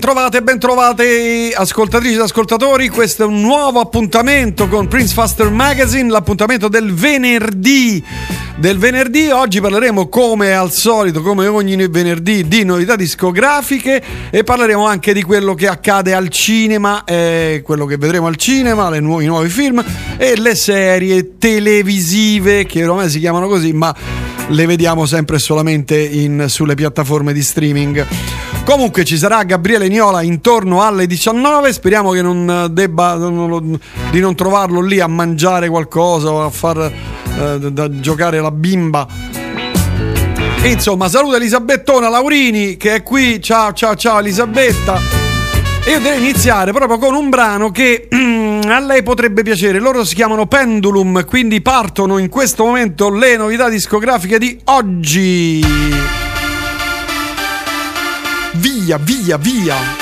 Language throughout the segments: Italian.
bentrovate ascoltatrici ed ascoltatori. Questo è un nuovo appuntamento con Prince Faster Magazine, l'appuntamento del venerdì. Oggi parleremo, come al solito, come ogni venerdì, di novità discografiche e parleremo anche di quello che accade al cinema, quello che vedremo al cinema, i nuovi film e le serie televisive che ormai si chiamano così, ma le vediamo sempre e solamente sulle piattaforme di streaming. Comunque ci sarà Gabriele Niola intorno alle 19. Speriamo che di non trovarlo lì a mangiare qualcosa o a far da giocare la bimba. E insomma, saluta Elisabettona Laurini che è qui. Ciao Elisabetta. E io devo iniziare proprio con un brano che a lei potrebbe piacere. Loro si chiamano Pendulum, quindi partono in questo momento le novità discografiche di oggi. Via, via, via.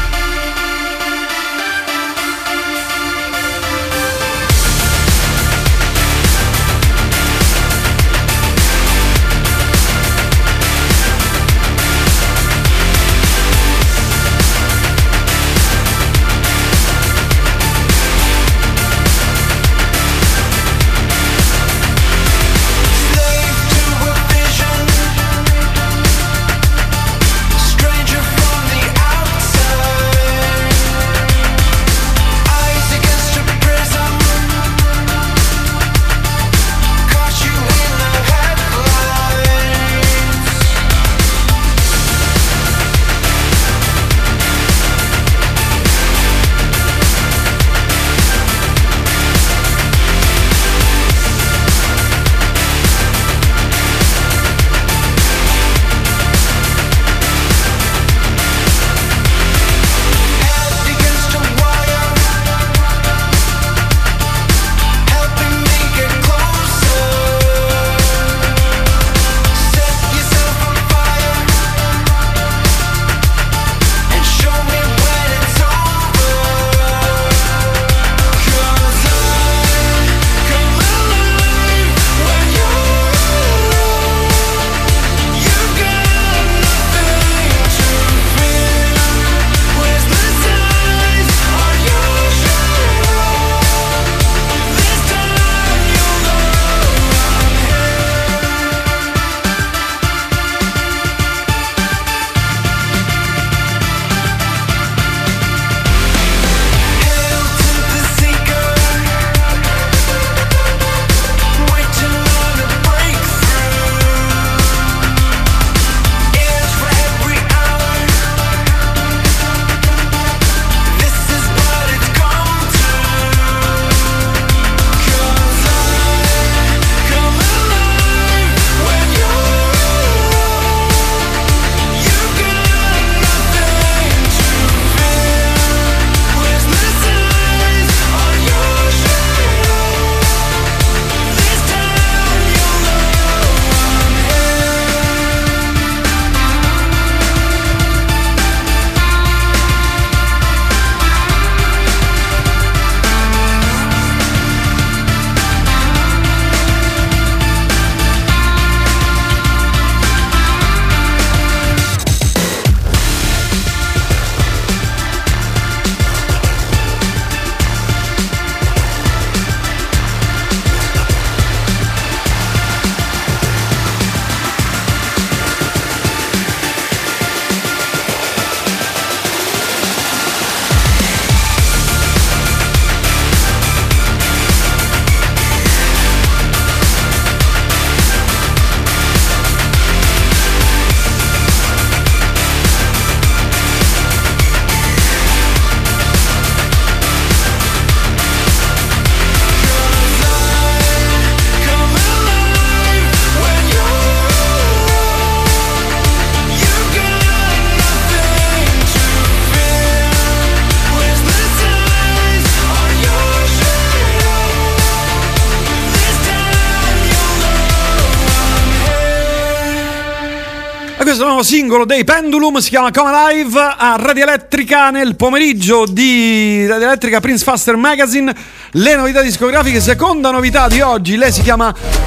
Questo nuovo singolo dei Pendulum si chiama Come Alive a Radio Elettrica nel pomeriggio di Radio Elettrica Prince Faster Magazine. Le novità discografiche, seconda novità di oggi, lei si chiama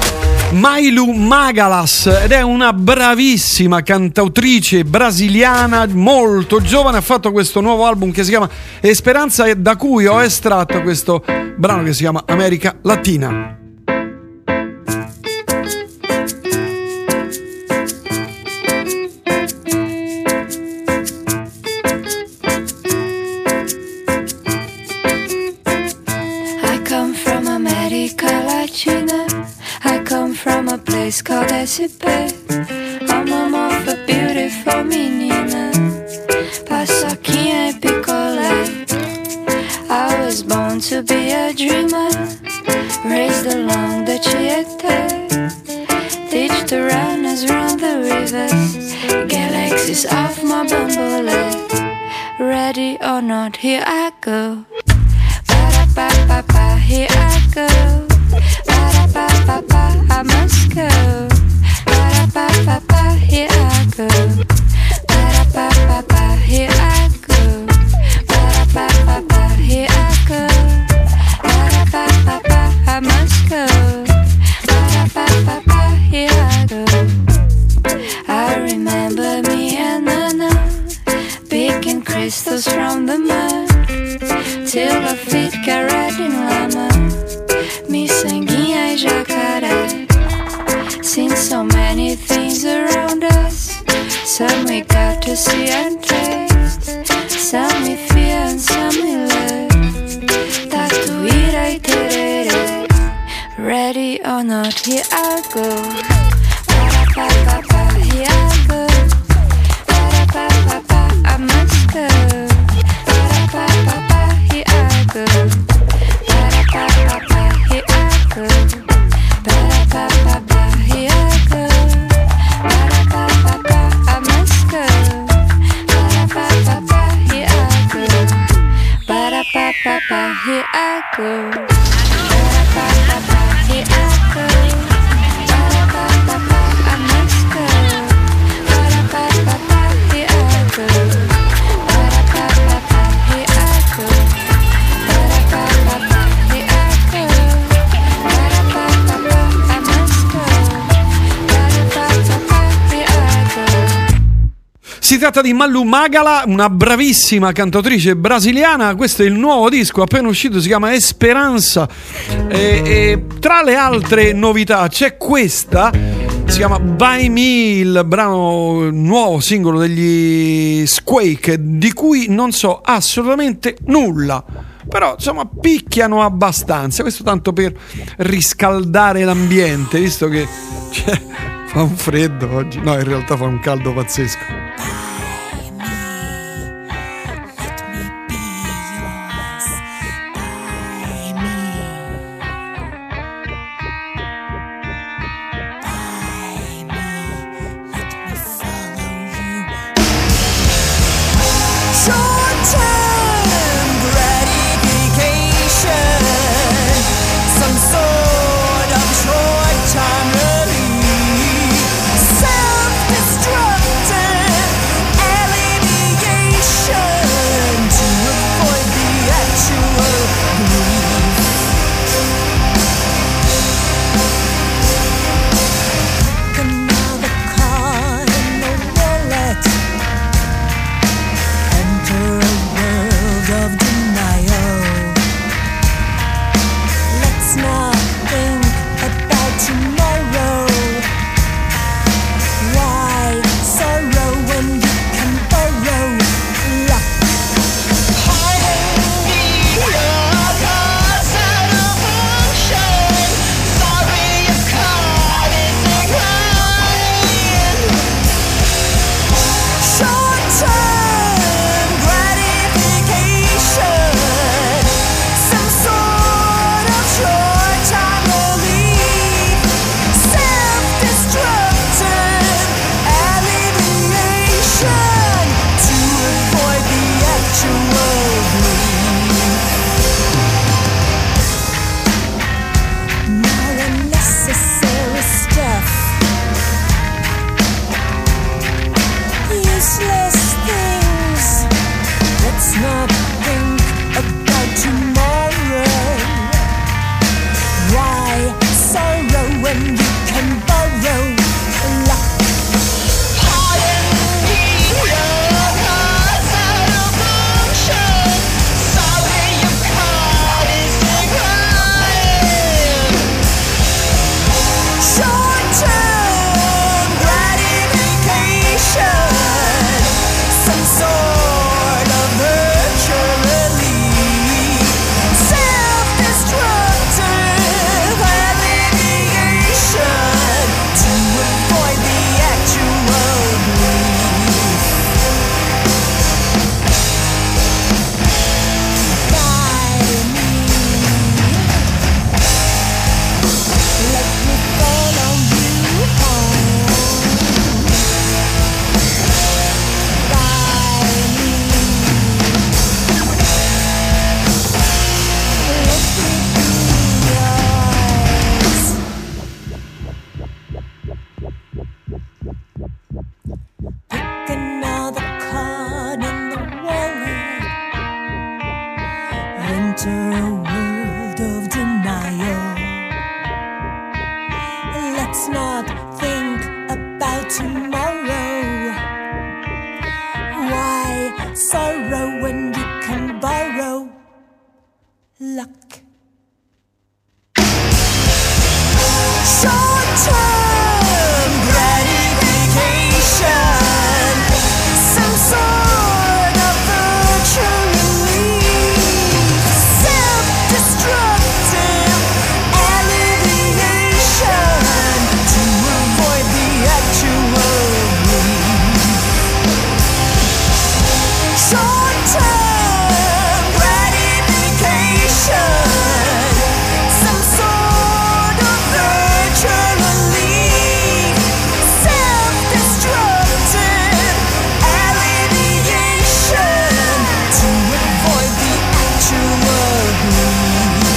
Mailu Magalas, ed è una bravissima cantautrice brasiliana molto giovane, ha fatto questo nuovo album che si chiama Esperanza e da cui ho estratto questo brano che si chiama America Latina. Place called SP. I'm home of a beautiful menina, paçoquinha e picolé. I was born to be a dreamer, raised along the Chiete. Teach the runners round the rivers, galaxies off my bumblebee. Ready or not, here I go. Ba-da-ba-ba-ba, here I go. Ba-da-ba-ba-ba, I must go. Ba-da-ba-ba-ba, here I go. Ba-da-ba-ba-ba, here I go. Ba-da-ba-ba-ba, here I go. Ba-da-ba-ba-ba, I must go. Ba-da-ba-ba-ba, here I go. I remember me and Nana picking crystals from the mud till our feet got red in lama. Miçanguinha e jacaré. Seen so many things around us. Some we got to see and taste. Some we fear and some we love. Tatuíra e tereré. Ready or not, here I go. Ba-da-ba-ba-ba, here I go. Ba-da-ba-ba-ba, I must go. Ba-da-ba-ba-ba, here I go. Ba-da-ba-ba-ba, here I go. Ba-da-ba-ba-ba, here I go. Ba-da-ba-ba-ba, I must go. Ba-da-ba-ba-ba, here I go. Ba-da-ba-ba-ba, here I go. Ba-da-ba-ba-ba, here I go. Ba-da-ba-ba-ba, I must go. Ba-da-ba-ba-ba, here I go. Ba-da-ba-ba-ba, here I go. Ba-da-ba-ba-ba, here I go. Ba-da-ba-ba-ba, I must go. Ba-da-ba-ba-ba, here I go. Si tratta di Malu Magala, una bravissima cantautrice brasiliana. Questo è il nuovo disco appena uscito, si chiama Esperanza. E tra le altre novità c'è questa, si chiama By Me, il brano nuovo singolo degli Squake, di cui non so assolutamente nulla, però insomma picchiano abbastanza. Questo tanto per riscaldare l'ambiente, visto che fa un freddo oggi. No, in realtà fa un caldo pazzesco. Self-destructive enter a world of denial. Let's not think about tomorrow. Why sorrow when you can borrow luck? Short-term gratification, some sort of virtual relief, self-destructive alleviation to avoid the actual grief. Short-term gratification, some sort of virtual relief, self-destructive alleviation to avoid the actual grief.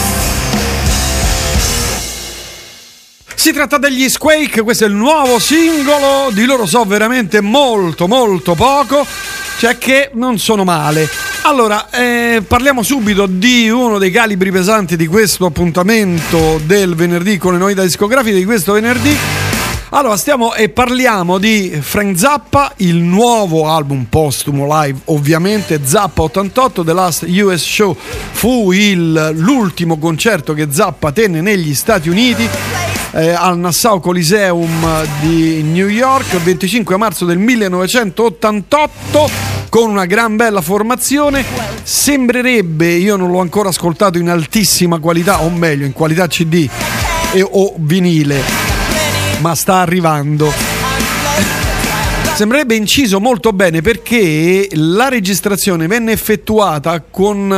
Si tratta degli Squake, questo è il nuovo singolo, di loro so veramente molto molto poco, cioè che non sono male. Allora, parliamo subito di uno dei calibri pesanti di questo appuntamento del venerdì con le novità discografiche di questo venerdì. Allora, parliamo di Frank Zappa, il nuovo album postumo live, ovviamente, Zappa 88, The Last US Show. Fu l'ultimo concerto che Zappa tenne negli Stati Uniti, al Nassau Coliseum di New York, il 25 marzo del 1988, con una gran bella formazione. Sembrerebbe, io non l'ho ancora ascoltato in altissima qualità, o meglio in qualità CD o vinile, ma sta arrivando. Sembrerebbe inciso molto bene, perché la registrazione venne effettuata con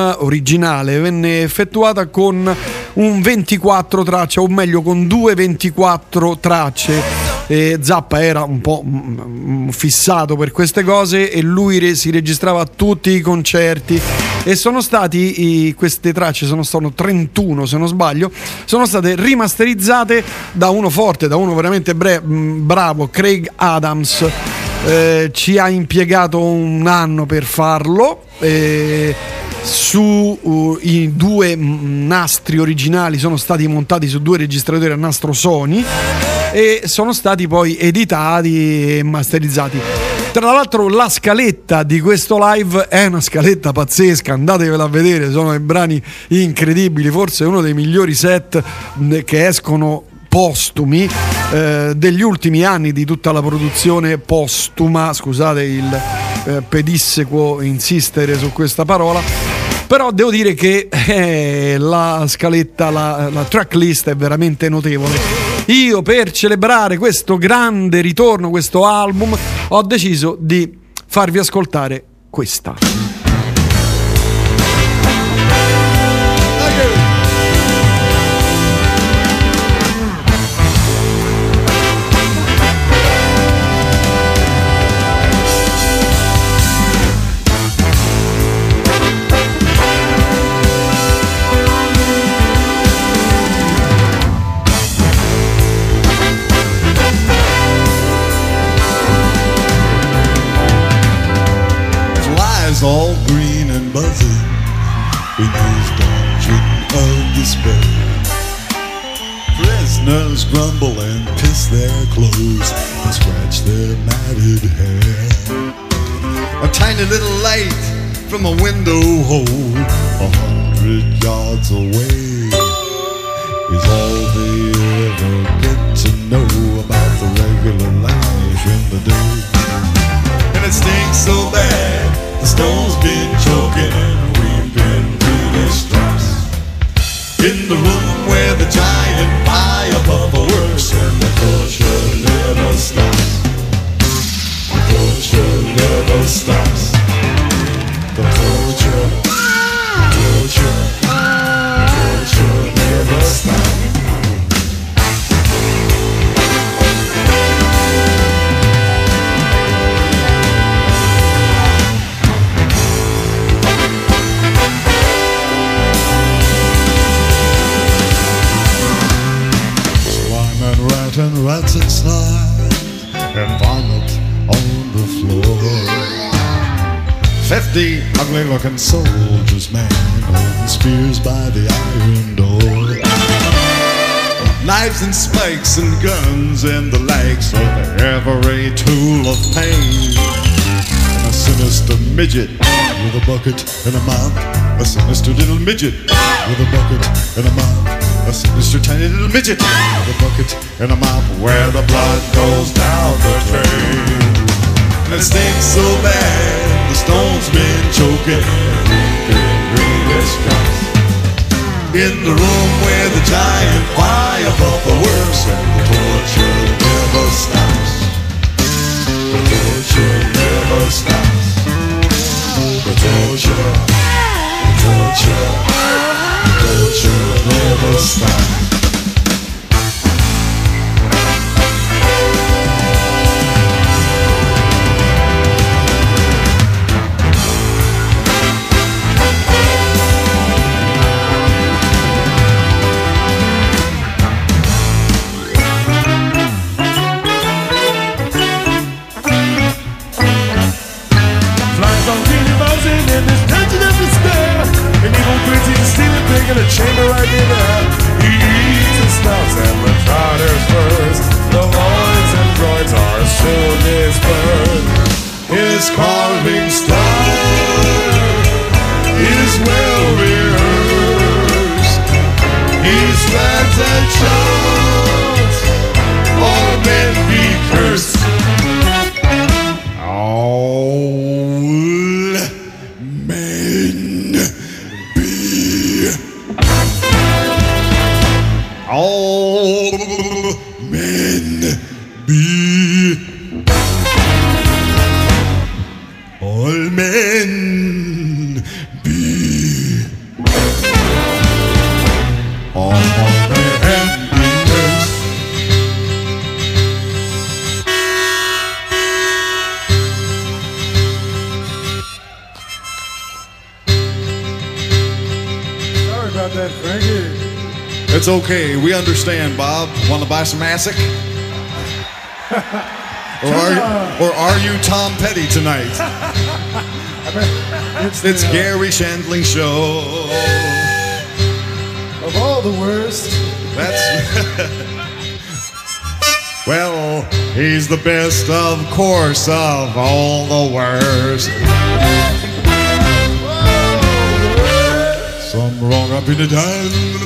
un 24 tracce, o meglio con 24 tracce. Zappa era un po' fissato per queste cose e lui si registrava tutti i concerti, e sono stati queste tracce, sono 31 se non sbaglio, sono state rimasterizzate da uno forte, da uno veramente bravo, Craig Adams. Ci ha impiegato un anno per farlo. I due nastri originali sono stati montati su due registratori a nastro Sony e sono stati poi editati e masterizzati. Tra l'altro la scaletta di questo live è una scaletta pazzesca, andatevela a vedere, sono dei brani incredibili, forse uno dei migliori set che escono postumi degli ultimi anni, di tutta la produzione postuma, scusate il pedissequo insistere su questa parola, però devo dire che la scaletta, la tracklist è veramente notevole. Io, per celebrare questo grande ritorno, questo album, ho deciso di farvi ascoltare questa. All green and buzzing in his dungeon of despair. Prisoners grumble and piss their clothes and scratch their matted hair. A tiny little light from a window hole 100 yards away is all they ever get to know about the regular life in the day. And it stinks so bad, the stone's been choking and we've been really stressed. In the room where the giant fire bubble works and the torture never stops. The torture never stops. The torture never stops. And rats inside and vomit on the floor. 50 ugly-looking soldiers, man, holding spears by the iron door. Knives and spikes and guns and the likes of every tool of pain. And a sinister midget with a bucket and a mop. A sinister little midget with a bucket and a mop. A sinister tiny little midget with a bucket and a mop, where the blood goes down the drain. And it stinks so bad, the stone's been choking. Greenish drops in the room where the giant fire above the works, and the torture never stops. The torture never stops. The torture, the torture, the torture never stops. In a chamber right in there, he eats and snuffs and the trotter's furs. The loins and groins are soon dispersed. His carving style is well rehearsed. He slaps and shouts, all men be cursed. All men be. All men be. All men be. All men be cursed. Sorry about that, Frankie. It's okay. We understand, Bob. Want to buy some ASIC? or are you Tom Petty tonight? It's Gary Shandling Show. Of all the worst. That's well, he's the best, of course, of all the worst. Some wrong up in the time.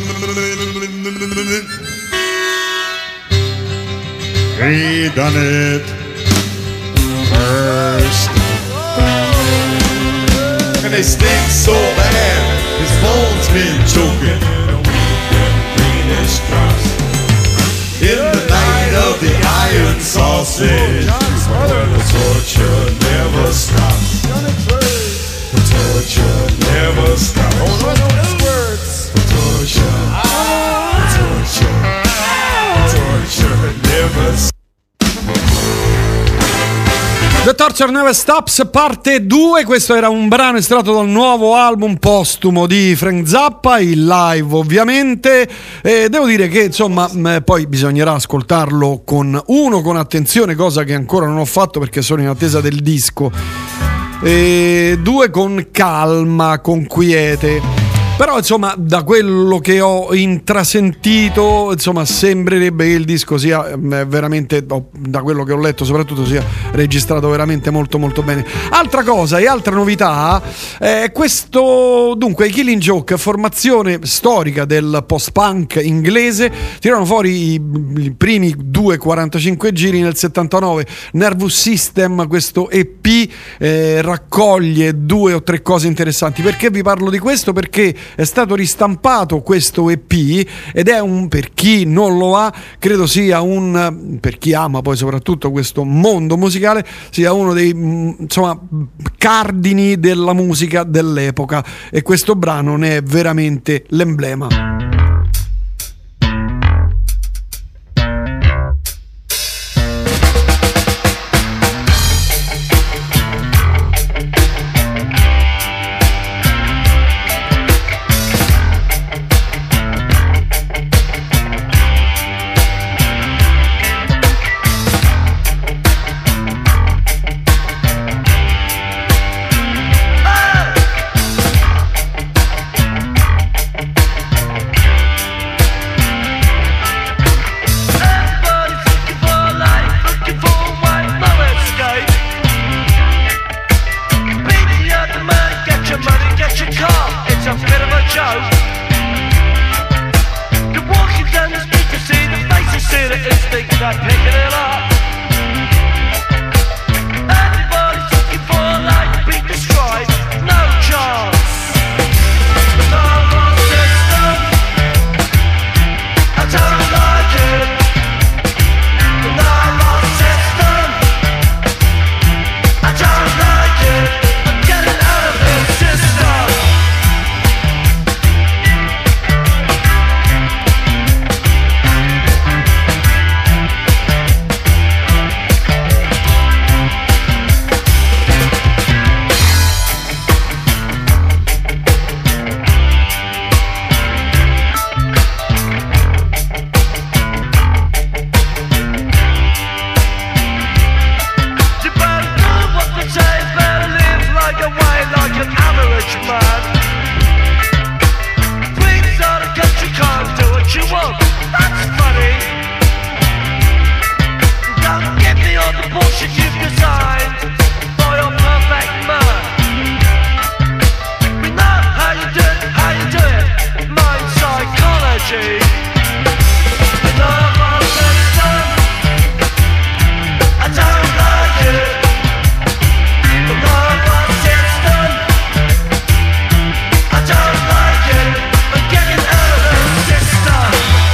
He done it first. And they stink so bad, his bones been choking. And we've been greenish drops. In the night of the iron sausage, where the torture never stops. The torture never stops. The torture, the torture, the torture never stops. The Torture Never Stops, parte 2. Questo era un brano estratto dal nuovo album postumo di Frank Zappa, il live ovviamente. Devo dire che insomma poi bisognerà ascoltarlo con attenzione, cosa che ancora non ho fatto perché sono in attesa del disco. 2 con calma, con quiete. Però insomma da quello che ho intrasentito insomma sembrerebbe che il disco sia veramente, da quello che ho letto soprattutto, sia registrato veramente molto molto bene. Altra cosa e altra novità, questo dunque i Killing Joke, formazione storica del post-punk inglese, tirano fuori i primi 2,45 giri nel 79. Nervous System, questo EP raccoglie 2 o 3 cose interessanti. Perché vi parlo di questo? Perché è stato ristampato questo EP ed è per chi non lo ha, credo sia per chi ama poi soprattutto questo mondo musicale, sia uno dei insomma cardini della musica dell'epoca, e questo brano ne è veramente l'emblema. they're picking it up. Everybody's looking for a light, beat destroyed, no chance. The normal system, I don't like it. The normal system, I don't like it. I'm getting out of this system. You better do what they say, better live like a way, like an average man. Queens of the country can't do what you want, that's funny. Don't give me all the bullshit you've designed for your perfect man. We know how you do it, mind psychology. The normal system, I don't like it. The normal system, I don't like it. I'm getting out of this system.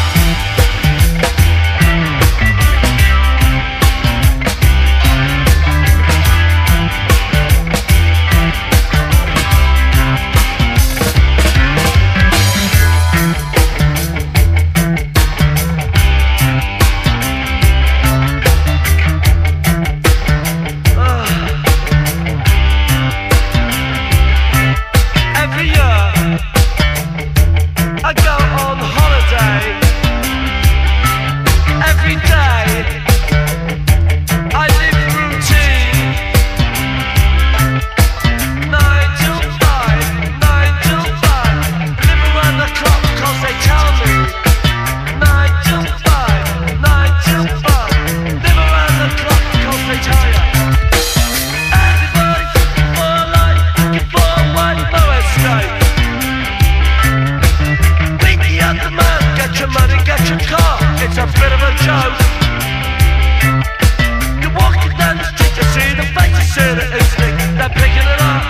Every year I go on holiday. Every day I live routine. 9 till 5, 9 till 5. Live around the clock 'cause they tell me. 9 till 5, 9 till 5. Live around the clock 'cause they tell you. Everybody's looking for a light, looking for a white low escape. Meet the other man, get your money, get your car. It's a bit of a joke. You're walking down the street to see the faces in the instinct. They're picking it up.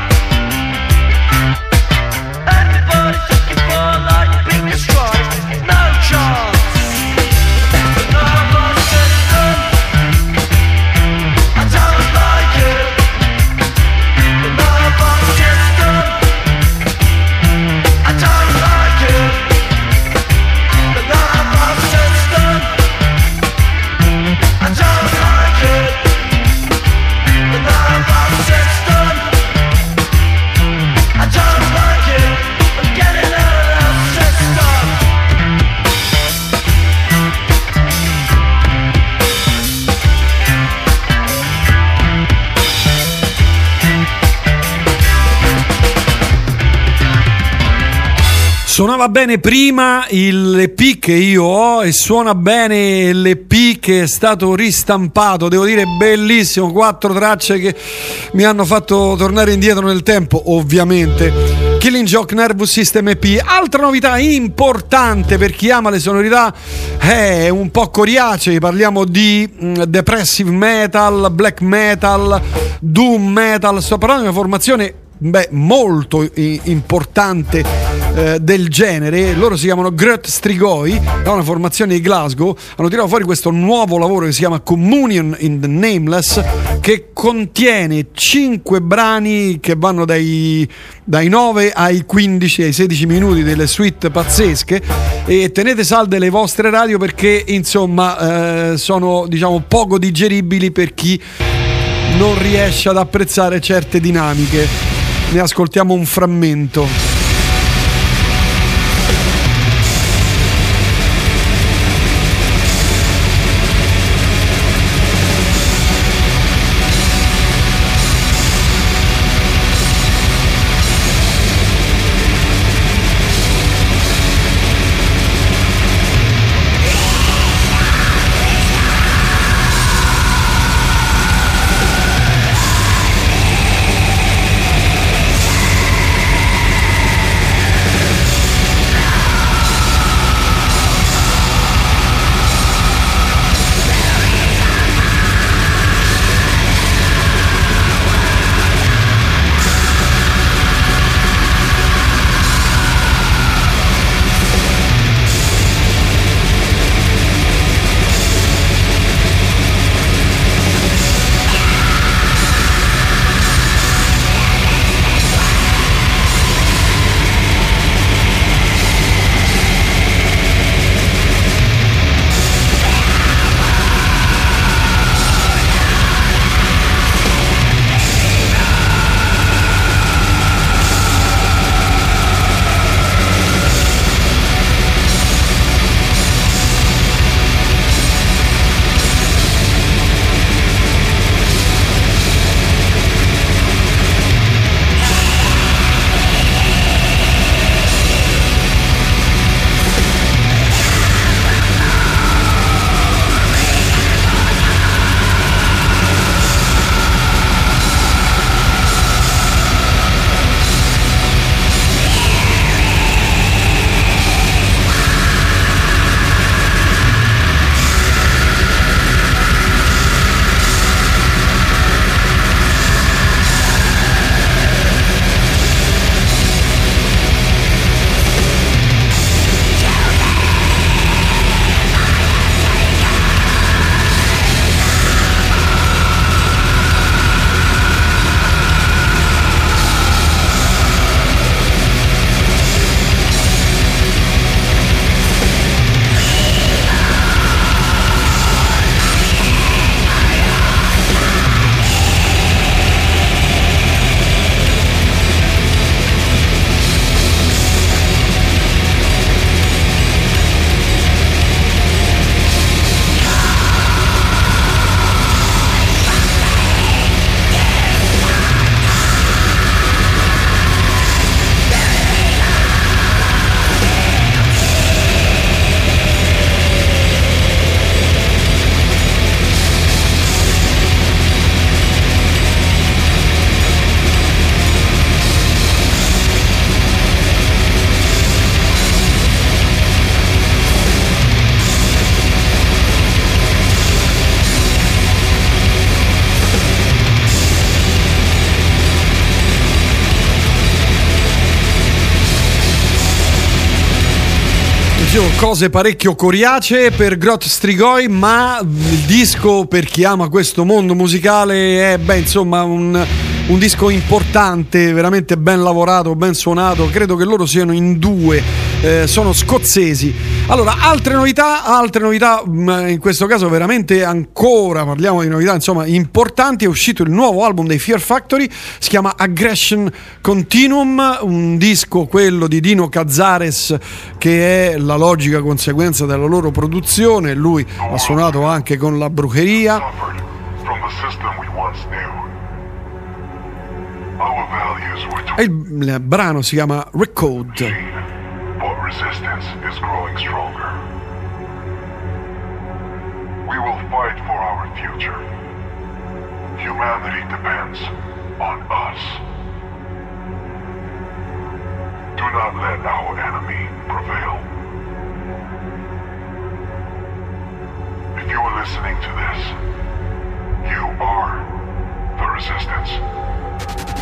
Everybody's looking for a light, being destroyed, no chance. The normal system, I don't like it. The normal system, I don't like it. The normal system, I don't like it. The normal system, I don't like it. I'm getting out of that system. Suonava bene prima l'EP che io ho e suona bene l'EP che è stato ristampato, devo dire bellissimo, 4 tracce che mi hanno fatto tornare indietro nel tempo, ovviamente. Killing Joke Nervous System EP, altra novità importante per chi ama le sonorità è un po' coriacee, parliamo di depressive metal, black metal, doom metal, sto parlando di una formazione molto importante del genere. Loro si chiamano Grut Strigoi, da una formazione di Glasgow. Hanno tirato fuori questo nuovo lavoro che si chiama Communion in the Nameless, che contiene 5 brani che vanno dai 9 ai 15 ai 16 minuti, delle suite pazzesche, e tenete salde le vostre radio perché insomma sono, diciamo, poco digeribili per chi non riesce ad apprezzare certe dinamiche. Ne ascoltiamo un frammento. Cose parecchio coriacee per Grot Strigoi, ma il disco, per chi ama questo mondo musicale, è insomma un disco importante, veramente ben lavorato, ben suonato. Credo che loro siano in due, sono scozzesi. Allora, altre novità, in questo caso veramente ancora parliamo di novità insomma importanti. È uscito il nuovo album dei Fear Factory, si chiama Aggression Continuum, un disco, quello di Dino Cazares, che è la logica conseguenza della loro produzione. Lui ha suonato anche con la Brucheria. Suffered from the system we once knew. Our values were E il brano si chiama Recode. but resistance is growing stronger. We will fight for our future. Humanity depends on us. Do not let our enemy prevail. If you are listening to this, you are the resistance.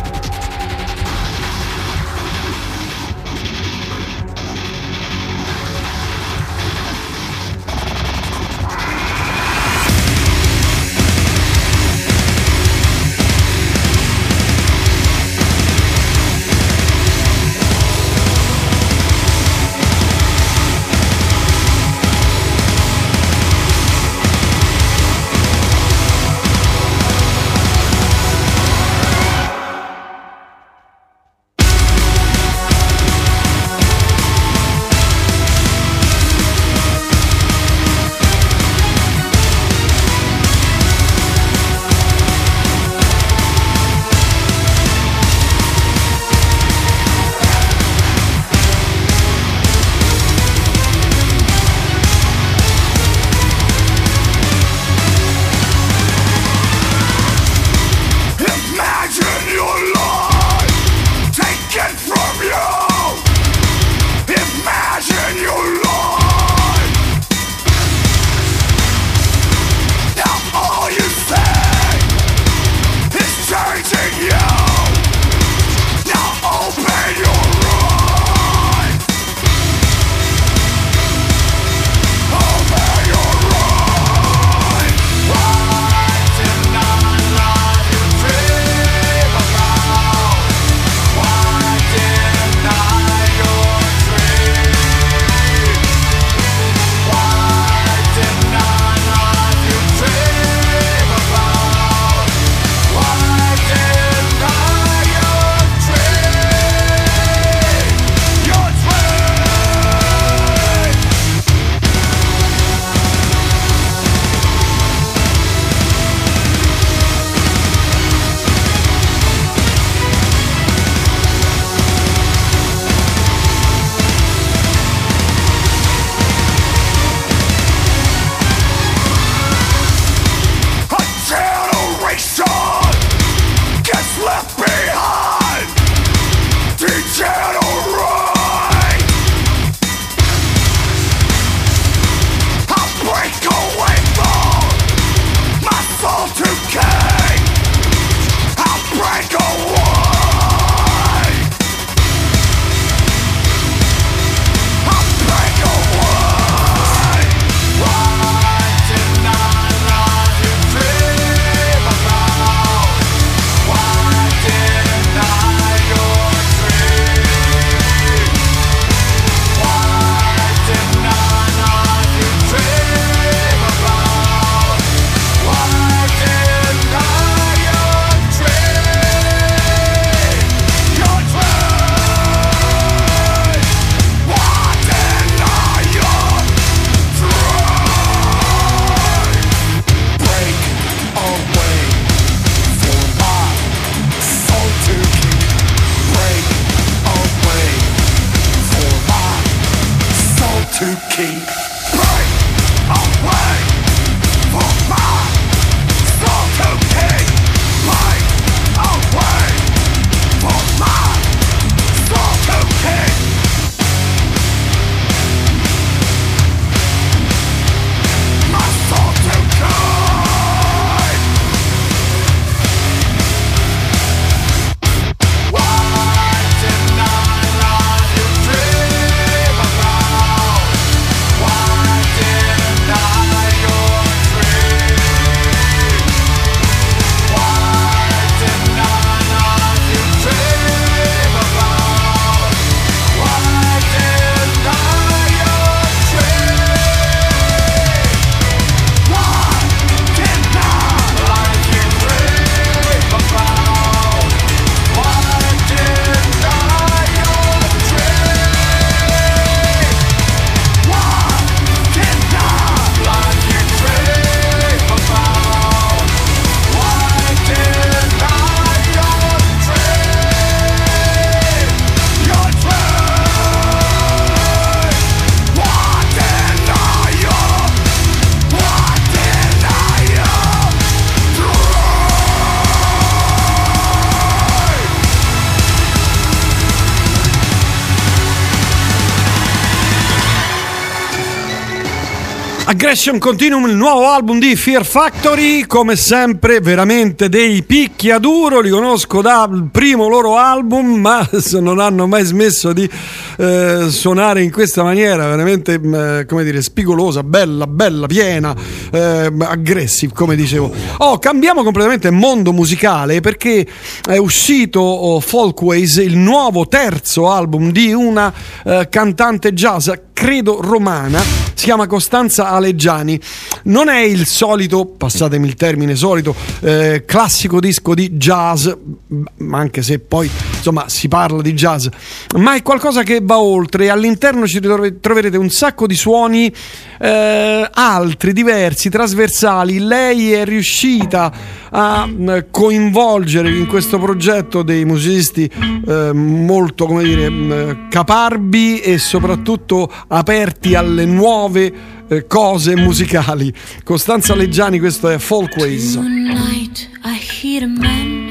Aggression Continuum, il nuovo album di Fear Factory, come sempre veramente dei picchiaduro, li conosco dal primo loro album, ma non hanno mai smesso di suonare in questa maniera veramente come dire, spigolosa, bella, piena, aggressive, come dicevo. Cambiamo completamente mondo musicale, perché è uscito Folkways, il nuovo terzo album di una cantante jazz, credo romana, si chiama Costanza Aleggiani. Non è il solito, passatemi il termine solito, classico disco di jazz, anche se poi insomma si parla di jazz, ma è qualcosa che va oltre. All'interno ci troverete un sacco di suoni altri, diversi, trasversali. Lei è riuscita a coinvolgere in questo progetto dei musicisti molto, come dire, caparbi e soprattutto aperti alle nuove cose musicali. Costanza Aleggiani, questo è Folkways. Tonight I hit a man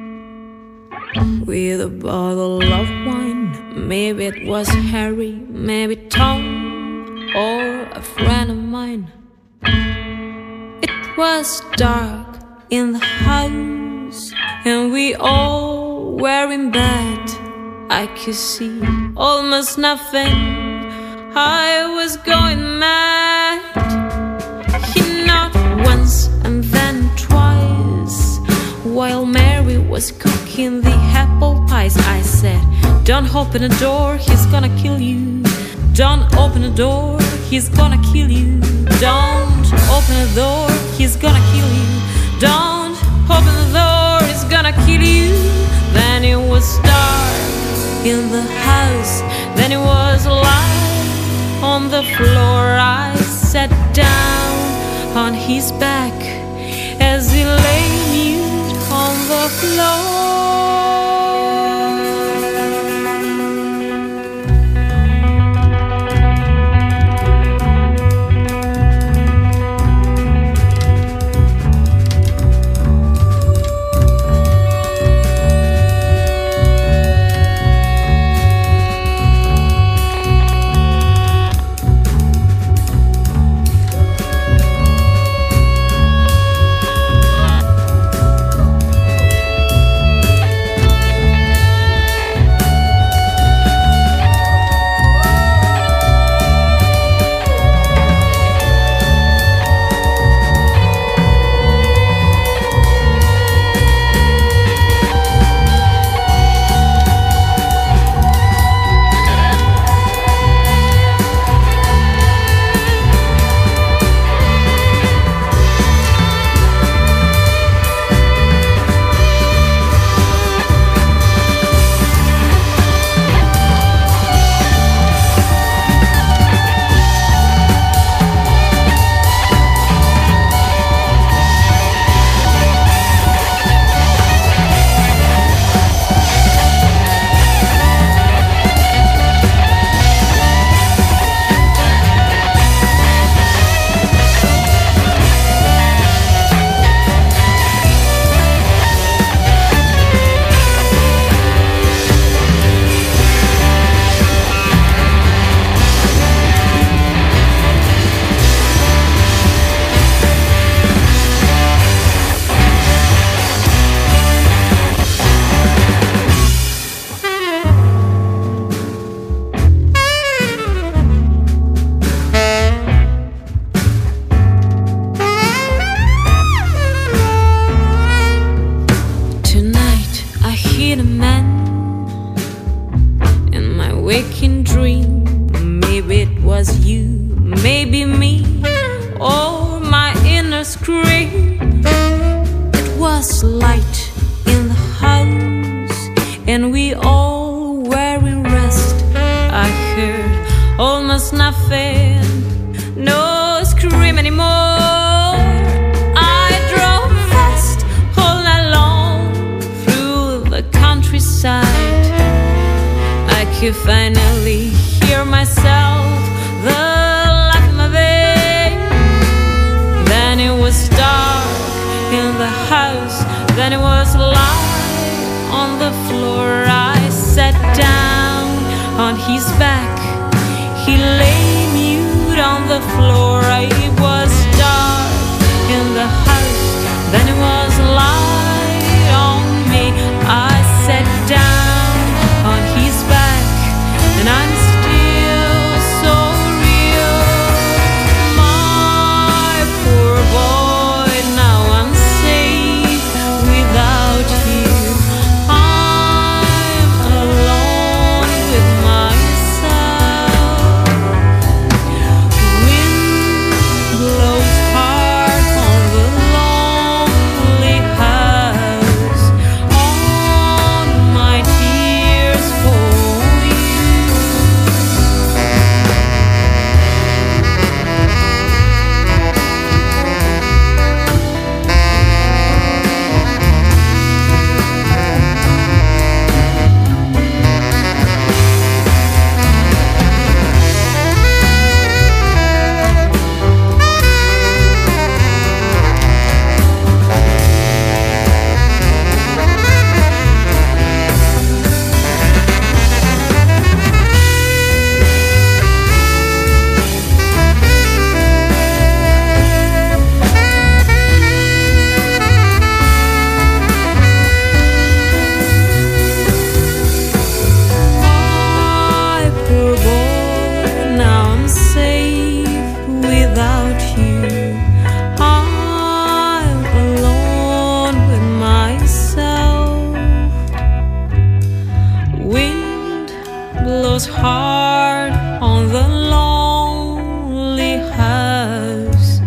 with a bottle of wine. Maybe it was Harry, maybe Tom, or a friend of mine. It was dark in the house and we all were in bed. I could see almost nothing. I was going mad. He knocked once and then twice while Mary was cooking the apple pies. I said, don't open the door, he's gonna kill you. Don't open the door, he's gonna kill you. Don't open the door, he's gonna kill you. Don't open the door, he's gonna kill you. Then it was dark in the house, then it was light on the floor. I sat down on his back as he lay mute on the floor. You finally hear myself, the life in my veins. Then it was dark in the house, then it was light on the floor. I sat down on his back, he lay mute on the floor. I it was light on me. I sat down on his back, and I'm still so real. My poor boy, now I'm safe without you. I'm alone with myself. Wind blows hard on the lonely house, on my tears for you. My poor boy, now I'm safe without you. I'm alone with myself. Wind blows hard on the lonely house,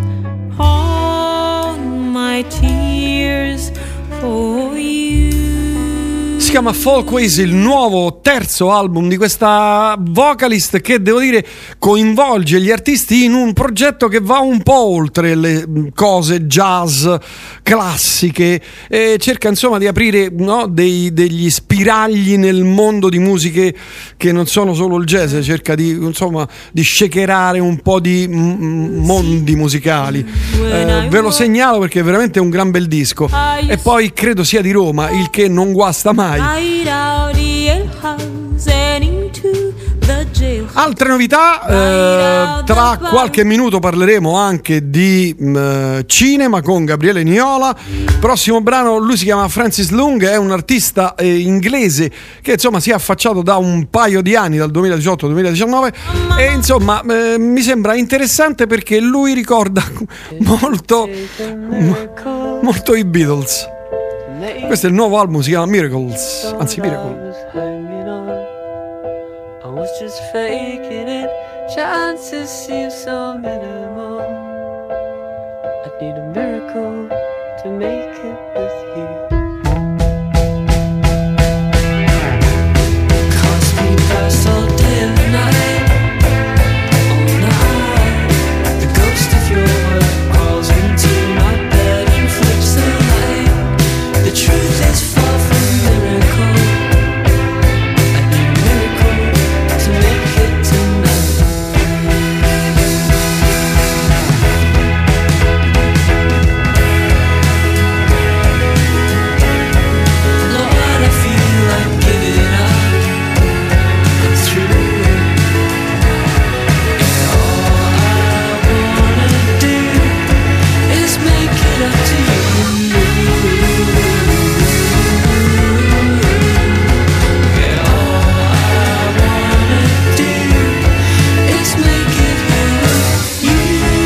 on my tears for you. Si chiama Folkways, il nuovo terzo album di questa vocalist che, devo dire, coinvolge gli artisti in un progetto che va un po' oltre le cose jazz classiche e cerca insomma di aprire, no, degli spiragli nel mondo di musiche che non sono solo il jazz, cerca di, insomma, di shakerare un po' di mondi musicali. Ve lo segnalo perché è veramente un gran bel disco, e poi credo sia di Roma, il che non guasta mai. Ride out the alehouse and into the jail. Altre novità, tra qualche minuto parleremo anche di cinema con Gabriele Niola. Prossimo brano, lui si chiama Francis Lung, è un artista inglese che insomma si è affacciato da un paio di anni, dal 2018-2019, e insomma mi sembra interessante perché lui ricorda molto i Beatles. Questo è il nuovo album, si chiama Miracles, anzi Miracle. I was just faking it, chances seem so minimal. I need a miracle to make it with you. Cause we passed all day and night, all night. The ghost of your word crawls into my bed and flips the light. The truth is far from miracle. I need a miracle to make it tonight. Lord, I feel like giving up. I'm through. And all I wanna do is make it up to you. And all I wanna do is make it with you.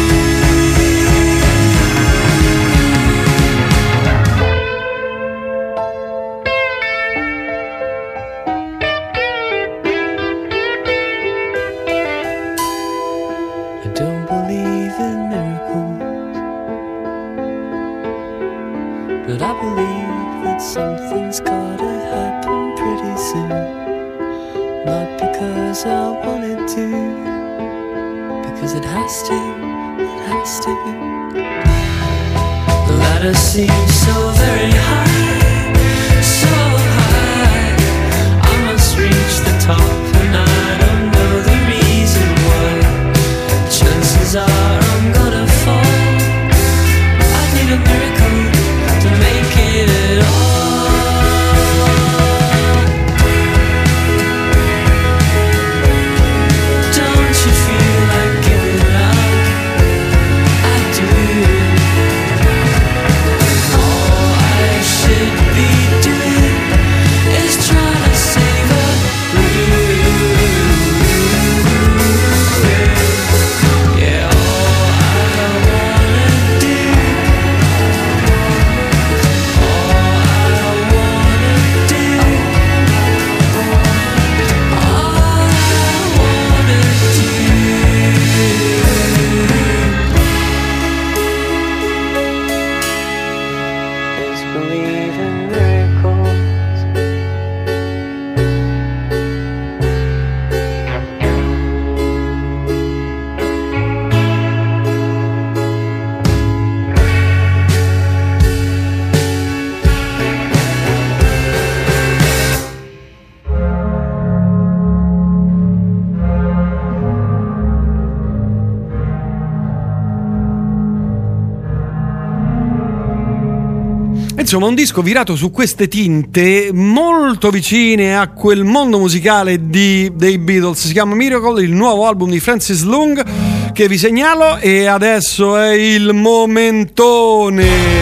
I don't believe in miracles, but I believe that something's gotta happen pretty soon. Not because I want it to, because it has to, it has to. The ladder seems so very high, so high. I must reach the top and I don't know the reason why. Chances are I'm gonna fall. I need a miracle to make it at all. Don't you feel like giving up? I do. All Insomma, un disco virato su queste tinte molto vicine a quel mondo musicale dei Beatles. Si chiama Miracle, il nuovo album di Francis Lung che vi segnalo, e adesso è il momentone.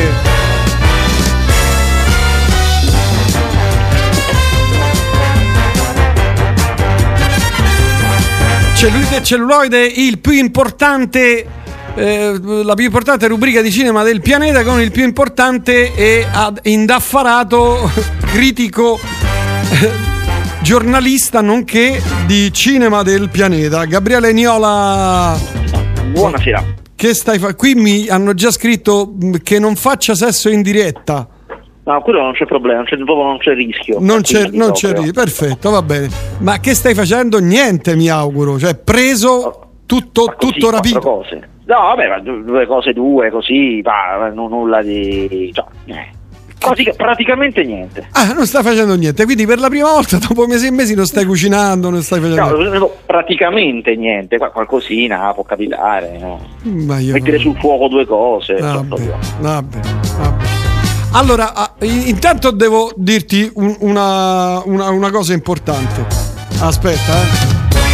Cellulite e celluloide, il più importante, la più importante rubrica di cinema del pianeta, con il più importante e indaffarato critico giornalista nonché di cinema del pianeta, Gabriele Niola. Buonasera. Che stai qui mi hanno già scritto che non faccia sesso in diretta. No, quello non c'è problema, non c'è rischio. Non c'è rischio, perfetto, va bene. Ma che stai facendo? Niente, mi auguro. Cioè, preso tutto rapito. Cose. No, vabbè, ma due cose, così, nulla di... Cioè, praticamente niente. Ah, non stai facendo niente, quindi per la prima volta dopo mesi e mesi non stai cucinando, non stai facendo... No, praticamente niente, qualcosina può capitare, no? Mettere sul fuoco due cose. Vabbè. Allora, intanto devo dirti una cosa importante. Aspetta,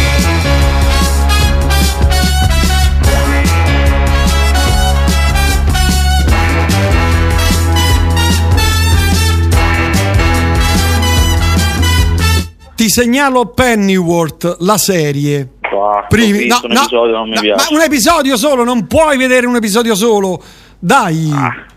Ti segnalo Pennyworth, la serie. Episodio non mi piace. Ma un episodio solo, non puoi vedere un episodio solo. Dai.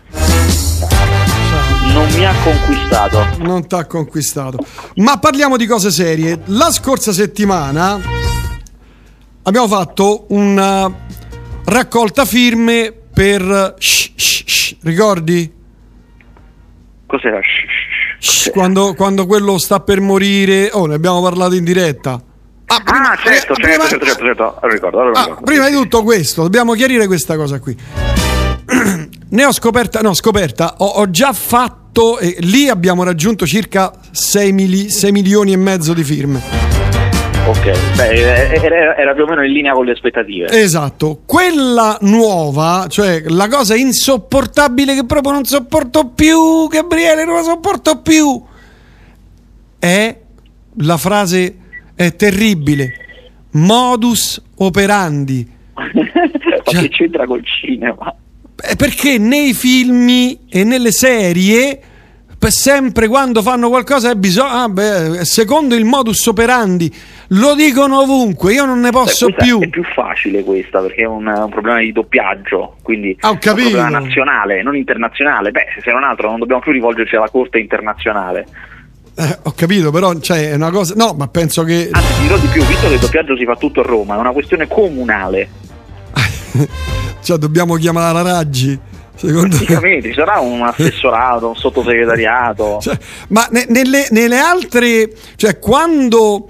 Non mi ha conquistato. Non t'ha conquistato. Ma parliamo di cose serie. La scorsa settimana abbiamo fatto una raccolta firme per ricordi? Cos'era? Quando quello sta per morire. Ne abbiamo parlato in diretta. Certo, ricordo. Prima di tutto questo, dobbiamo chiarire questa cosa qui. Ne ho scoperta, ho già fatto, e lì abbiamo raggiunto circa 6 milioni e mezzo di firme. Ok, era più o meno in linea con le aspettative. Esatto. Quella nuova, cioè la cosa insopportabile che proprio non sopporto più, Gabriele, non la sopporto più, è la frase, è terribile, modus operandi. Ma che c'entra col cinema? Perché nei film e nelle serie sempre quando fanno qualcosa secondo il modus operandi lo dicono ovunque, io non ne posso più. È più facile questa perché è un problema di doppiaggio, quindi è un problema nazionale, non internazionale. Se non altro non dobbiamo più rivolgerci alla corte internazionale. Ho capito, però è una cosa, no, ma penso che, anzi ti dirò di più, visto che il doppiaggio si fa tutto a Roma, è una questione comunale. Cioè dobbiamo chiamare la Raggi, secondo me ci sarà un assessorato, un sottosegretariato, ma nelle altre, cioè quando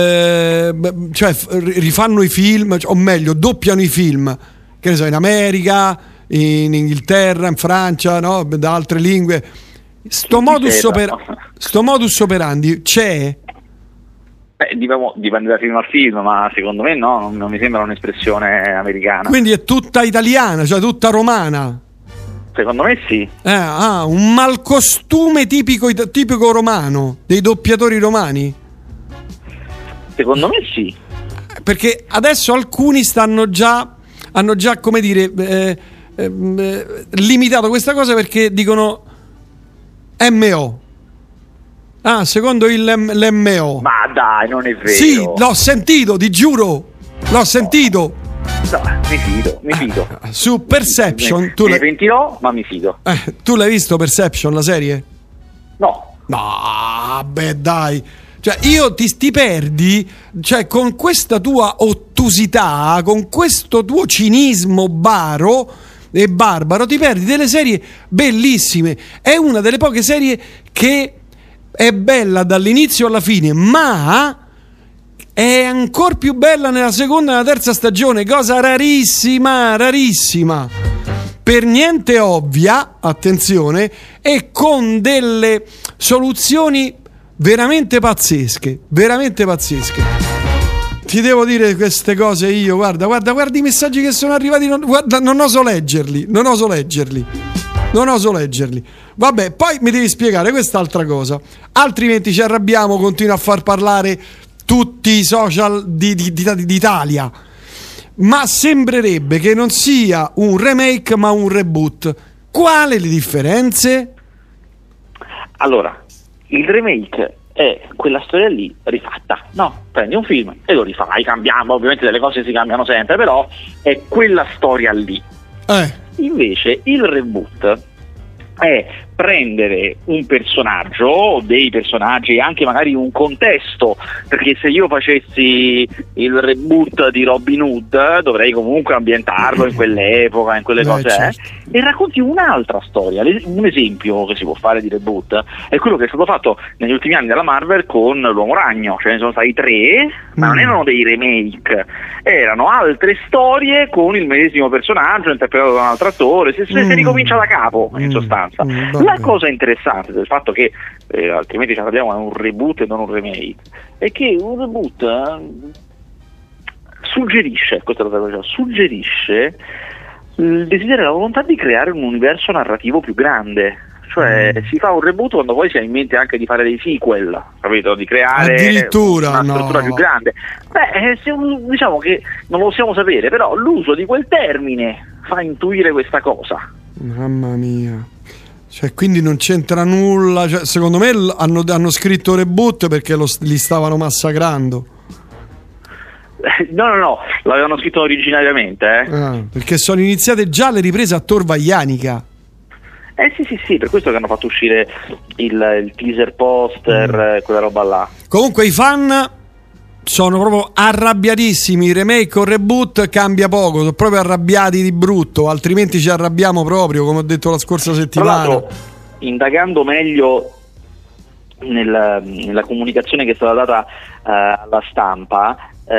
rifanno i film, o meglio doppiano i film, che ne so, in America, in Inghilterra, in Francia, no, da altre lingue, sto modus operandi c'è? Dipende da film a film, ma secondo me no, non mi sembra un'espressione americana. Quindi è tutta italiana, cioè tutta romana? Secondo me sì. Un malcostume tipico romano, dei doppiatori romani? Secondo me sì. Perché adesso alcuni hanno già come dire limitato questa cosa, perché dicono MO. Secondo l'MO. Ma dai, non è vero. Sì, l'ho sentito, ti giuro. L'ho sentito. No, mi fido. Su Perception. Ne pentirò, ma mi fido. Tu l'hai visto Perception, la serie? No. No, dai. Cioè, ti perdi, cioè, con questa tua ottusità, con questo tuo cinismo baro e barbaro, ti perdi delle serie bellissime. È una delle poche serie che è bella dall'inizio alla fine, ma è ancora più bella nella seconda e nella terza stagione, cosa rarissima, per niente ovvia, attenzione, e con delle soluzioni veramente pazzesche. Ti devo dire queste cose io, guarda i messaggi che sono arrivati, non oso leggerli. Non oso leggerli. Vabbè, poi mi devi spiegare quest'altra cosa. Altrimenti ci arrabbiamo, continua a far parlare tutti i social d'Italia. Ma sembrerebbe che non sia un remake ma un reboot. Quali le differenze? Allora, il remake è quella storia lì rifatta, no? Prendi un film e lo rifai, cambiamo, ovviamente delle cose si cambiano sempre, però è quella storia lì. Invece il reboot è prendere un personaggio o dei personaggi e anche magari un contesto, perché se io facessi il reboot di Robin Hood dovrei comunque ambientarlo in quell'epoca, in quelle cose, certo. E racconti un'altra storia. Un esempio che si può fare di reboot è quello che è stato fatto negli ultimi anni dalla Marvel con l'Uomo Ragno. Ce ne sono stati 3, ma non erano dei remake, erano altre storie con il medesimo personaggio interpretato da un altro attore, si ricomincia da capo in sostanza. La cosa interessante del fatto che altrimenti ci abbiamo un reboot e non un remake è che un reboot suggerisce il desiderio e la volontà di creare un universo narrativo più grande. Cioè si fa un reboot quando poi si ha in mente anche di fare dei sequel, capito? Di creare addirittura una struttura più grande. Diciamo che non lo possiamo sapere, però l'uso di quel termine fa intuire questa cosa. Mamma mia. Cioè, quindi non c'entra nulla. Cioè, secondo me hanno scritto reboot perché li stavano massacrando. No, l'avevano scritto originariamente. Perché sono iniziate già le riprese a Tor Vaianica. Sì, per questo che hanno fatto uscire il teaser poster, quella roba là. Comunque i fan sono proprio arrabbiatissimi. Remake o reboot cambia poco, sono proprio arrabbiati di brutto, altrimenti ci arrabbiamo proprio, come ho detto la scorsa settimana. Tra l'altro, indagando meglio nella comunicazione che è stata data alla stampa,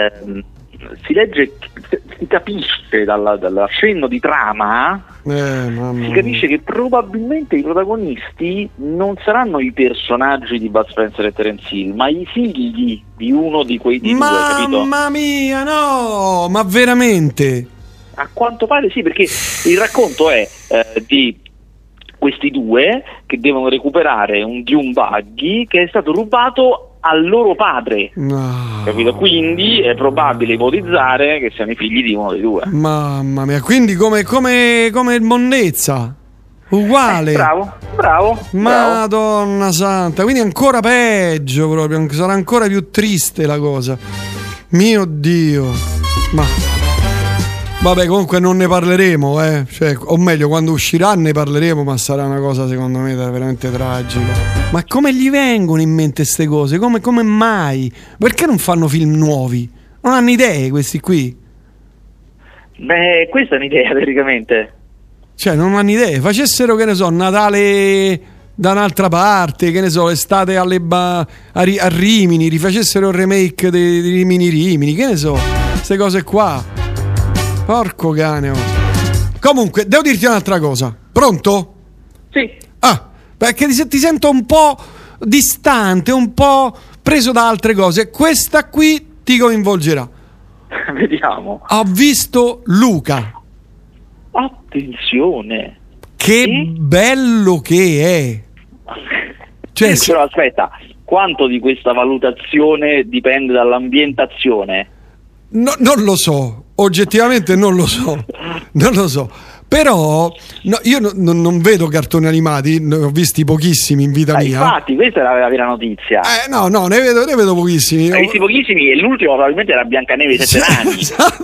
si legge, si capisce dall'accenno di trama, si capisce che probabilmente i protagonisti non saranno i personaggi di Bud Spencer e Terence Hill, ma i figli di uno di quei due, capito? Mamma mia, no, ma veramente? A quanto pare sì, perché il racconto è di questi due che devono recuperare un Dune Buggy che è stato rubato al loro padre, capito? Quindi è probabile ipotizzare che siano i figli di uno dei due. Mamma mia, quindi come il Monnezza, uguale. Bravo. Madonna santa, quindi ancora peggio proprio, sarà ancora più triste la cosa. Mio Dio. Ma vabbè, comunque non ne parleremo, cioè, o meglio, quando uscirà ne parleremo, ma sarà una cosa secondo me veramente tragica. Ma come gli vengono in mente queste cose? Come mai? Perché non fanno film nuovi? Non hanno idee questi qui? Beh, questa è un'idea teoricamente. Cioè, non hanno idee. Facessero, che ne so, Natale da un'altra parte, che ne so, estate a Rimini, rifacessero il remake di Rimini, che ne so, queste cose qua. Porco cane. Comunque, devo dirti un'altra cosa. Pronto? Sì. Perché ti sento un po' distante, un po' preso da altre cose. Questa qui ti coinvolgerà. Vediamo. Ho visto Luca. Attenzione. Che bello che è. Cioè, però aspetta, quanto di questa valutazione dipende dall'ambientazione? No, non lo so. Oggettivamente non lo so. Però io non vedo cartoni animati, ne ho visti pochissimi in vita mia. Infatti, questa era la vera notizia. No, ne vedo pochissimi. Ne hai visti pochissimi e l'ultimo probabilmente era Biancaneve e i 7 anni. Esatto.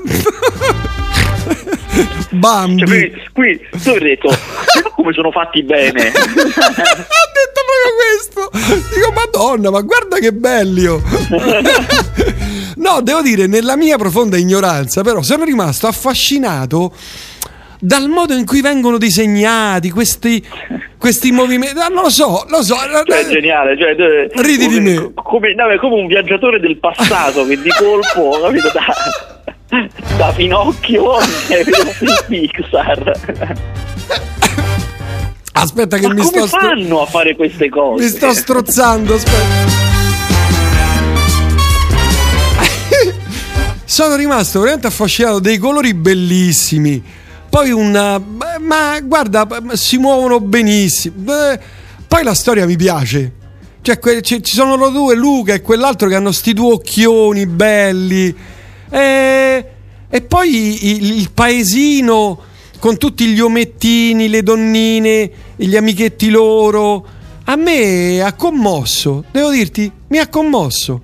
Bambi. Cioè, qui tu hai detto, però come sono fatti bene. Ho detto proprio questo. Dico, Madonna, ma guarda che belli. No, devo dire, nella mia profonda ignoranza, però sono rimasto affascinato dal modo in cui vengono disegnati questi movimenti. Non lo so. Cioè, è geniale, cioè, ridi di me. Come un viaggiatore del passato che di colpo, capito, da Pinocchio è Pixar. Aspetta che ma come fanno a fare queste cose? Mi sto strozzando, aspetta. Sono rimasto veramente affascinato, dei colori bellissimi. Poi Ma guarda, si muovono benissimo. Poi la storia mi piace. Cioè, ci sono loro due, Luca e quell'altro, che hanno sti due occhioni belli. E poi il paesino con tutti gli omettini, le donnine, gli amichetti loro. A me ha commosso, devo dirti, mi ha commosso.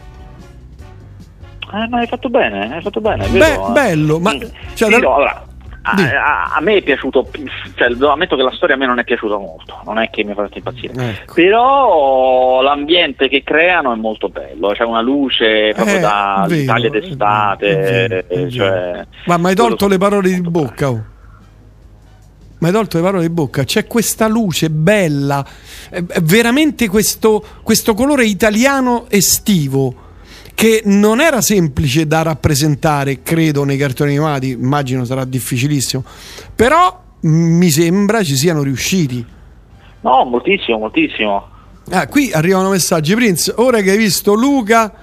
Ma hai fatto bene, è vero. Bello, ma sì, no, allora, a me è piaciuto, cioè, ammetto che la storia a me non è piaciuta molto, non è che mi ha fatto impazzire, ecco. Però l'ambiente che creano è molto bello, c'è una luce proprio dall'Italia d'estate, cioè, ma mi hai tolto le parole di bocca, oh. Mi hai tolto le parole di bocca. C'è questa luce bella, veramente questo colore italiano estivo, che non era semplice da rappresentare, credo, nei cartoni animati. Immagino sarà difficilissimo, però mi sembra ci siano riusciti. No, moltissimo. Qui arrivano messaggi. Prince, ora che hai visto Luca,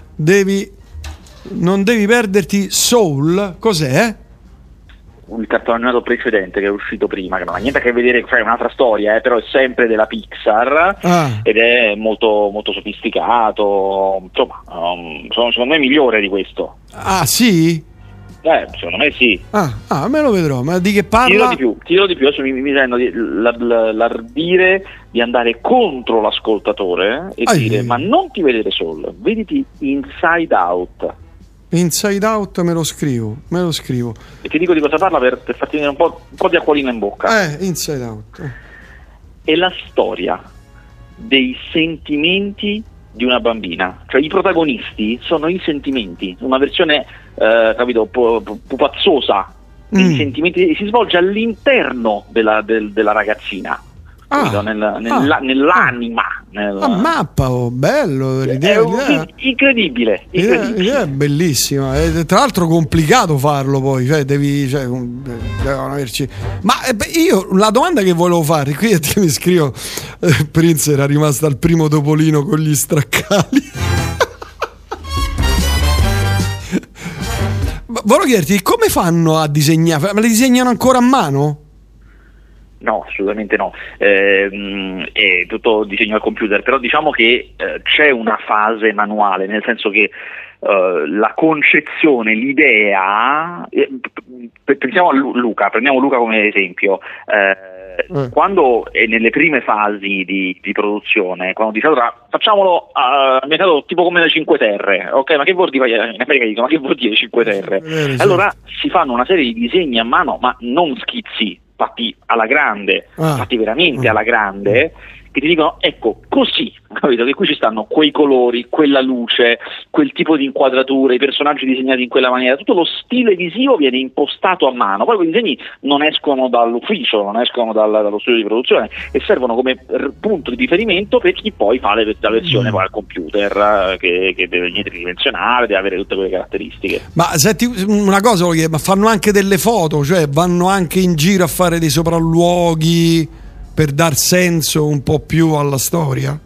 non devi perderti Soul. Cos'è? Il cartone animato precedente che è uscito prima, che non ha niente a che vedere, cioè è un'altra storia, però è sempre della Pixar, ed è molto, molto sofisticato, insomma, secondo me migliore di questo. Ah, sì? Secondo me sì. Me lo vedrò. Ma di che parla? Ti dirò di più, adesso mi sento l'ardire di andare contro l'ascoltatore e dire: ma non ti vedere Soul, vediti Inside Out. Inside Out, me lo scrivo. E ti dico di cosa parla per farti venire un po' di acquolina in bocca. Inside Out. È la storia dei sentimenti di una bambina, cioè i protagonisti sono i sentimenti, una versione capito, pupazzosa dei sentimenti, si svolge all'interno della ragazzina. Nell'anima, mappa, bello, l'idea è incredibile. L'idea è bellissima, è tra l'altro complicato farlo, poi devono averci. Ma io la domanda che volevo fare qui, ti mi scrivo, Prince era rimasto al primo topolino con gli straccali. Volevo chiederti come fanno a disegnare, ma le disegnano ancora a mano? No, assolutamente no, è tutto disegno al computer, però diciamo che c'è una fase manuale, nel senso che la concezione, l'idea, pensiamo a Luca, prendiamo Luca come esempio, quando è nelle prime fasi di produzione, quando dice allora facciamolo ambientato tipo come le 5 Terre, ok, ma che vuol dire? In America dicono, ma che vuol dire 5 Terre? Allora si fanno una serie di disegni a mano, ma non schizzi, fatti alla grande, fatti veramente alla grande, che ti dicono ecco così, capito, che qui ci stanno quei colori, quella luce, quel tipo di inquadrature, i personaggi disegnati in quella maniera, tutto lo stile visivo viene impostato a mano, poi quei disegni non escono dall'ufficio, non escono dallo studio di produzione e servono come punto di riferimento per chi poi fa la versione poi al computer, che deve venire tridimensionale, deve avere tutte quelle caratteristiche. Ma senti una cosa, ma fanno anche delle foto, cioè vanno anche in giro a fare dei sopralluoghi per dar senso un po' più alla storia?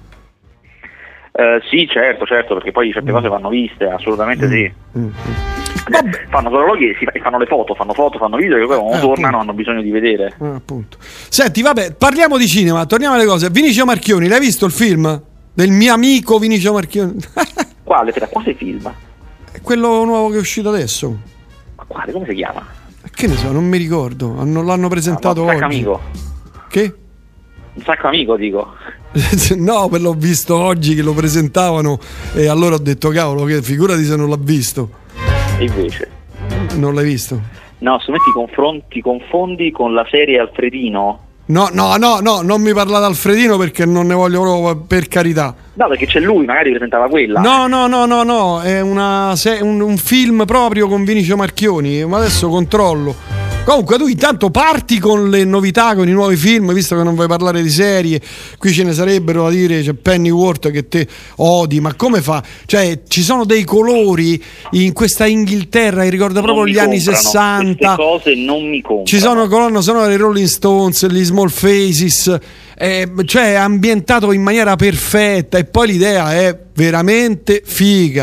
Sì, certo, perché poi certe cose vanno viste, assolutamente sì. Fanno sopralluoghi e fanno le foto, fanno video che poi quando tornano hanno bisogno di vedere. Appunto. Senti, vabbè, parliamo di cinema, torniamo alle cose. Vinicio Marchioni, l'hai visto il film? Del mio amico Vinicio Marchioni? Quale film? Quello nuovo che è uscito adesso. Ma quale? Come si chiama? Che ne so, non mi ricordo. L'hanno presentato oggi. Amico. Che? Un sacco amico, dico. No, l'ho visto oggi che lo presentavano e allora ho detto cavolo, che figurati se non l'ha visto. E invece? Non l'hai visto? No, se ti confondi con la serie Alfredino. No, non mi parla d'Alfredino perché non ne voglio proprio, per carità. No, perché c'è lui, magari presentava quella. No, è un film proprio con Vinicio Marchioni, ma adesso controllo. Comunque tu intanto parti con le novità, con i nuovi film, visto che non vuoi parlare di serie, qui ce ne sarebbero da dire, c'è Pennyworth che te odi, ma come fa? Cioè ci sono dei colori in questa Inghilterra che ricorda proprio gli anni 60. Queste cose non mi comprano. Ci sono colonne sonore dei Rolling Stones, gli Small Faces, cioè è ambientato in maniera perfetta e poi l'idea è veramente figa.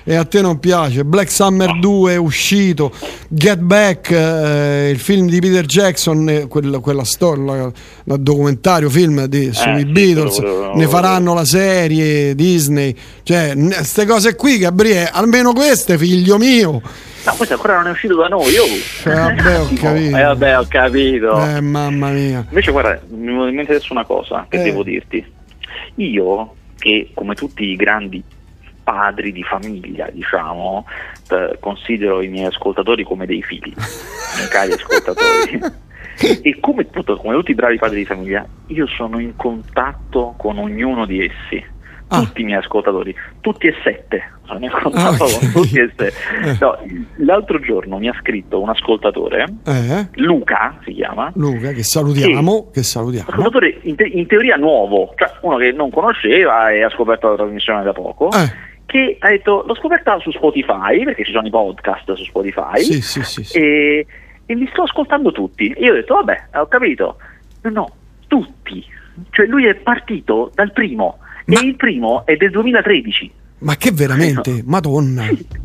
e a te non piace. Black Summer 2 è uscito, Get Back, il film di Peter Jackson, quella storia, il documentario film sui Beatles, ne faranno la serie Disney, cioè queste cose qui, Gabriele, almeno queste, figlio mio. No, questo ancora non è uscito da noi. Vabbè, ho capito. Vabbè, ho capito. Mamma mia. Invece guarda, mi viene in mente adesso una cosa che devo dirti. Io, che come tutti i grandi padri di famiglia, diciamo, considero i miei ascoltatori come dei figli, miei cari ascoltatori. E come tutti i bravi padri di famiglia, io sono in contatto con ognuno di essi. Tutti i miei ascoltatori, tutti e 7, sono in contatto con tutti e 7. No, l'altro giorno mi ha scritto un ascoltatore, Luca si chiama. Luca, che salutiamo. Ascoltatore in teoria nuovo, cioè uno che non conosceva e ha scoperto la trasmissione da poco. Che ha detto, l'ho scoperta su Spotify, perché ci sono i podcast su Spotify. Sì. E li sto ascoltando tutti. E io ho detto, vabbè, ho capito. No, tutti. Cioè lui è partito dal primo. E il primo è del 2013. Ma che veramente? Madonna.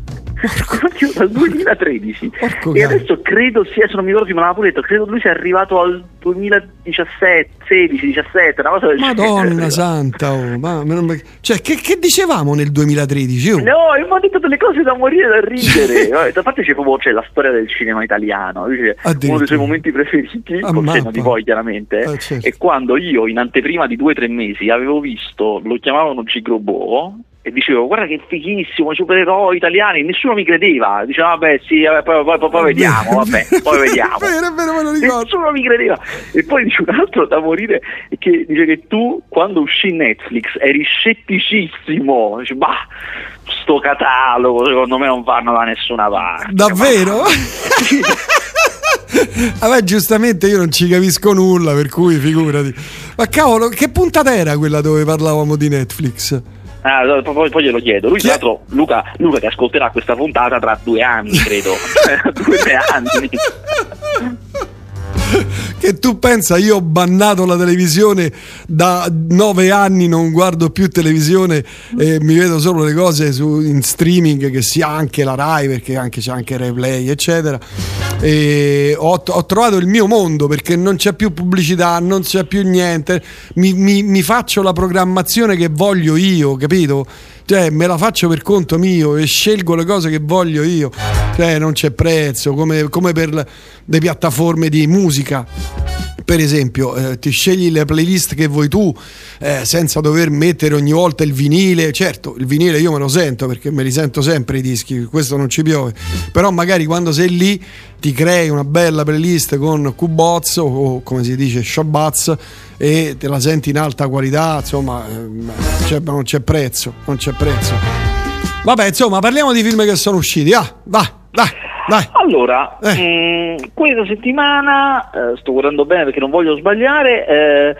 Io dal 2013. E adesso credo sia, se non mi ricordo più, me l'aveva pure detto, credo lui sia arrivato al 2017, 16, 17, una cosa del Madonna genere. Santa, cioè che dicevamo nel 2013? No, io mi ho detto delle cose da morire, da ridere. A parte c'è la storia del cinema italiano, uno dei suoi momenti preferiti, col senno di poi chiaramente, certo. è quando io in anteprima di 2 o 3 mesi avevo visto, lo chiamavano Gigrobò, e dicevo, guarda che fighissimo, supereroi italiani, nessuno mi credeva, diceva vabbè sì, poi vediamo, poi vediamo. È vero, me lo ricordo. Nessuno mi credeva. E poi dice un altro da morire, che dice che tu quando uscì Netflix eri scetticissimo, dice, sto catalogo secondo me non vanno da nessuna parte. Davvero? Vabbè, giustamente io non ci capisco nulla, per cui figurati. Ma cavolo, che puntata era quella dove parlavamo di Netflix? Poi glielo chiedo. Lui, tra l'altro, Luca che ascolterà questa puntata tra 2 anni, credo. 2 o 3 anni. Che tu pensa, io ho bannato la televisione da 9 anni, non guardo più televisione e mi vedo solo le cose in streaming, che sia anche la Rai, perché c'è anche Rai Play eccetera, e ho trovato il mio mondo, perché non c'è più pubblicità, non c'è più niente, mi faccio la programmazione che voglio io, capito? Cioè me la faccio per conto mio e scelgo le cose che voglio io, cioè non c'è prezzo, come per le piattaforme di musica, per esempio, ti scegli le playlist che vuoi tu, senza dover mettere ogni volta il vinile. Certo, il vinile io me lo sento, perché me li sento sempre i dischi, questo non ci piove, però magari quando sei lì ti crei una bella playlist con Q-Boz o come si dice Showboz e te la senti in alta qualità, insomma, non c'è prezzo. Vabbè, insomma, parliamo di film che sono usciti. Dai. Allora, questa settimana, sto guardando bene perché non voglio sbagliare,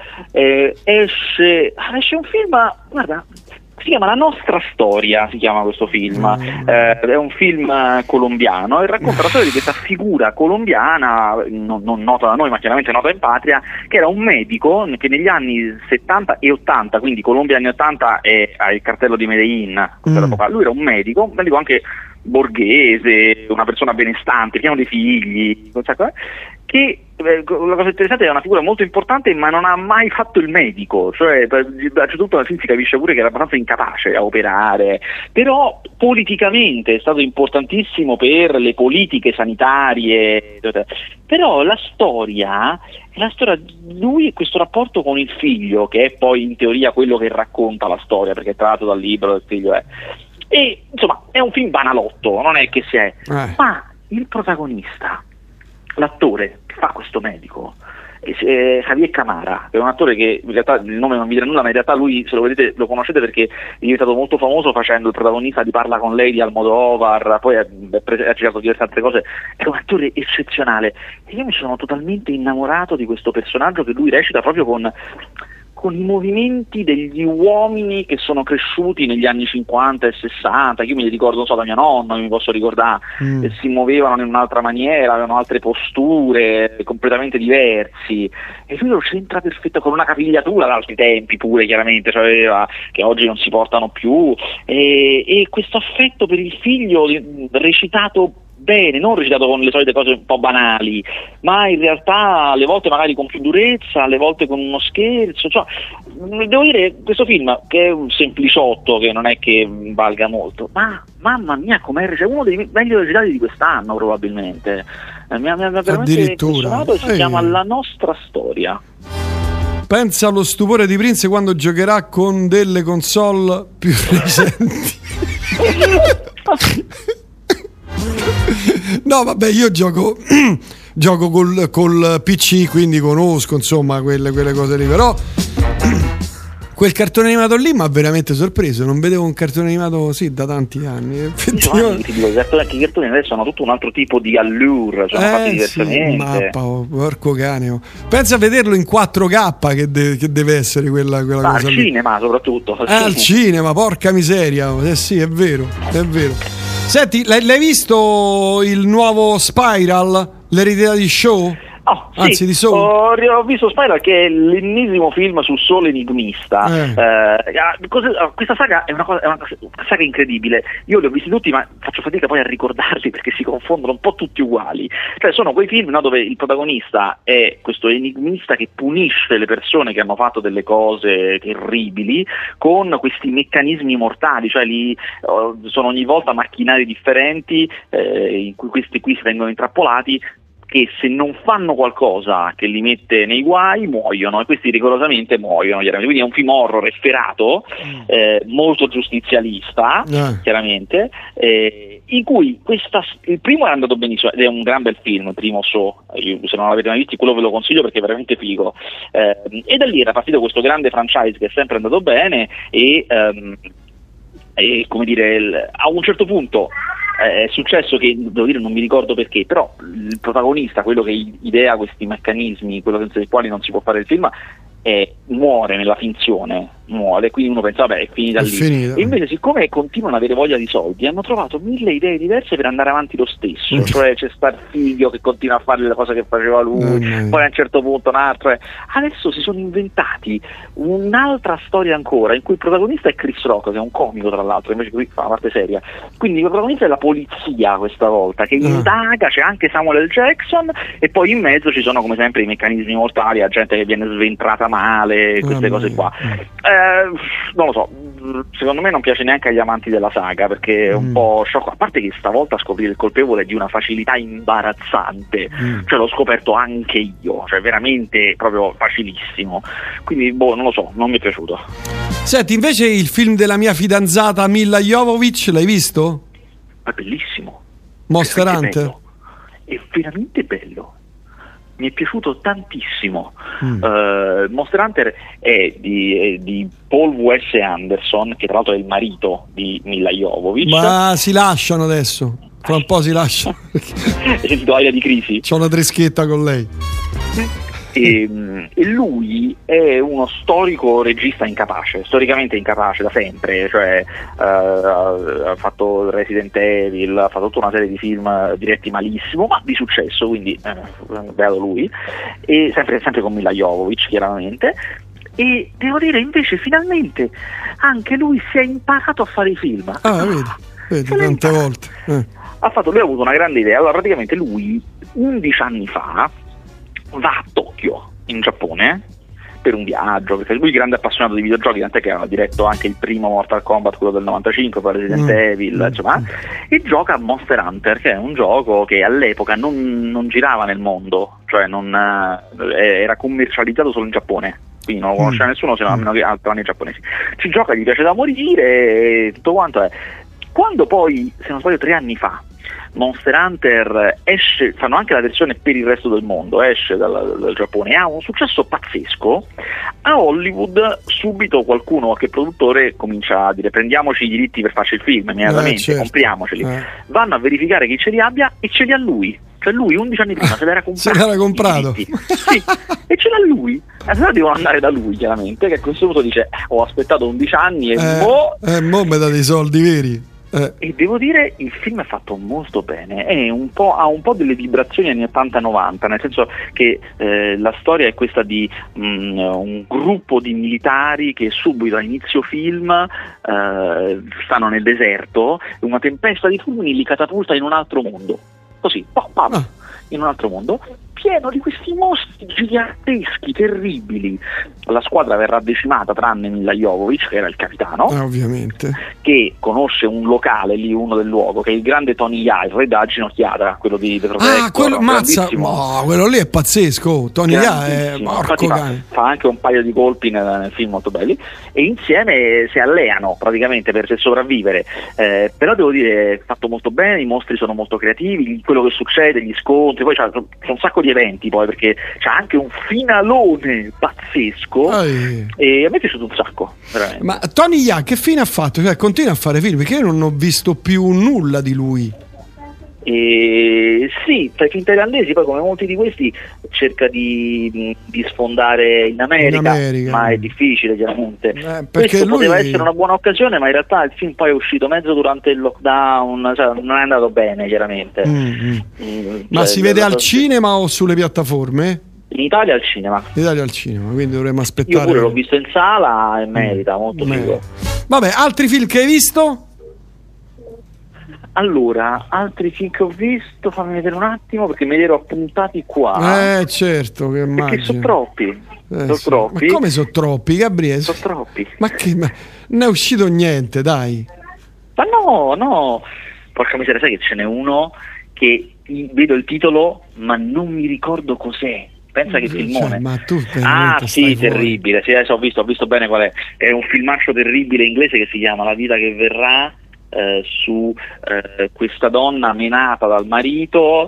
esce un film, guarda, si chiama La nostra storia, si chiama questo film, è un film colombiano e racconta la storia di questa figura colombiana, non nota da noi ma chiaramente nota in patria, che era un medico che negli anni 70 e 80, quindi Colombia anni 80 è il cartello di Medellin, lui era un medico anche borghese, una persona benestante, pieno di figli, che la cosa interessante è una figura molto importante, ma non ha mai fatto il medico, cioè a un certo punto alla fine si capisce pure che era abbastanza incapace a operare, però politicamente è stato importantissimo per le politiche sanitarie. Però la storia di lui e questo rapporto con il figlio, che è poi in teoria quello che racconta la storia, perché è tratto dal libro del figlio e insomma è un film banalotto, non è che ma il protagonista, l'attore che fa questo medico, Javier Camara, è un attore che in realtà il nome non vi dirà nulla, ma in realtà lui, se lo vedete, lo conoscete perché è diventato molto famoso facendo il protagonista di Parla con lei di Almodovar, poi ha girato diverse altre cose. È un attore eccezionale e io mi sono totalmente innamorato di questo personaggio che lui recita proprio con con i movimenti degli uomini che sono cresciuti negli anni 50 e 60, che io me li ricordo, non so, da mia nonna, mi posso ricordare, che si muovevano in un'altra maniera, avevano altre posture, completamente diversi, e lui lo c'entra perfetto, con una capigliatura da altri tempi pure, chiaramente, cioè, che oggi non si portano più, e questo affetto per il figlio recitato bene, non recitato con le solite cose un po' banali, ma in realtà alle volte magari con più durezza, alle volte con uno scherzo, cioè, devo dire, questo film, che è un sempliciotto, che non è che valga molto, ma mamma mia com'è, è uno dei meglio recitati di quest'anno probabilmente, mi ha veramente impressionato, e si chiama La nostra storia. Pensa allo stupore di Prince quando giocherà con delle console più recenti. No, vabbè, io gioco col PC, quindi conosco, insomma, quelle cose lì, però quel cartone animato lì mi ha veramente sorpreso, non vedevo un cartone animato così da tanti anni, effettivamente. Ti dico, i cartoni adesso hanno tutto un altro tipo di allure, sono fatti diversamente. Porco cane. Pensa a vederlo in 4K, che deve essere quella cosa al lì. Cinema soprattutto. Al cinema, porca miseria. Sì, è vero. Senti, l'hai visto il nuovo Spiral, l'eredità di Shaw? Oh, Anzi, sì, di Saw. ho visto Spiral, che è l'ennesimo film sul solo enigmista. Questa saga è una saga incredibile. Io li ho visti tutti, ma faccio fatica poi a ricordarli perché si confondono un po' tutti uguali. Cioè, sono quei film, no, dove il protagonista è questo enigmista che punisce le persone che hanno fatto delle cose terribili con questi meccanismi mortali, cioè sono ogni volta macchinari differenti in cui questi qui vengono intrappolati, che se non fanno qualcosa che li mette nei guai muoiono, e questi rigorosamente muoiono, chiaramente. Quindi è un film horror efferato, molto giustizialista, chiaramente, in cui il primo è andato benissimo, ed è un gran bel film, il primo Saw, se non l'avete mai visto quello ve lo consiglio perché è veramente figo, e da lì era partito questo grande franchise che è sempre andato bene, e come dire, a un certo punto è successo che, devo dire, non mi ricordo perché, però il protagonista, quello che idea questi meccanismi, quello senza i quali non si può fare il film, muore nella finzione, quindi uno pensa vabbè, è finita lì. E invece, siccome continuano ad avere voglia di soldi, hanno trovato 1000 idee diverse per andare avanti lo stesso. Cioè c'è sta il figlio che continua a fare le cose che faceva lui, poi a un certo punto un altro. Adesso si sono inventati un'altra storia ancora, in cui il protagonista è Chris Rock, che è un comico tra l'altro, invece qui fa una parte seria. Quindi il protagonista è la polizia questa volta, che indaga, c'è anche Samuel L. Jackson, e poi in mezzo ci sono come sempre i meccanismi mortali, la gente che viene sventrata male, queste cose qua. Non lo so, secondo me non piace neanche agli amanti della saga, perché è un po' sciocco, a parte che stavolta scoprire il colpevole è di una facilità imbarazzante, cioè l'ho scoperto anche io, cioè veramente proprio facilissimo, quindi non lo so, non mi è piaciuto. Senti, invece il film della mia fidanzata Milla Jovovich, l'hai visto? È bellissimo, Monster Hunter? È veramente bello, mi è piaciuto tantissimo. Monster Hunter è di Paul W.S. Anderson, che tra l'altro è il marito di Milla Jovovich. Ma si lasciano adesso, fra un po' si lasciano. Hai sentito Aria di crisi? C'ho una treschetta con lei. E lui è uno storico regista incapace, storicamente incapace da sempre, cioè ha fatto Resident Evil, ha fatto tutta una serie di film diretti malissimo, ma di successo, quindi beato lui, e sempre con Milla Jovovich, chiaramente. E devo dire, invece, finalmente anche lui si è imparato a fare i film. Vedi tante volte. Lui ha avuto una grande idea. Allora, praticamente lui 11 anni fa va a Tokyo, in Giappone, per un viaggio, perché lui è grande appassionato di videogiochi, tant'è che aveva diretto anche il primo Mortal Kombat, quello del 95, poi Resident Evil, insomma, e gioca a Monster Hunter, che è un gioco che all'epoca non girava nel mondo, cioè era commercializzato solo in Giappone, quindi non lo conosceva nessuno, se no almeno che altri giapponesi. Ci gioca, gli piace da morire, e tutto quanto è. Quando poi, se non sbaglio 3 anni fa, Monster Hunter esce, fanno anche la versione per il resto del mondo, esce dal Giappone, ha un successo pazzesco. A Hollywood subito qualche produttore comincia a dire: prendiamoci i diritti per farci il film immediatamente, compriamoceli. Vanno a verificare chi ce li abbia, e ce li ha lui. Cioè lui 11 anni prima se l'era comprato. Se l'era comprato. Sì, e ce da lui. Allora devono andare da lui, chiaramente, che a questo punto dice ho aspettato 11 anni e mo me dà dei soldi veri. E devo dire, il film è fatto molto bene, ha un po' delle vibrazioni anni 80-90, nel senso che la storia è questa di un gruppo di militari che subito a inizio film stanno nel deserto e una tempesta di fulmini li catapulta in un altro mondo, così, in un altro mondo pieno di questi mostri giganteschi, terribili. La squadra verrà decimata tranne Mila Jovovich, che era il capitano, ovviamente, che conosce un locale lì, uno del luogo, che è il grande Tony Jaa, il re da ginocchiata, quello di The Protector. Quello mazza, quello lì è pazzesco. Tony Jaa è porco cane. Fa anche un paio di colpi nel film molto belli, e insieme si alleano praticamente per sopravvivere. Però devo dire, è fatto molto bene, i mostri sono molto creativi, quello che succede, gli scontri, poi c'è un sacco di eventi, poi, perché c'è anche un finalone pazzesco, e a me è piaciuto un sacco, veramente. Ma Tony Jaa che fine ha fatto? Cioè, continua a fare film, perché io non ho visto più nulla di lui. Sì, tra i film thailandesi, poi come molti di questi cerca di sfondare in America, ma è difficile, chiaramente. Perché questo lui poteva essere una buona occasione, ma in realtà il film poi è uscito mezzo durante il lockdown, cioè non è andato bene, chiaramente. Ma si vede al cinema o sulle piattaforme? In Italia al cinema. In Italia al cinema, quindi dovremmo aspettare. Io pure l'ho visto in sala e merita, molto figo. Vabbè, altri film che hai visto? Allora, altri film che ho visto, fammi vedere un attimo, perché me li ero appuntati qua. Certo, che immagino. Perché sono troppi. Sono Sì. troppi. Ma come sono troppi, Gabriele? Sono troppi. Ma non è uscito niente, dai. Ma no. Porca miseria, sai che ce n'è uno che vedo il titolo, ma non mi ricordo cos'è. Pensa che filmone. Ma tu sì, terribile. Sì, adesso ho visto bene qual è. È un filmaccio terribile inglese che si chiama La vita che verrà. Su questa donna menata dal marito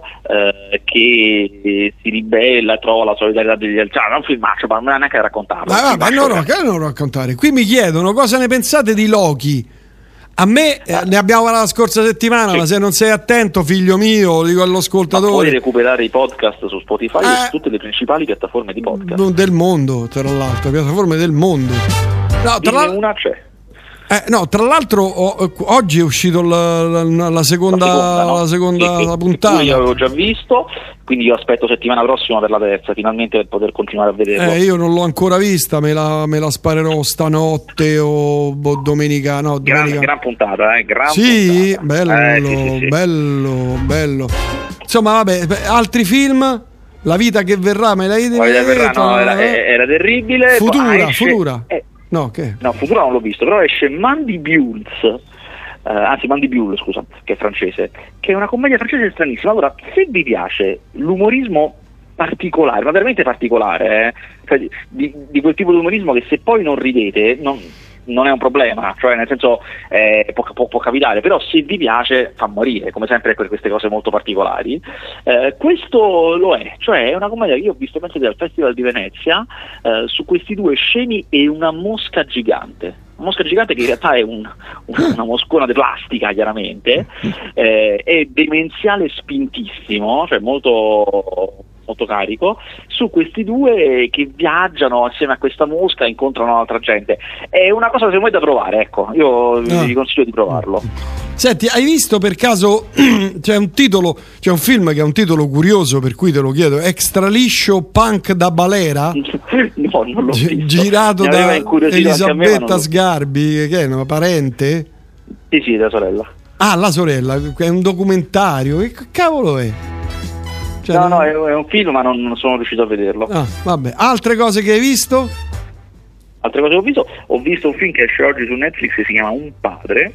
che si ribella, trova la solidarietà degli altri. Non filmaccio, ma non è neanche a raccontarlo. Che non raccontare? Qui mi chiedono cosa ne pensate di Loki. A me ne abbiamo parlato la scorsa settimana, sì. Ma se non sei attento, figlio mio, lo dico all'ascoltatore. Ma puoi recuperare i podcast su Spotify e su tutte le principali piattaforme di podcast del mondo, tra l'altro, piattaforme del mondo. No, una c'è. No, tra l'altro oggi è uscito la seconda puntata. Io l'avevo già visto, quindi io aspetto settimana prossima per la terza, finalmente, per poter continuare a vederlo. Io non l'ho ancora vista, me la sparerò stanotte o domenica. No, domenica. Gran puntata, gran sì, puntata. Sì. bello. Insomma, vabbè, altri film? La vita che verrà, me l'hai detto? La vita che verrà, no, era terribile. Futura. No, Futura non l'ho visto, però esce Mandibules, Mandibules, scusa, che è francese, che è una commedia francese stranissima. Allora, se vi piace l'umorismo particolare, ma veramente particolare, cioè di quel tipo di umorismo che se poi non ridete non è un problema, cioè nel senso può capitare, però se vi piace fa morire, come sempre per queste cose molto particolari. Questo lo è, cioè è una commedia che io ho visto, penso, al Festival di Venezia, su questi due scemi e una mosca gigante. Una mosca gigante che in realtà è una moscona di plastica, chiaramente, è demenziale spintissimo, cioè molto carico, su questi due che viaggiano assieme a questa mosca e incontrano altra gente. È una cosa secondo me da provare, ecco, io vi consiglio di provarlo. Senti, hai visto per caso c'è un film che ha un titolo curioso, per cui te lo chiedo, Extra liscio punk da balera? No, non l'ho visto. Girato da Elisabetta Sgarbi, che è una parente? Sì, la sorella. La sorella, è un documentario, che cavolo è? No, è un film, ma non sono riuscito a vederlo. Vabbè. Altre cose che hai visto? Altre cose che ho visto un film che esce oggi su Netflix che si chiama Un padre,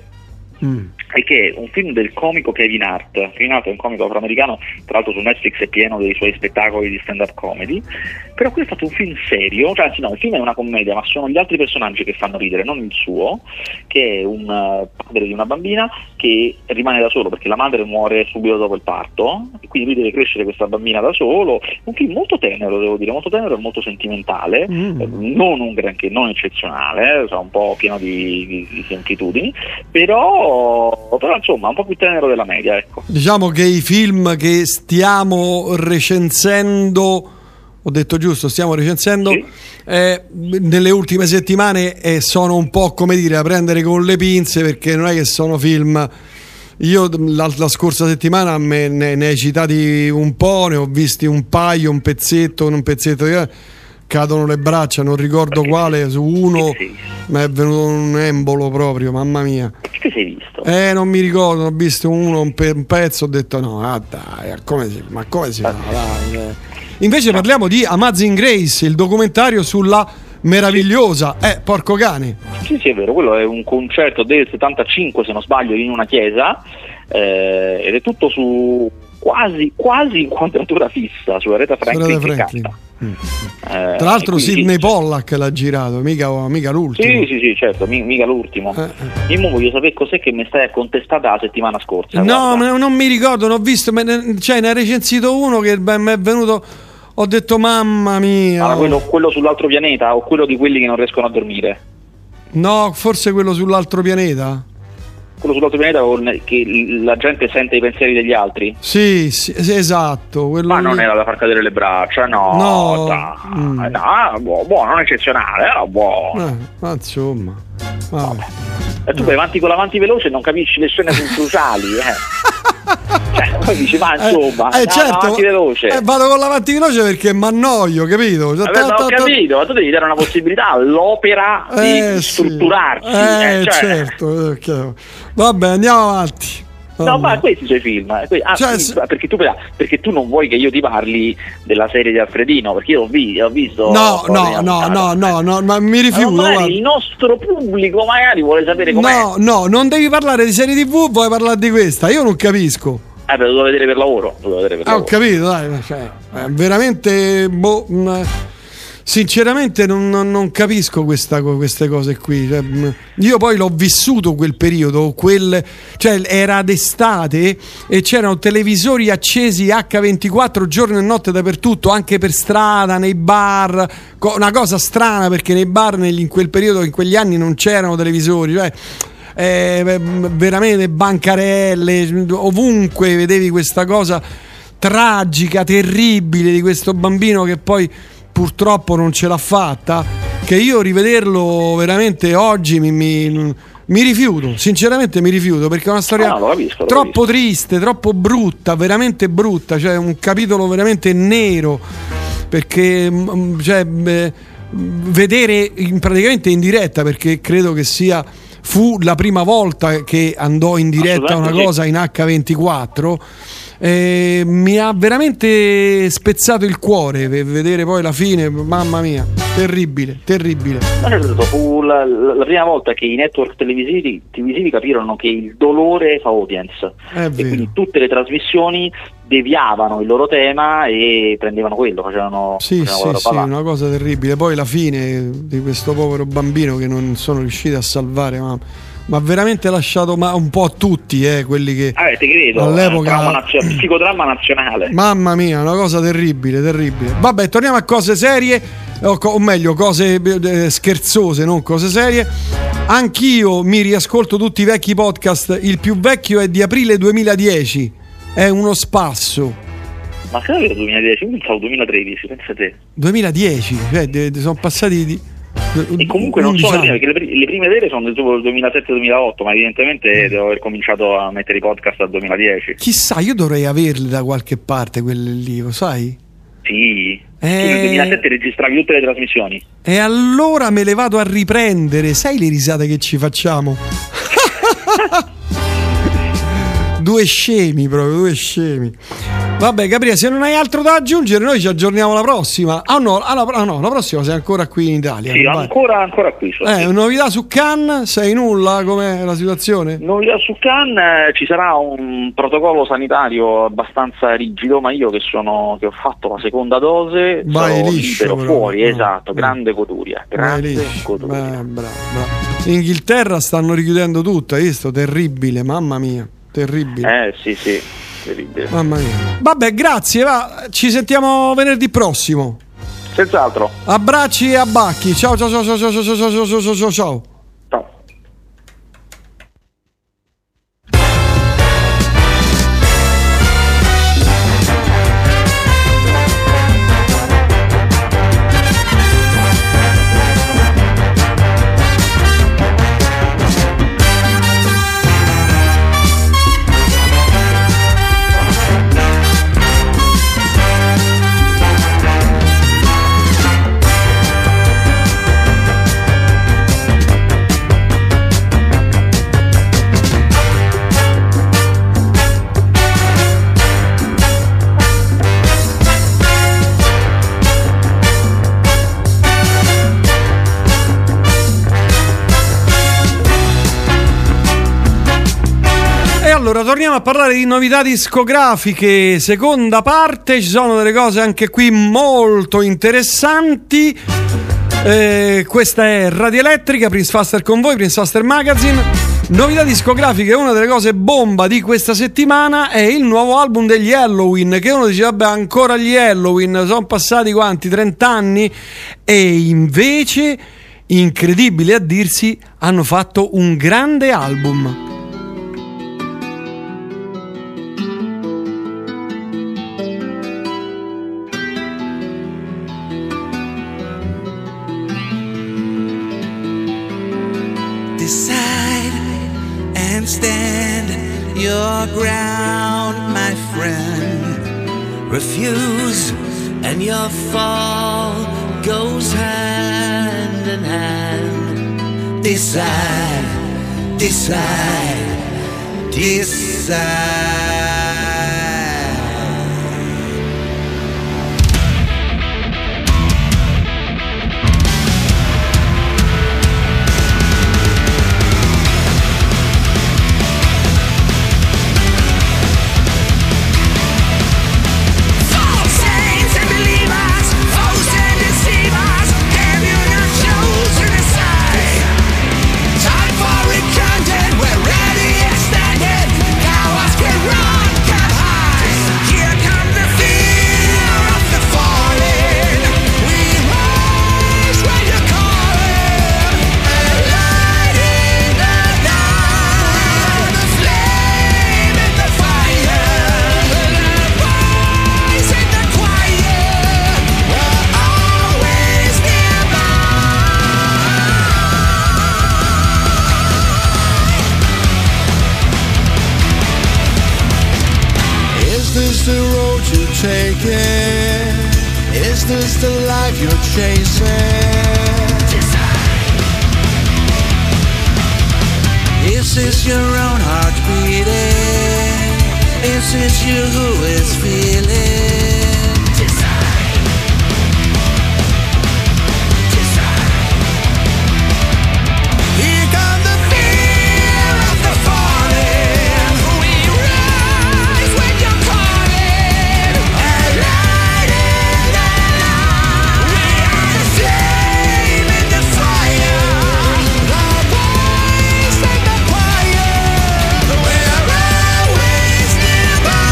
e che è un film del comico Kevin Hart. Kevin Hart è un comico afroamericano, tra l'altro su Netflix è pieno dei suoi spettacoli di stand-up comedy, però qui è stato un film serio, cioè anzi no, il film è una commedia, ma sono gli altri personaggi che fanno ridere, non il suo, che è un padre di una bambina che rimane da solo perché la madre muore subito dopo il parto, e quindi lui deve crescere questa bambina da solo. Un film molto tenero, devo dire, molto tenero e molto sentimentale, non un granché, non eccezionale, un po' pieno di semplitudini, però insomma un po' più tenero della media, ecco. Diciamo che i film che stiamo recensendo Ho detto giusto, stiamo recensendo. Sì. Nelle ultime settimane sono un po', come dire, a prendere con le pinze, perché non è che sono film. Io la scorsa settimana ne hai citati un po', ne ho visti un paio, un pezzetto di... Cadono le braccia, non ricordo quale, su uno mi è venuto un embolo proprio, mamma mia. Che sei visto? Non mi ricordo, ho visto un pezzo, ho detto no, dai, come si fa? Dai. Invece parliamo di Amazing Grace, il documentario sulla meravigliosa, porco cane. Sì, è vero, quello è un concerto del 75, se non sbaglio, in una chiesa, ed è tutto su quasi inquadratura fissa, sulla Aretha Franklin che canta. Tra l'altro Sidney Pollack l'ha girato, mica l'ultimo. Sì, certo, mica l'ultimo. Io voglio sapere cos'è che mi stai a contestare la settimana scorsa. No, non mi ricordo, non ho visto, ne ha recensito uno che mi è venuto, ho detto mamma mia. Allora, quello sull'altro pianeta o quello di quelli che non riescono a dormire? No, forse quello sull'altro pianeta. Quello sull'altro pianeta che la gente sente i pensieri degli altri? Sì, esatto. Ma non era da far cadere le braccia, no. Buono, non eccezionale, era buono. Ma insomma. Vabbè. E tu vai avanti con l'avanti veloce e non capisci le scene cruciali, Cioè, poi dici, ma insomma, certo, avanti veloce. Vado con l'avanti veloce perché m'annoio, capito? Ho capito, ma tu devi dare una possibilità all'opera di strutturarsi. Certo. Vabbè, andiamo avanti. No, ma questi sono i film. Perché tu non vuoi che io ti parli della serie di Alfredino, perché io ho visto. No, ma mi rifiuto. Ma il nostro pubblico magari vuole sapere com'è. No, non devi parlare di serie TV, vuoi parlare di questa. Io non capisco. Lo devo vedere per lavoro. Ho capito, dai. Veramente. Sinceramente non capisco queste cose qui. Io poi l'ho vissuto quel periodo, era d'estate e c'erano televisori accesi H24 giorno e notte dappertutto, anche per strada, nei bar. Una cosa strana, perché nei bar in quel periodo, in quegli anni, non c'erano televisori, veramente bancarelle, ovunque vedevi questa cosa tragica, terribile, di questo bambino che poi purtroppo non ce l'ha fatta, che io rivederlo veramente oggi mi rifiuto, sinceramente mi rifiuto, perché è una storia troppo triste, troppo brutta, veramente brutta, cioè un capitolo veramente nero, perché vedere praticamente in diretta, perché credo che fu la prima volta che andò in diretta una cosa in H24. Mi ha veramente spezzato il cuore vedere poi la fine, mamma mia, terribile. Fu la prima volta che i network televisivi capirono che il dolore fa audience, e quindi tutte le trasmissioni deviavano il loro tema e prendevano quello, facevano una cosa terribile. Poi la fine di questo povero bambino che non sono riusciti a salvare, ma veramente lasciato un po' a tutti, quelli che te credo, all'epoca psicodramma nazionale. Mamma mia, una cosa terribile. Vabbè, torniamo a cose serie, o meglio cose scherzose, non cose serie. Anch'io mi riascolto tutti i vecchi podcast. Il più vecchio è di aprile 2010, è uno spasso. Ma credo che 2010, io pensavo 2013, pensa te. 2010, sono passati e comunque non so, perché le prime vere sono del 2007-2008, ma evidentemente devo aver cominciato a mettere i podcast dal 2010. Chissà, io dovrei averle da qualche parte quelle lì, lo sai? Sì. Tu nel 2007 registravi tutte le trasmissioni. E allora me le vado a riprendere. Sai le risate che ci facciamo? Due scemi. Vabbè, Gabriele, se non hai altro da aggiungere, noi ci aggiorniamo la prossima. La prossima sei ancora qui in Italia. Sì, ancora qui. Novità su Cannes? Sei nulla? Com'è la situazione? Novità su Cannes, ci sarà un protocollo sanitario abbastanza rigido, ma io che ho fatto la seconda dose vai sono liscio, libero però. Fuori, esatto, grande goduria. Bravo. In Inghilterra stanno richiudendo tutto, hai visto? Terribile, mamma mia, terribile. Sì. Terribile. Mamma mia. Vabbè, grazie, ci sentiamo venerdì prossimo. Senz'altro. Abbracci e abbacchi. Ciao. Ciao. Allora, torniamo a parlare di novità discografiche, seconda parte, ci sono delle cose anche qui molto interessanti. Questa è Radio Elettrica, Prince Faster con voi, Prince Faster Magazine. Novità discografiche, una delle cose bomba di questa settimana è il nuovo album degli Helloween, che uno dice vabbè ancora gli Helloween, sono passati quanti, 30 anni? E invece, incredibile a dirsi, hanno fatto un grande album. Stand your ground, my friend. Refuse, and your fall goes hand in hand. Decide, decide, decide. Is this the life you're chasing? Is this your own heart beating? Is this you who is feeling? Here comes the fear of the falling. We rise when you're calling. Light in the light. We are the flame in the fire. The voice and the choir. We're always nearby.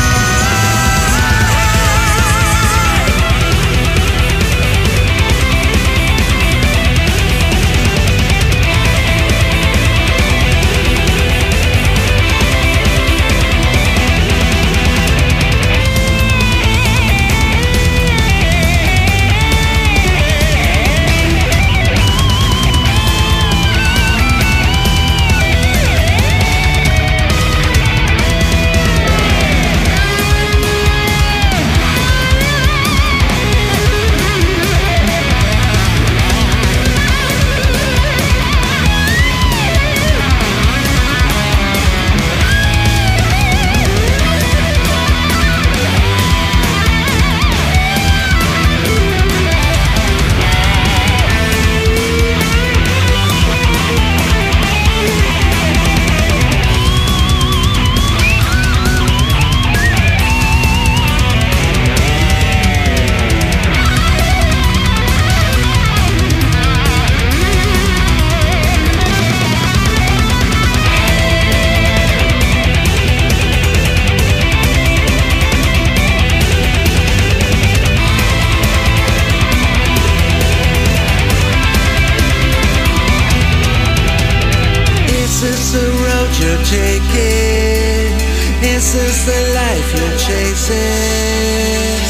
Is this the road you're taking? Is this the life you're chasing?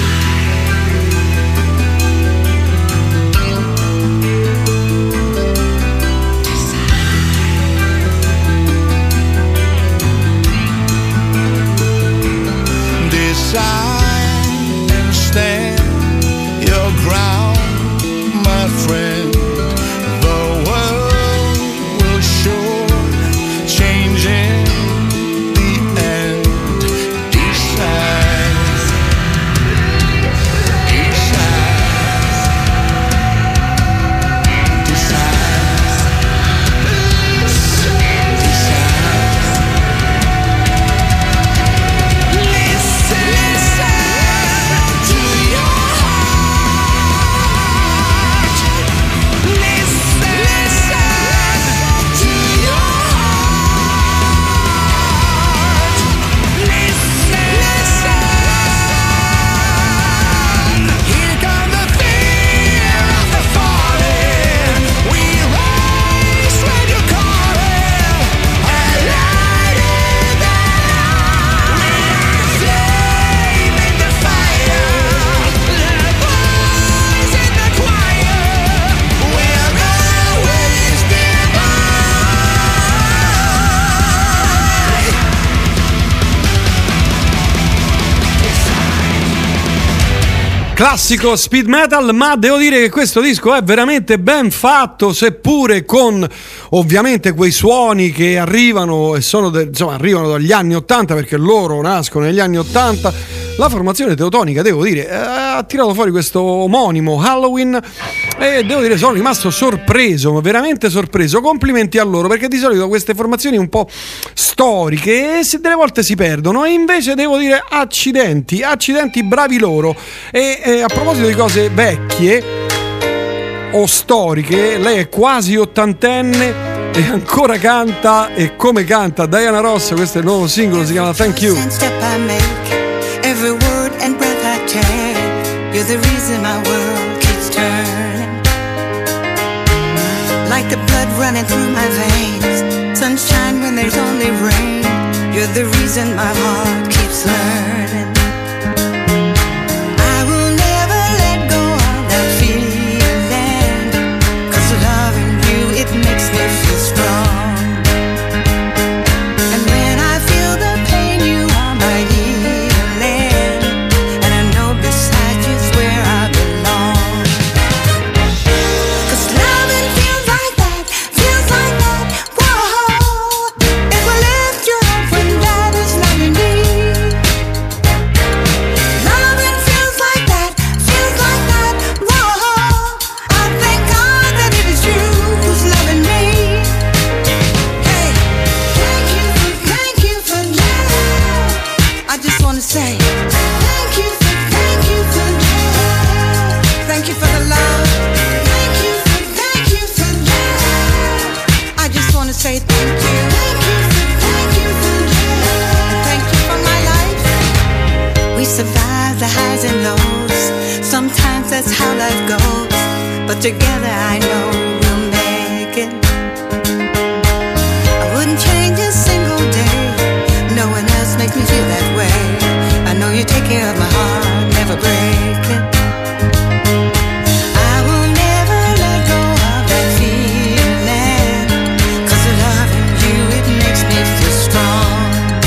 Decide and stand your ground, my friend. The world will sure change in the end. Decide. Classico speed metal, ma devo dire che questo disco è veramente ben fatto, seppure con ovviamente quei suoni che arrivano e sono arrivano dagli anni 80, perché loro nascono negli anni 80. La formazione teutonica, devo dire, ha tirato fuori questo omonimo Halloween e devo dire sono rimasto sorpreso, veramente sorpreso. Complimenti a loro, perché di solito queste formazioni un po' storiche delle volte si perdono, e invece devo dire accidenti, bravi loro. E a proposito di cose vecchie o storiche, lei è quasi ottantenne e ancora canta, e come canta Diana Ross. Questo è il nuovo singolo, si chiama Thank You. Every word and breath I take, you're the reason my world keeps turning. Like the blood running through my veins, sunshine when there's only rain, you're the reason my heart keeps learning. I will never let go of that feeling, 'cause loving you, it makes me feel strong. And when I feel the pain, you are my healing, and I know beside you's where I belong. 'Cause loving feels like that, whoa. It will lift you up when that is not in need. Loving feels like that, whoa. I thank God that it is you who's loving me. Hey, thank you for love. I just wanna say thank you for love. Thank you for the love. Thank you for love. I just wanna say thank you. Thank you for love. Thank you for my life. We survive the highs and lows. Sometimes that's how life goes, but together I know we'll make it. I wouldn't change a single day. No one else makes me feel that way. I know you take care of my heart, never break it. I will never let go of that feeling, 'cause loving you, it makes me feel strong.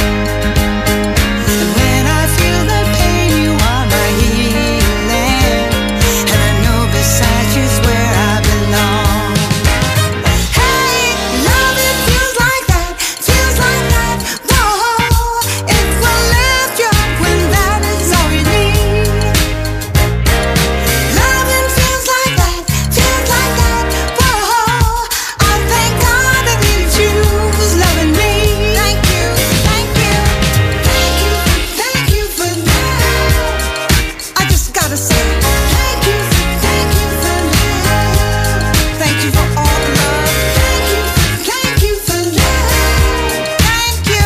And when I feel the pain, you are my healing, and I know beside you's where I belong. Hey, love, it feels like that, whoa. It will lift you up when that is all you need. Loving feels like that, whoa. I thank God that it's you who's loving me. Thank you for love. I just gotta say thank you for love. Thank you for all the love. Thank you for love. Thank you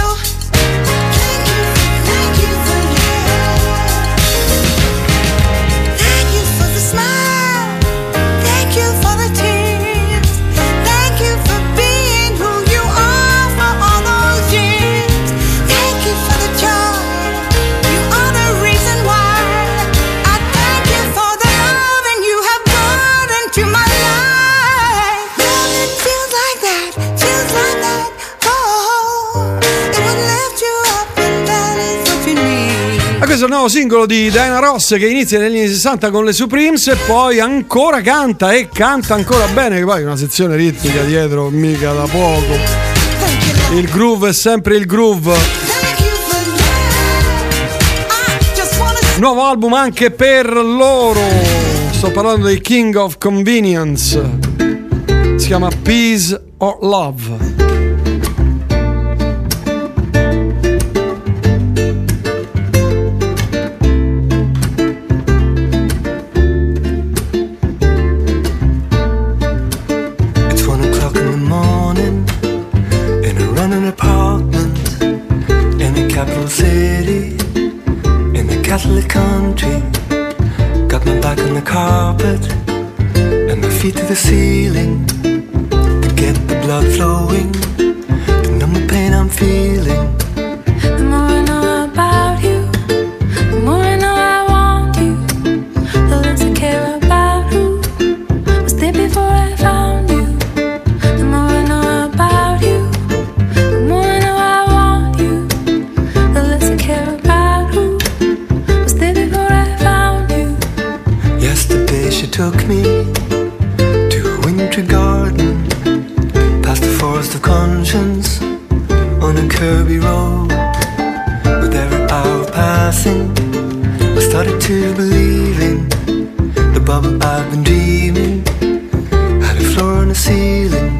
for love. Thank you for the smile. Thank you for the tears. Thank you for being who you are for all those years. Thank you for the joy. You are the reason why. I thank you for the love and you have brought into my life. Love, it feels like that, oh. It would lift you up and that is what you need. E questo è il nuovo singolo di Diana Ross, che inizia negli anni 60 con le Supremes e poi ancora canta, e canta ancora bene, che poi una sezione ritmica dietro mica da poco. Il groove è sempre il groove. Thank you for love. I just wanna say Nuovo album anche per loro. Sto parlando dei King of Convenience. Si chiama Peace or Love. It's 1 o'clock in the morning in a running apartment in a capital city in the Catholic country. Got my back on the carpet and my feet to the ceiling to get the blood flowing, to numb the pain I'm feeling. The more I know about you, the more I know I want you. The less I care about who was there before I found you. The more I know about you, the more I know I want you. The less I care about who was there before I found you. Yesterday she took me to a wintry garden, past the forest of conscience, on a curvy road. With every hour passing, I started to believe in the bubble I've been dreaming, had a floor and a ceiling.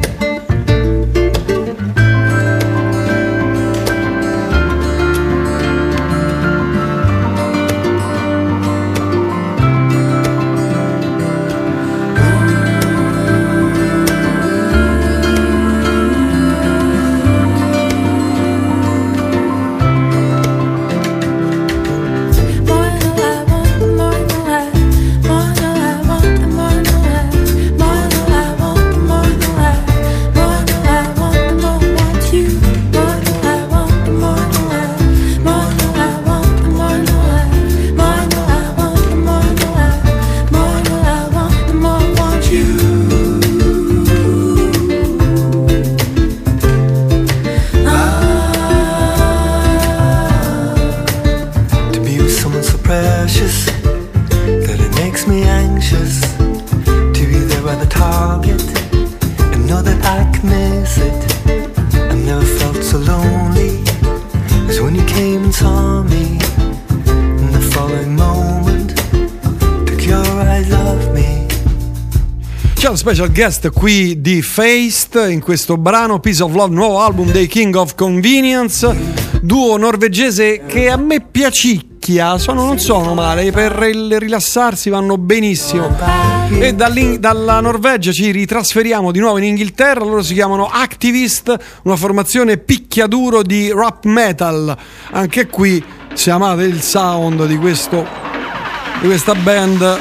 Special guest qui di Feist in questo brano Piece of Love, nuovo album dei King of Convenience, duo norvegese che a me piacicchia, non sono male, per il rilassarsi vanno benissimo. E dalla Norvegia ci ritrasferiamo di nuovo in Inghilterra, loro si chiamano Activist, una formazione picchiaduro di rap metal. Anche qui, se amate il sound di questa band,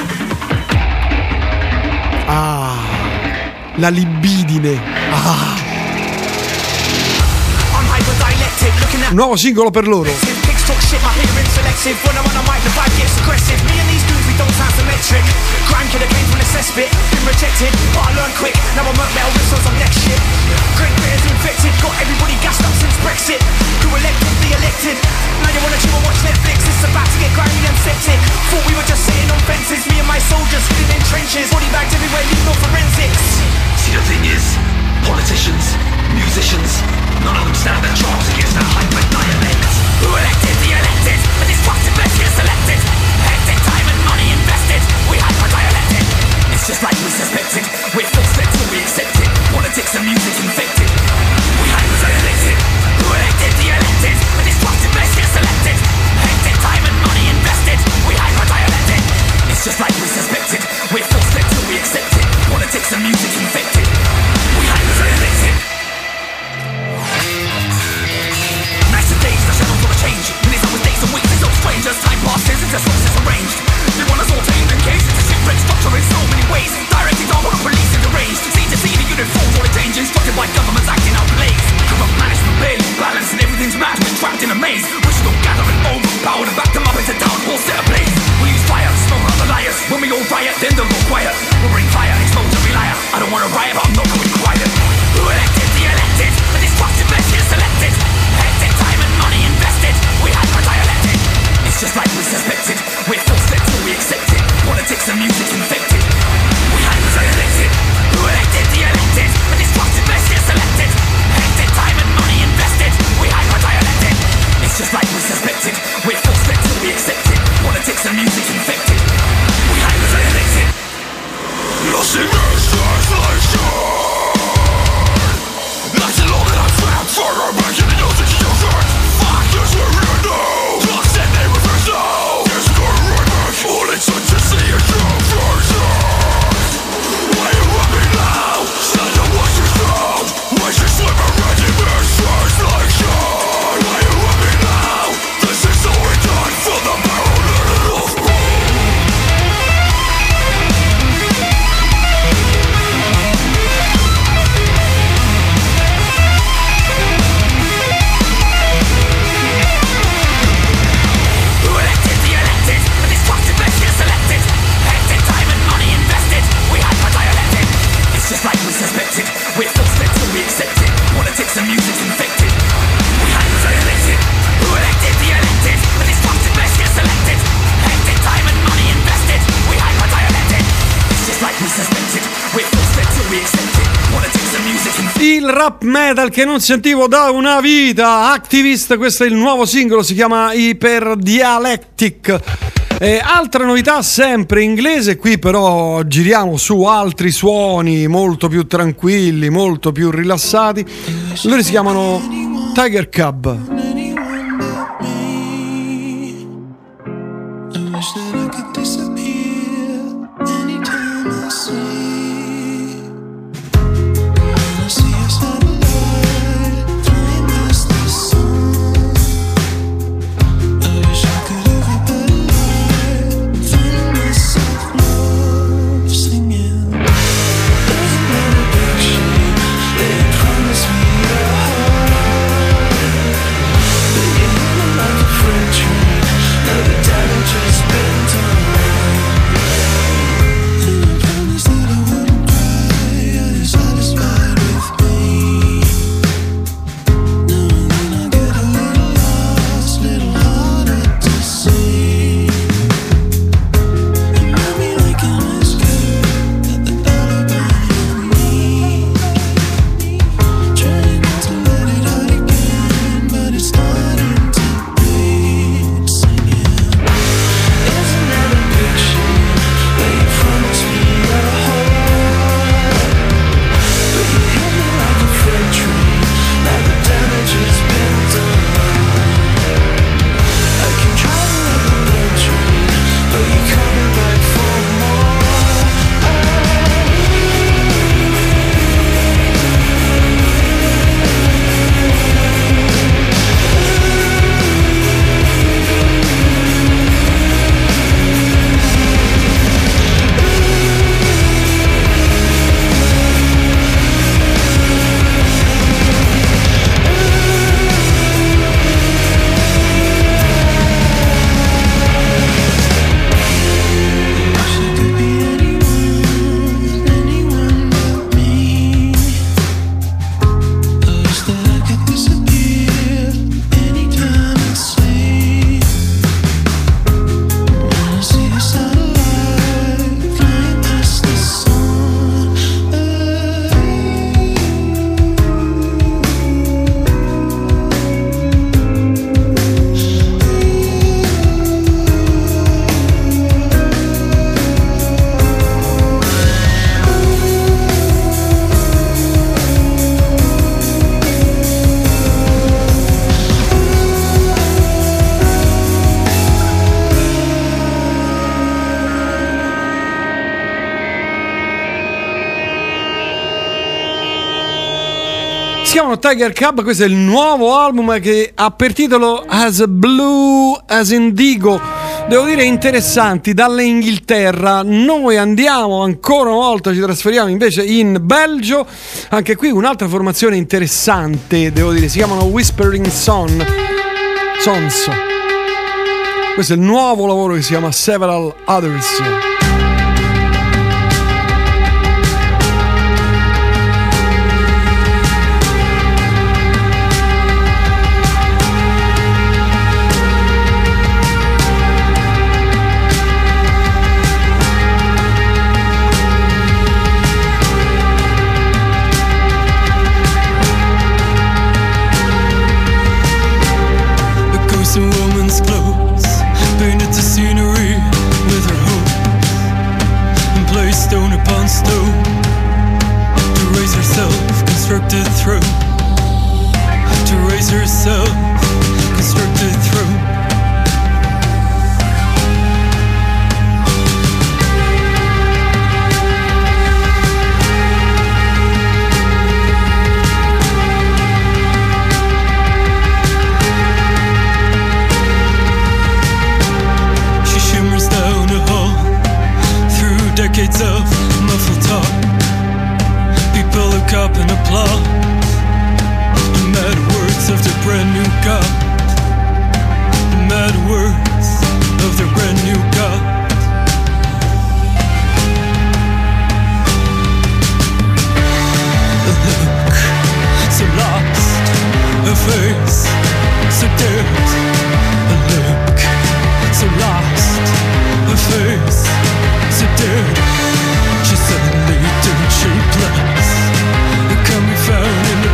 la libidine. Nuovo singolo per loro. See, the thing is, politicians, musicians, none of them stand a chance against that hyper dialect. Who elected the elected? A destructive measure selected. Hectic time and money invested. We hyper dialected. It's just like we suspected. We're force-fed till we accept it. Politics and music infected. We hyper dialected. Who elected the elected? A destructive measure selected. Hectic time and money invested. We hyper dialected. It's just like we suspected. We're force-fed till we accept it. Politics and music infected. We hyper-dialected. Nights and days, the shadows for a change. Minutes, hours, days and weeks, it's so strange. As time passes, it's as long as it's arranged. They want us all tamed and caged. It's a shipwreck structure in so many ways. Directed on, want to release and arranged. Scene to scene, the uniforms, all the danger. Instructed by governments acting out blaze. Corrupt management, barely balance, and everything's mad. We're trapped in a maze. We should all gather and overpower and back them up into town, all set ablaze. We use fire, smoke out the liars. When we all riot, then they'll go quiet. We'll bring fire, expose every liar. I don't wanna riot, but I'm not going quiet. Who elected the elected? The destructive measures selected. Hectic time and money invested. We hyper-dialected. It's just like we suspected. We're force-fed till we accept it. Politics and music's infected. We hyper-dialected. Who elected the elected? The destructive measures selected. Hectic time and money invested. We hyper-dialected. It's just like we suspected. We're force-fed till we accept it. Politics and music's infected. We hyper-dialected. Lost in this translation. That's the law that I'm trapped for. I'm making the news into your heart. Fuck this, we're real now. Clocks and they reverse now. There's no right back. All it's such to see is your version. Why you want me now? Stand up, watch your sound. Why you slip around in this translation? Why you want me now? This is all we're done for the barrel of just like we suspected. We're force-fed till we accept it. Politics and music's infected. We hyper-dialected. Who elected the elected? The destructive measures selected. Hectic time and money invested. We hyper rap metal che non sentivo da una vita. Activist, questo è il nuovo singolo, si chiama Hyperdialectic. Altra novità sempre inglese, qui però giriamo su altri suoni molto più tranquilli, molto più rilassati. Loro si chiamano Tiger Cub. Si chiamano Tiger Cub, questo è il nuovo album che ha per titolo As Blue as Indigo. Devo dire interessanti, dalle Inghilterra noi andiamo ancora una volta, ci trasferiamo invece in Belgio, anche qui un'altra formazione interessante, devo dire, si chiamano Whispering Sons. Questo è il nuovo lavoro che si chiama Several Others. Stone upon stone to raise herself, constructed throne. To raise herself, constructed throne. She shimmers down a hall through decades of muffled talk. People look up and applaud the mad words of their brand new God. The mad words of their brand new God. A look so lost, a face so dead. A look so lost, a face so dead. She suddenly turned shapeless, and can be found in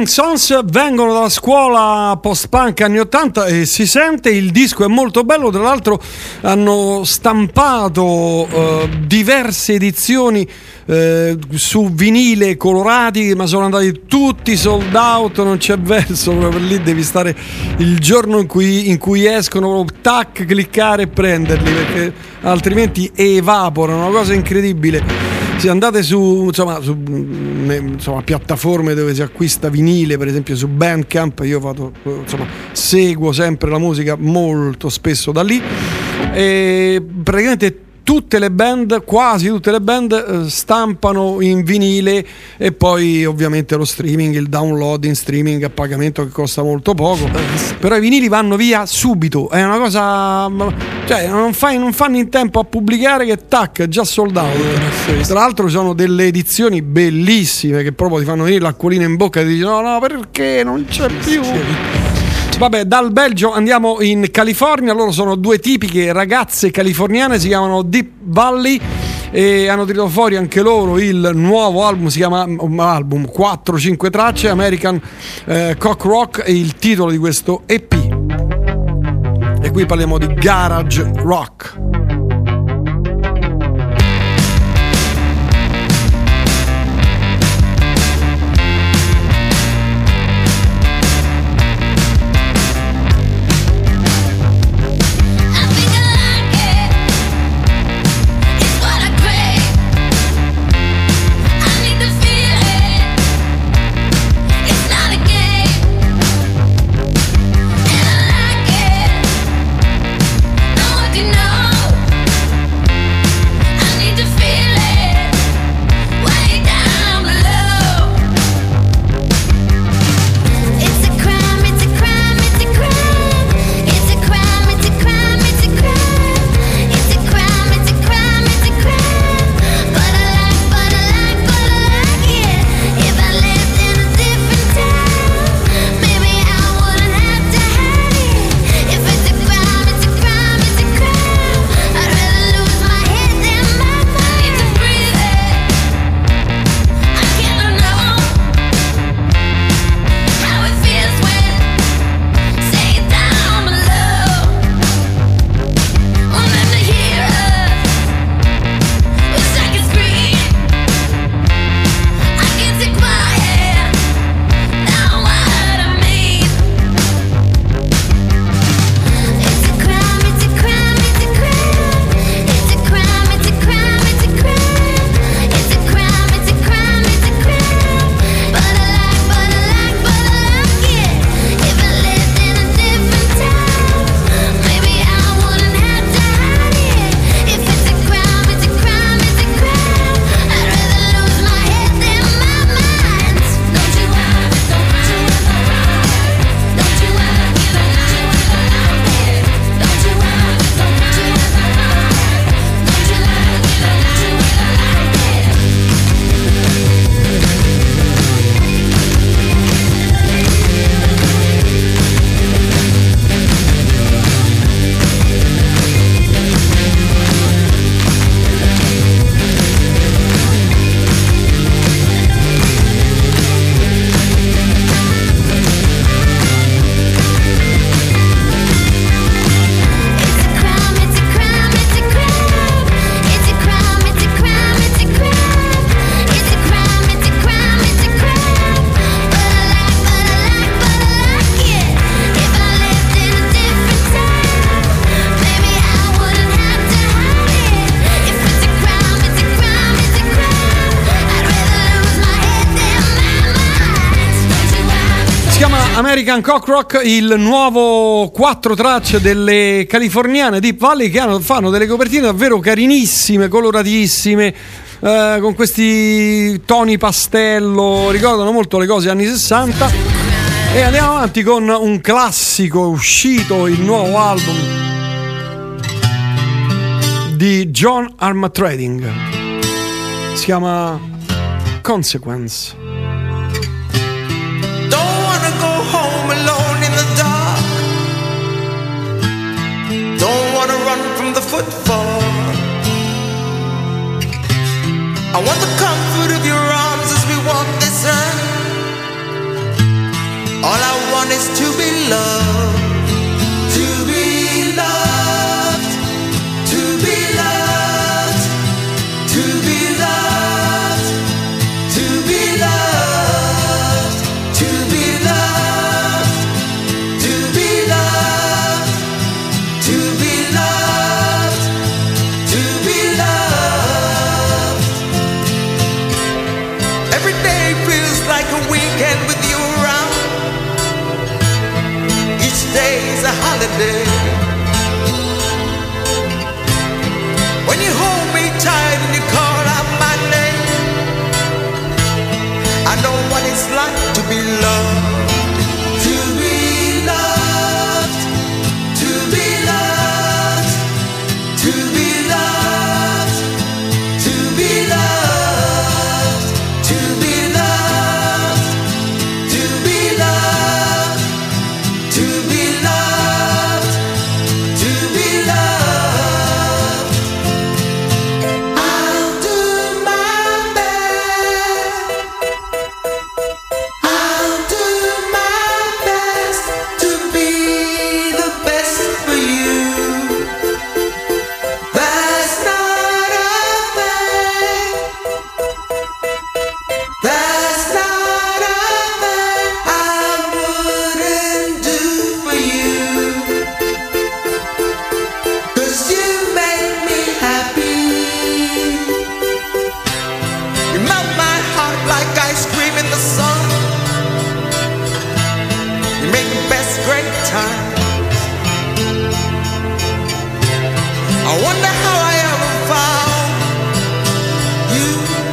Rolling Stones vengono dalla scuola post-punk anni 80 e si sente, il disco è molto bello, tra l'altro hanno stampato diverse edizioni su vinile colorati, ma sono andati tutti sold out, non c'è verso, proprio per lì devi stare il giorno in cui escono, tac, cliccare e prenderli, perché altrimenti evaporano, una cosa incredibile. Se andate su piattaforme dove si acquista vinile, per esempio su Bandcamp, io seguo sempre la musica molto spesso da lì, e praticamente tutte le band, quasi tutte le band, stampano in vinile, e poi ovviamente lo streaming, il download in streaming a pagamento che costa molto poco, però i vinili vanno via subito, è una cosa, cioè non fanno in tempo a pubblicare che tac, già sold out. Tra l'altro sono delle edizioni bellissime che proprio ti fanno venire l'acquolina in bocca e ti dicono no perché non c'è più. Vabbè, dal Belgio andiamo in California. Loro sono due tipiche ragazze californiane, si chiamano Deep Valley e hanno tirato fuori anche loro il nuovo album, si chiama 4-5 tracce, American Cock Rock è il titolo di questo EP, e qui parliamo di garage rock. American Cock Rock, il nuovo 4 tracce delle californiane Deep Valley, che fanno delle copertine davvero carinissime, coloratissime, con questi toni pastello, ricordano molto le cose anni 60. E andiamo avanti con un classico uscito, il nuovo album di John Armatrading, si chiama Consequence. Footfall. I want the comfort of your arms as we walk this earth. loved, to be loved, to be loved, to be loved, to be loved, to be loved, to be loved, to be loved, to be loved. Every day feels like a weekend with you around. Each day's a holiday. When you hold me tight and you call out my name, I know what it's like to be loved. To be loved, to be loved, to be loved, to be loved, to be loved, to be loved, to be loved, to be loved. I'll do my best. I'll do my best to be the best for you. That's not a thing. That's not a thing I wouldn't do for you. 'Cause you make me happy. You melt my heart like ice cream in the sun. You make the best great time. I wonder how I ever found you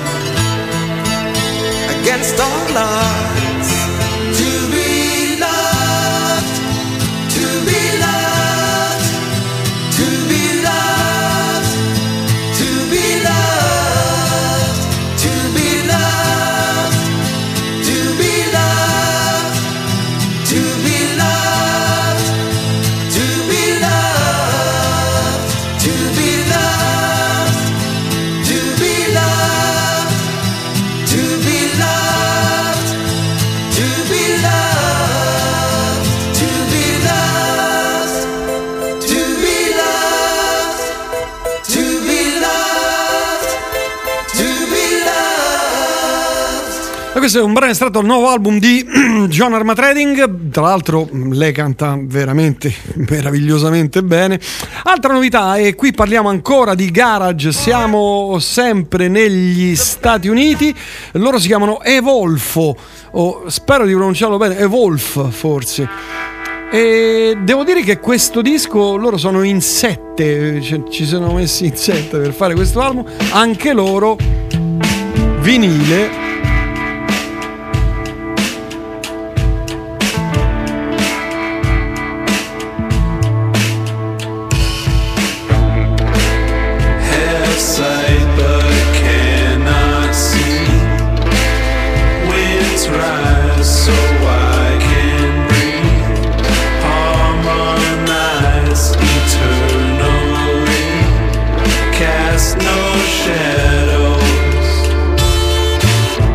against all odds. To be loved, to be loved, to be loved, to be loved, to be loved, to be loved, to be loved, to be loved, to be loved, to be loved, to be loved, to be loved, to be loved, to be loved, to be loved, to be loved. E questo è un brano estratto dal nuovo album di John Armatrading. Tra l'altro lei canta veramente meravigliosamente bene. Altra novità, e qui parliamo ancora di garage, siamo sempre negli Stati Uniti. Loro si chiamano Evolfo, o spero di pronunciarlo bene, Evolf forse. E devo dire che questo disco loro sono in 7, cioè, ci sono messi in 7 per fare questo album, anche loro vinile. Have sight but cannot see. Winds rise so I can breathe. Harmonize eternally. Cast no shadows.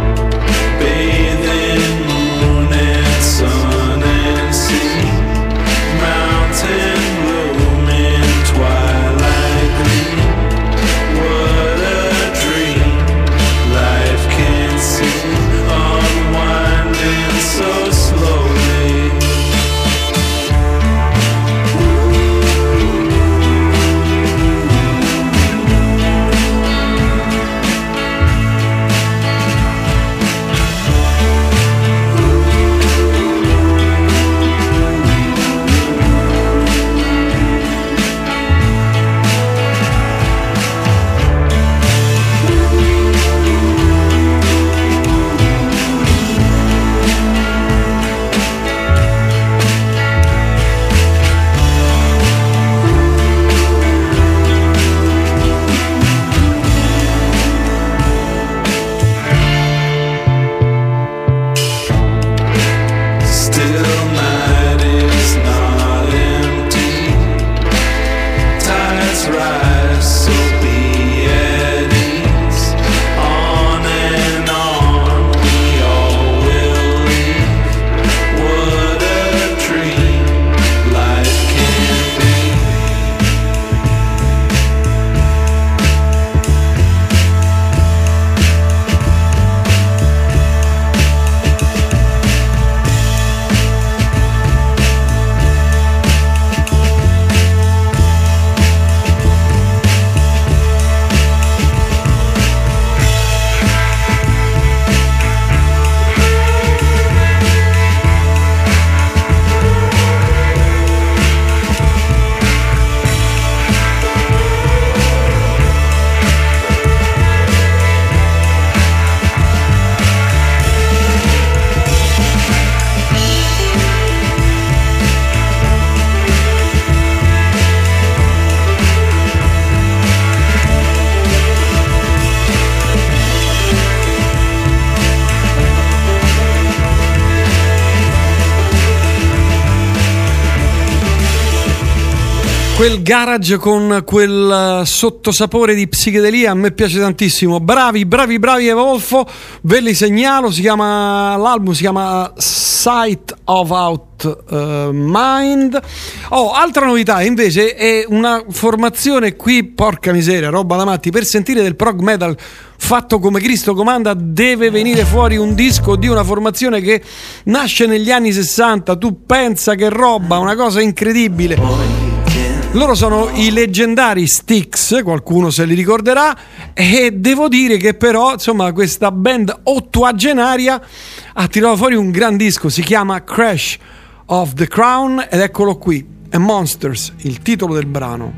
Quel garage con quel sottosapore di psichedelia a me piace tantissimo. Bravi Evolfo, ve li segnalo. L'album si chiama Sight of Out Mind. Altra novità invece è una formazione qui, porca miseria, roba da matti. Per sentire del prog metal fatto come Cristo comanda deve venire fuori un disco di una formazione che nasce negli anni 60. Tu pensa che roba, una cosa incredibile. Loro sono i leggendari Styx, qualcuno se li ricorderà, e devo dire che però, insomma, questa band ottuagenaria ha tirato fuori un gran disco, si chiama Crash of the Crown ed eccolo qui, è Monsters, il titolo del brano.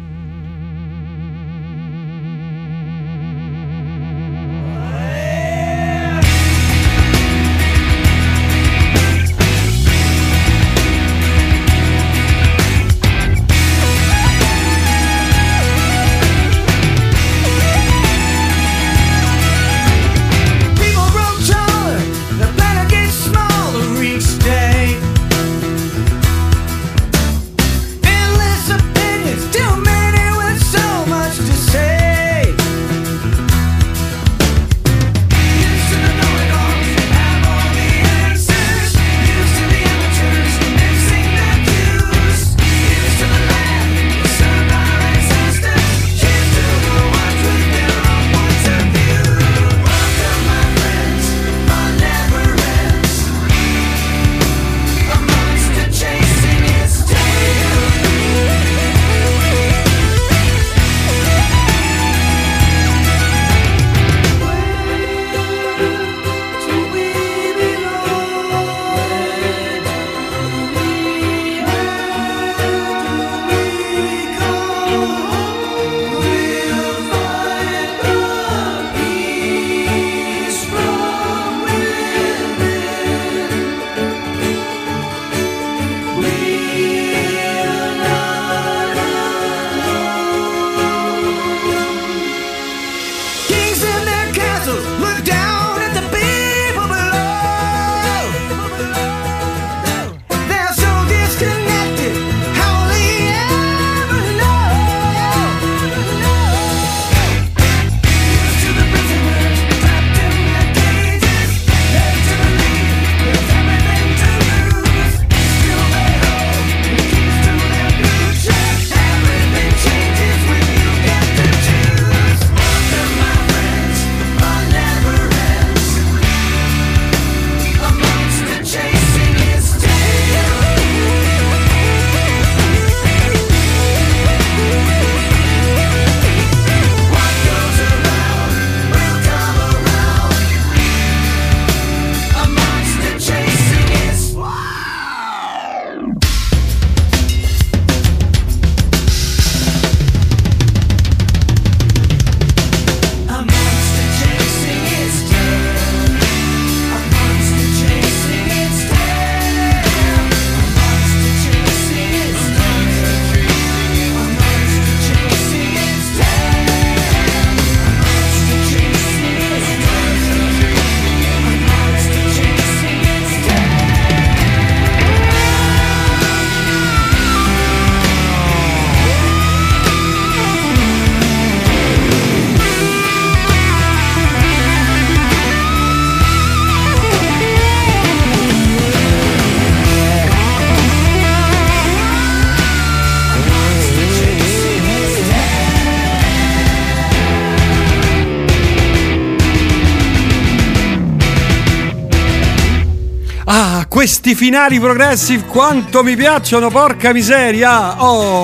Questi finali progressive quanto mi piacciono, porca miseria.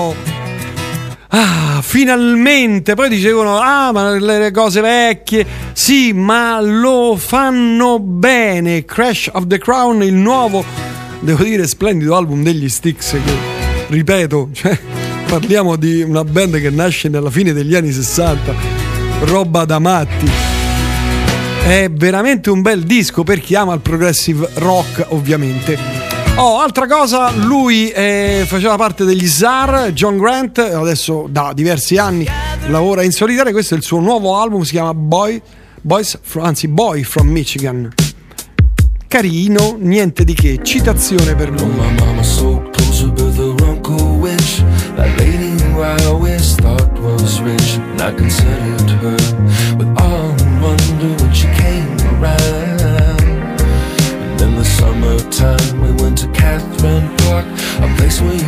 Finalmente. Poi dicevano ma le cose vecchie, sì, ma lo fanno bene. Crash of the Crown, il nuovo, devo dire, splendido album degli Styx, che ripeto, cioè, parliamo di una band che nasce nella fine degli anni 60, roba da matti. È veramente un bel disco per chi ama il progressive rock, ovviamente. Altra cosa, lui faceva parte degli SAR, John Grant, adesso da diversi anni lavora in solitario. Questo è il suo nuovo album, si chiama Boy from Michigan. Carino, niente di che, citazione per lui.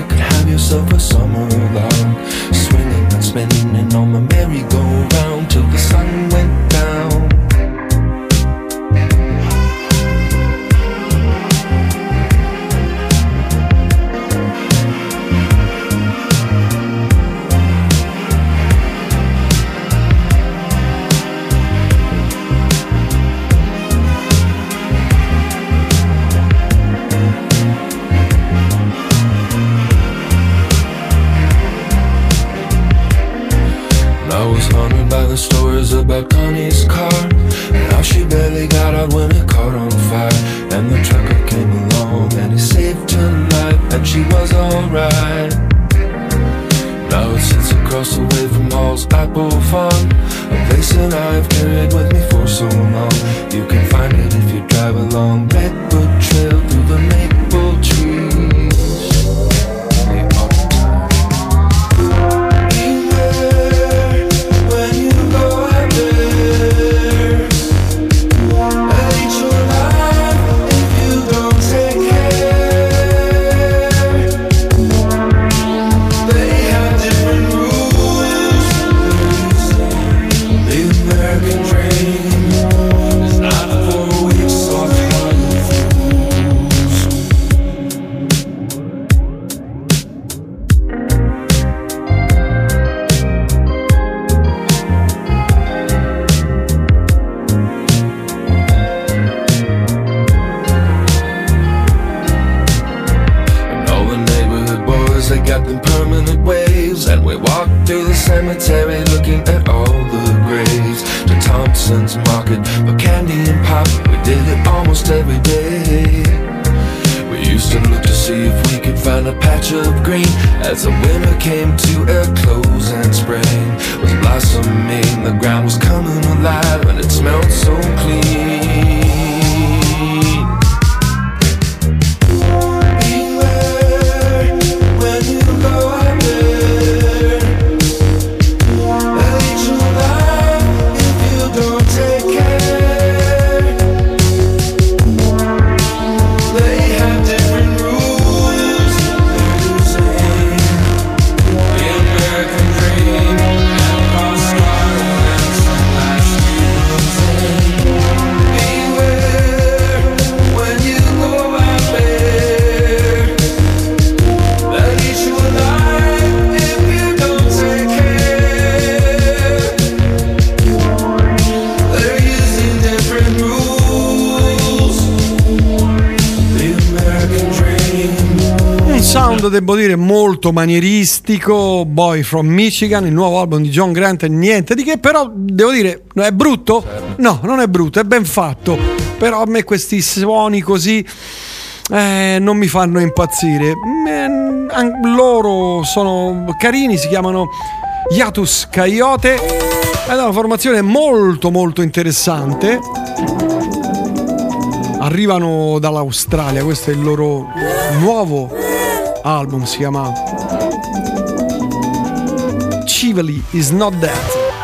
could have yourself a summer long, swinging and spinning on my merry-go-round till the sun went down. I was haunted by the stories about Connie's car, and how she barely got out when it caught on fire. And the trucker came along and he saved her life, and she was alright. Now it sits across the way from Hall's Apple Farm, a place that I've carried with me for so long. You can find it if you drive along Redwood Trail through the maple trees. Cemetery looking at all the graves, to Thompson's Market for candy and pop. We did it almost every day. We used to look to see if we could find a patch of green as the winter came to a close and spring was blossoming. The ground was coming alive and it smelled so clean. Devo dire molto manieristico. Boy from Michigan, il nuovo album di John Grant, niente di che, però devo dire, è brutto? No, non è brutto, è ben fatto, però a me questi suoni così non mi fanno impazzire. Loro sono carini, si chiamano Hiatus Coyote ed è una formazione molto molto interessante. Arrivano dall'Australia, questo è il loro nuovo album, si chiama Chivalry Is Not Dead.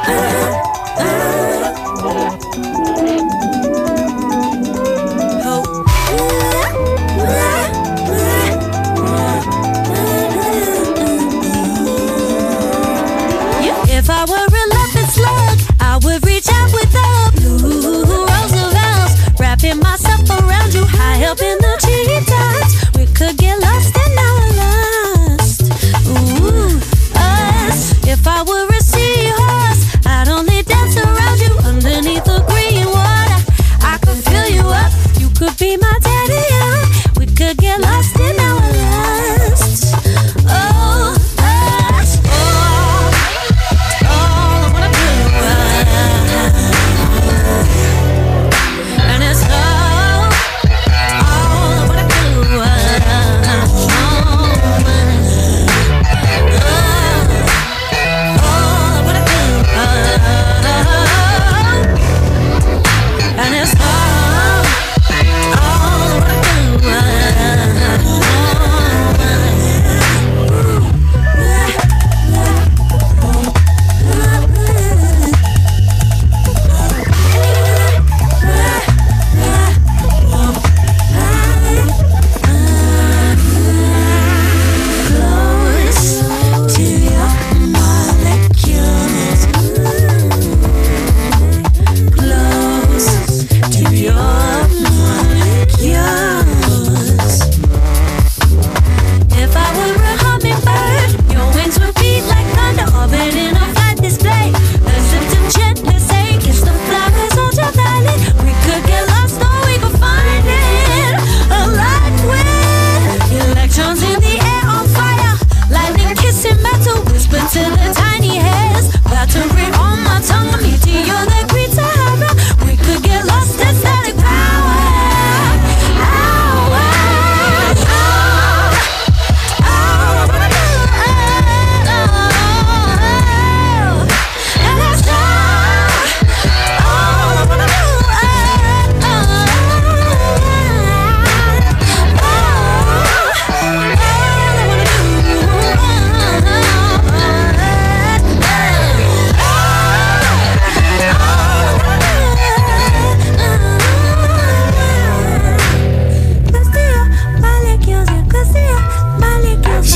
If I were a laughing slug, I would reach out with a blue Roosevelt's, wrapping myself around you high up in the treetops. We could get lost in our lust. Ooh, us. If I were a seahorse, I'd only dance around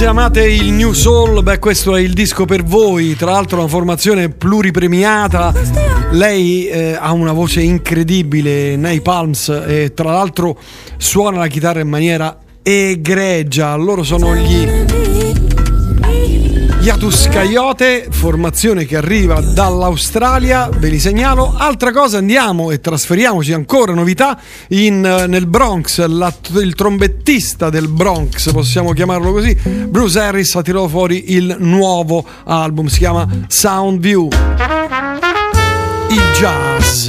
se amate il New Soul, beh, questo è il disco per voi. Tra l'altro una formazione pluripremiata. Lei ha una voce incredibile, Nay Palms, e tra l'altro suona la chitarra in maniera egregia. Loro sono gli Hiatus Coyote, formazione che arriva dall'Australia, ve li segnalo. Altra cosa, andiamo e trasferiamoci ancora, novità nel Bronx, il trombettista del Bronx, possiamo chiamarlo così, Bruce Harris ha tirato fuori il nuovo album, si chiama Sound View, il jazz.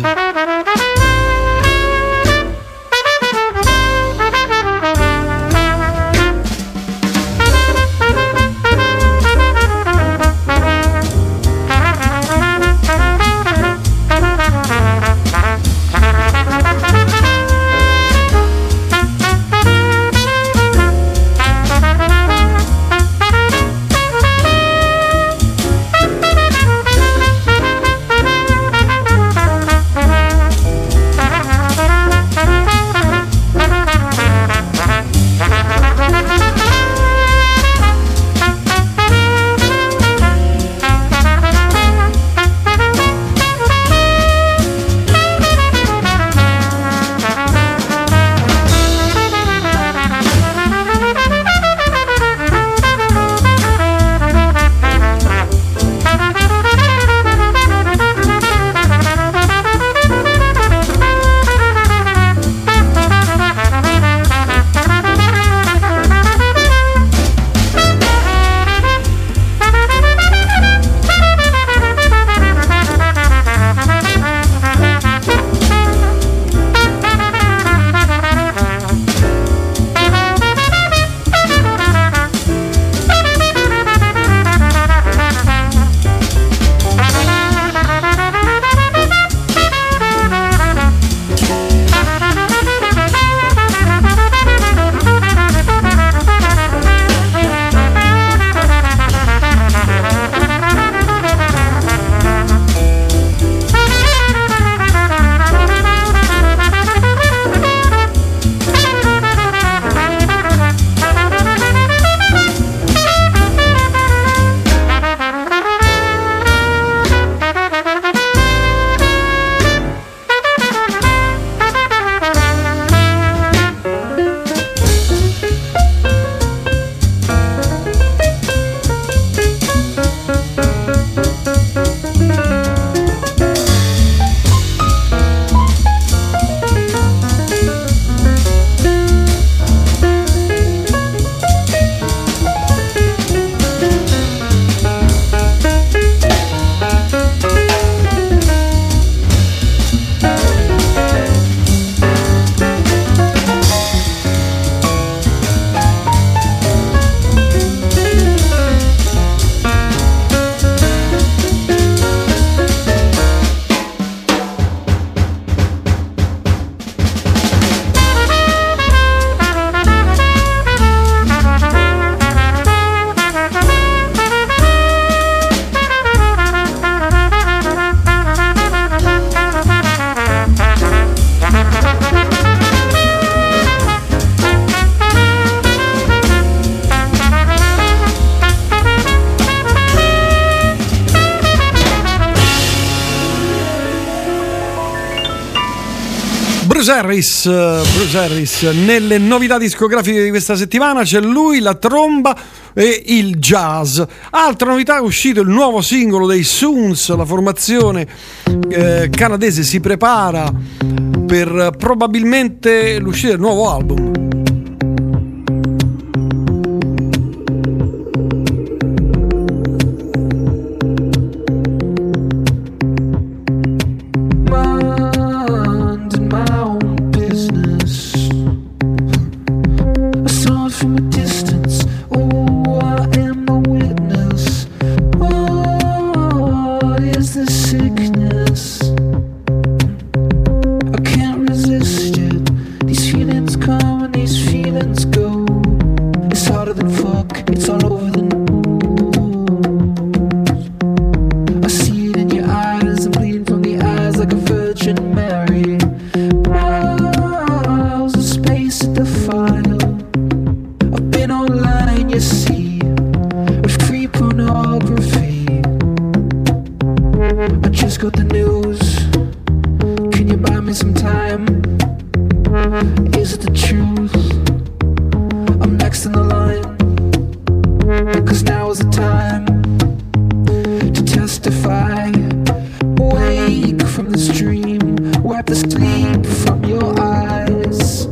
Bruce Harris, nelle novità discografiche di questa settimana c'è lui, la tromba e il jazz. Altra novità, è uscito il nuovo singolo dei Soons, la formazione canadese si prepara per probabilmente l'uscita del nuovo album. These feelings coming now's the time to testify. Wake from this dream, wipe the sleep from your eyes.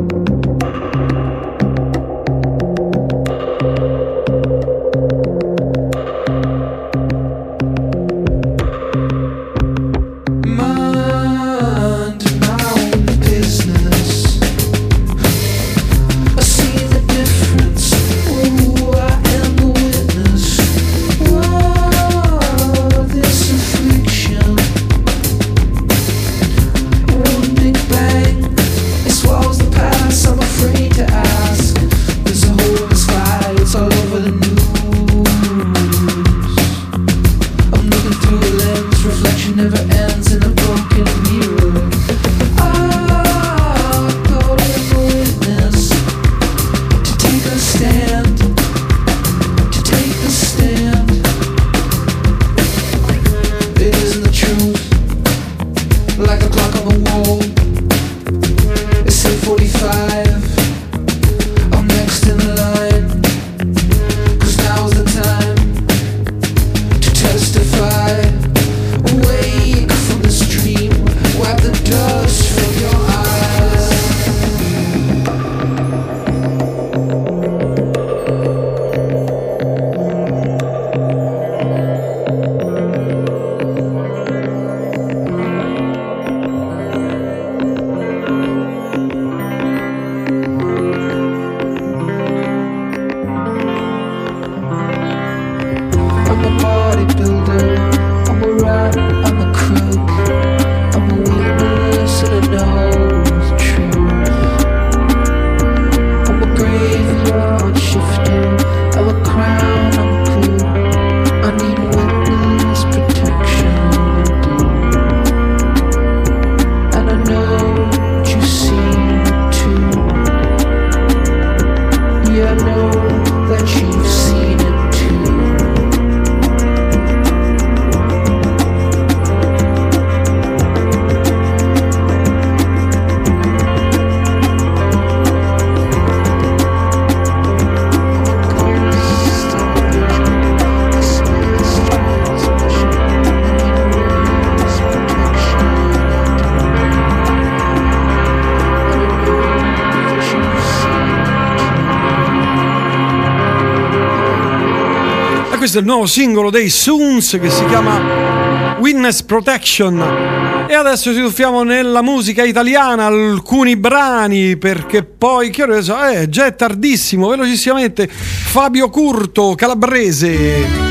Questo è il nuovo singolo dei Soons che si chiama Witness Protection. E adesso ci tuffiamo nella musica italiana, alcuni brani, perché poi che ora so, già è tardissimo. Velocissimamente Fabio Curto, Calabrese.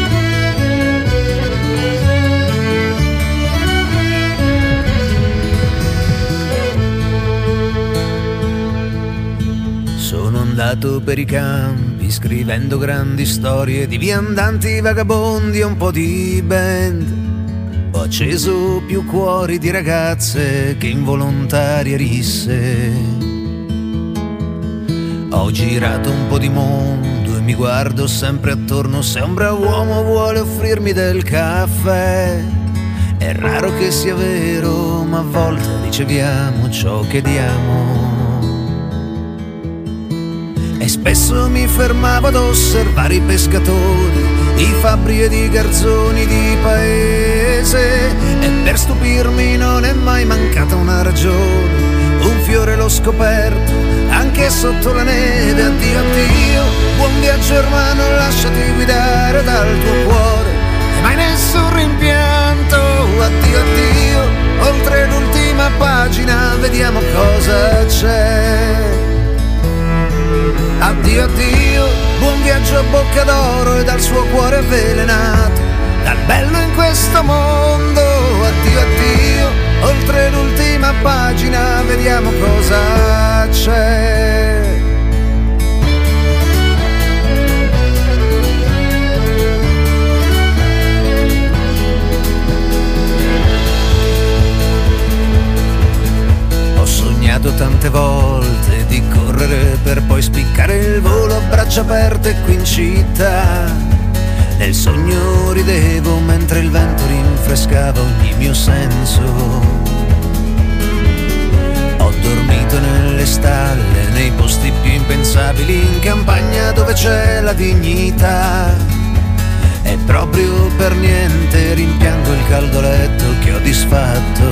Andato per i campi scrivendo grandi storie di viandanti vagabondi e un po' di band. Ho acceso più cuori di ragazze che involontarie risse. Ho girato un po' di mondo e mi guardo sempre attorno se un bravo uomo vuole offrirmi del caffè. È raro che sia vero, ma a volte riceviamo ciò che diamo. E spesso mi fermavo ad osservare i pescatori, i fabbri ed i garzoni di paese. E per stupirmi non è mai mancata una ragione, un fiore l'ho scoperto anche sotto la neve. Addio, addio, buon viaggio hermano, lasciati guidare dal tuo cuore e mai nessun rimpianto. Addio, addio, oltre l'ultima pagina vediamo cosa c'è. Addio, addio, buon viaggio a bocca d'oro e dal suo cuore avvelenato, dal bello in questo mondo. Addio, addio, oltre l'ultima pagina vediamo cosa c'è. Ho sognato tante volte di correre per poi spiccare il volo a braccia aperte qui in città. Nel sogno ridevo mentre il vento rinfrescava ogni mio senso. Ho dormito nelle stalle, nei posti più impensabili, in campagna dove c'è la dignità. proprio per niente rimpiango il caldo letto che ho disfatto.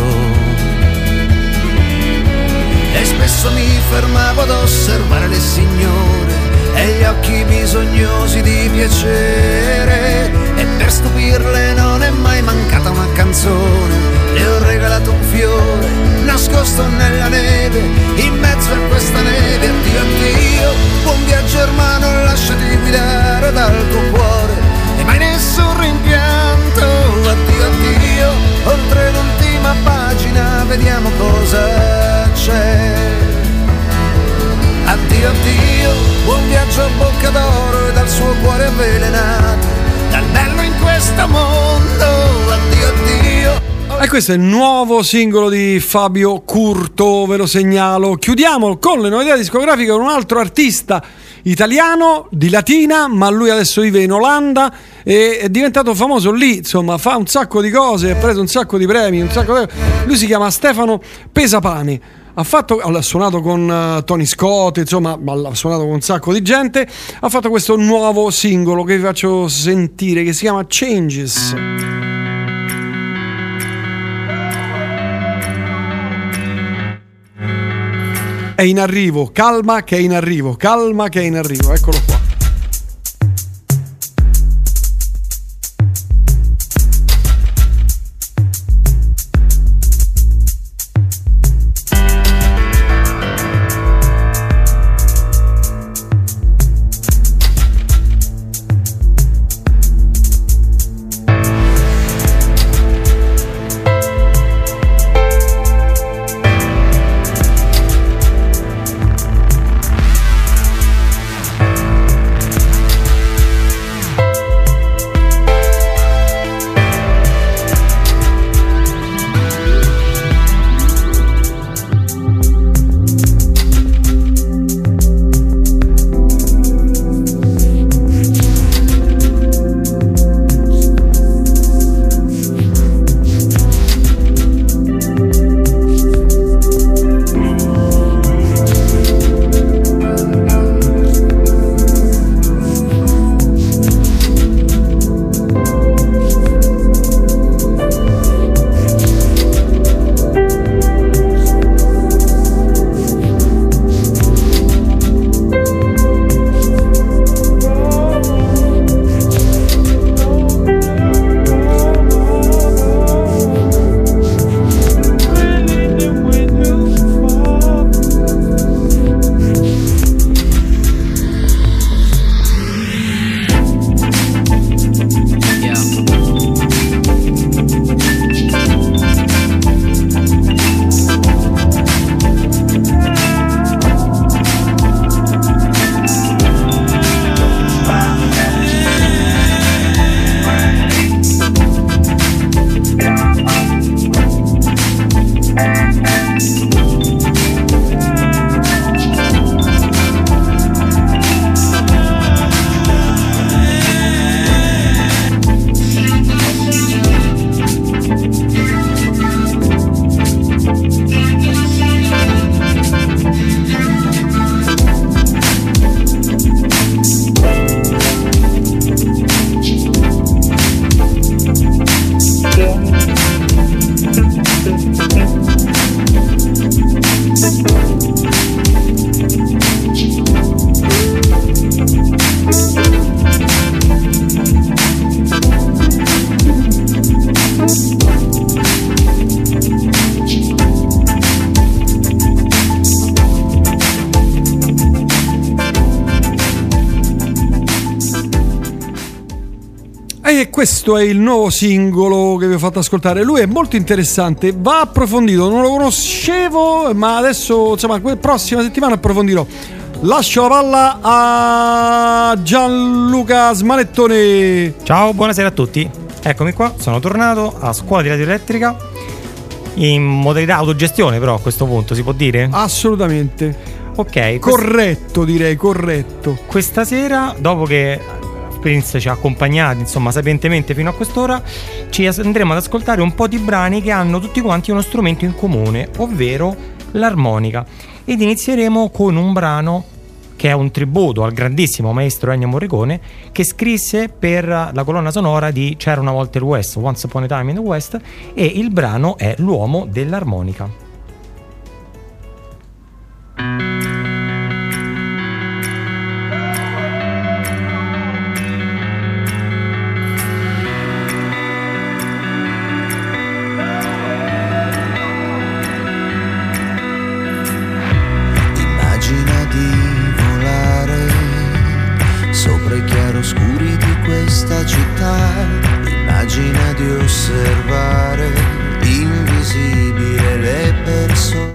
E spesso mi fermavo ad osservare le signore e gli occhi bisognosi di piacere, e per stupirle non è mai mancata una canzone. Le ho regalato un fiore nascosto nella neve, in mezzo a questa neve. Addio, addio, buon viaggio hermano, lasciati guidare dal tuo cuore e mai nessun rimpianto. Addio, addio, oltre l'ultima pagina vediamo cosa c'è. Addio, addio, buon viaggio a bocca d'oro e dal suo cuore avvelenato, dal bello in questo mondo. Addio, addio. E questo è il nuovo singolo di Fabio Curto, ve lo segnalo. Chiudiamo con le novità discografiche con un altro artista italiano di Latina, ma lui adesso vive in Olanda e è diventato famoso lì, insomma, fa un sacco di cose, ha preso un sacco di premi, lui si chiama Stefano Pesapane. Ha suonato con Tony Scott, insomma, ha suonato con un sacco di gente. Ha fatto questo nuovo singolo che vi faccio sentire, che si chiama Changes. È in arrivo, calma che è in arrivo, calma che è in arrivo, eccolo qua. E questo è il nuovo singolo che vi ho fatto ascoltare. Lui è molto interessante, va approfondito, non lo conoscevo, ma adesso, insomma, prossima settimana approfondirò. Lascio la palla a Gianluca Smanettone. Ciao, buonasera a tutti. Eccomi qua, sono tornato a scuola di radioelettrica in modalità autogestione, però a questo punto si può dire? Assolutamente. Ok. Corretto, direi, corretto. Questa sera, dopo che Prince ci ha accompagnati, insomma, sapientemente fino a quest'ora, ci andremo ad ascoltare un po' di brani che hanno tutti quanti uno strumento in comune, ovvero l'armonica. Ed inizieremo con un brano che è un tributo al grandissimo maestro Ennio Morricone, che scrisse per la colonna sonora di C'era una volta il West, Once Upon a Time in the West, e il brano è L'uomo dell'armonica. Immagina di volare sopra i chiaroscuri di questa città. Immagina di osservare invisibile le persone.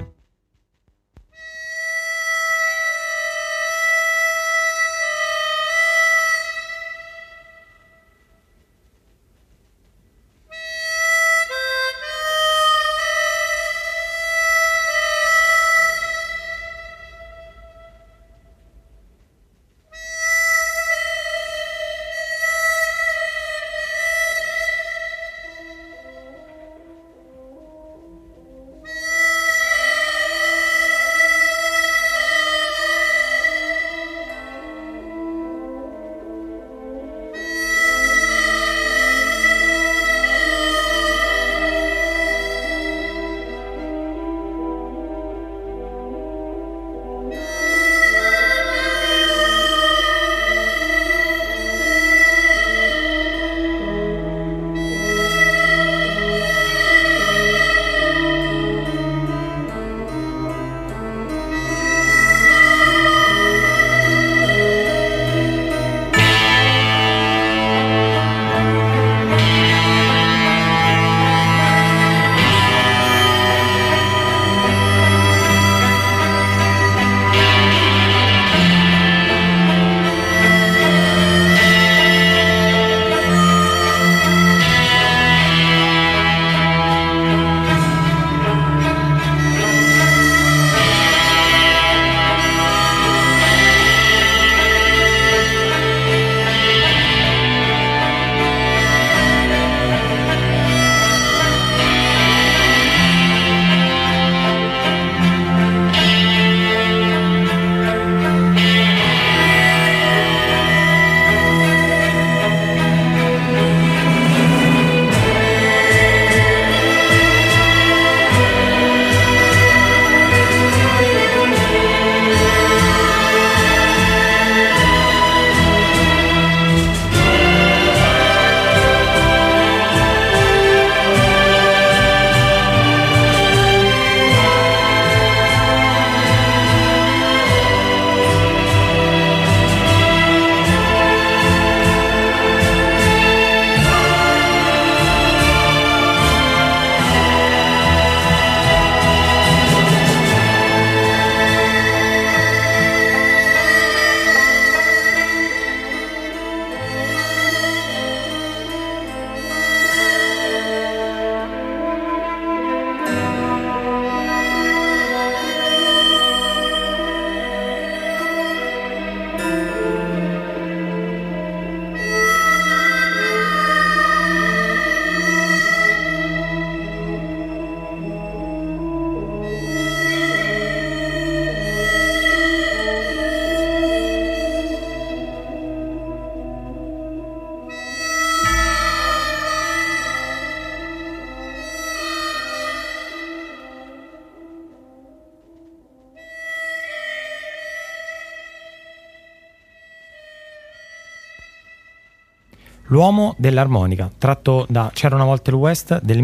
L'uomo dell'armonica, tratto da C'era una volta il West del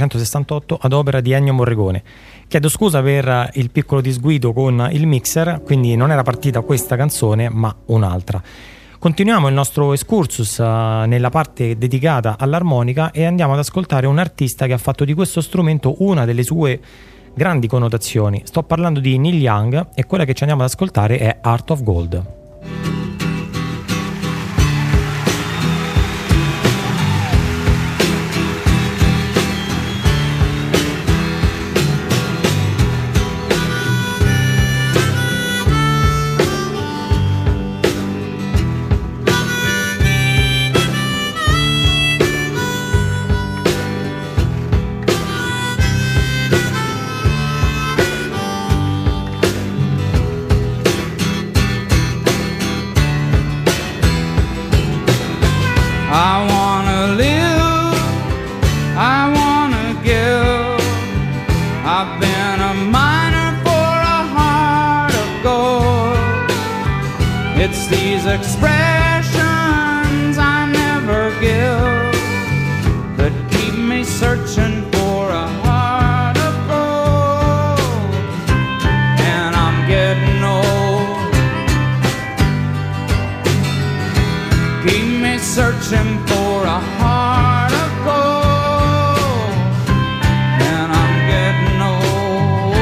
1968 ad opera di Ennio Morricone. Chiedo scusa per il piccolo disguido con il mixer, quindi non era partita questa canzone ma un'altra. Continuiamo il nostro excursus nella parte dedicata all'armonica e andiamo ad ascoltare un artista che ha fatto di questo strumento una delle sue grandi connotazioni. Sto parlando di Neil Young e quella che ci andiamo ad ascoltare è Heart of Gold. I wanna live, I wanna give. I've been a miner for a heart of gold. It's these expressions I never give that keep me searching for a heart of gold. And I'm getting old. Keep me searching for a heart of gold. And I'm getting old.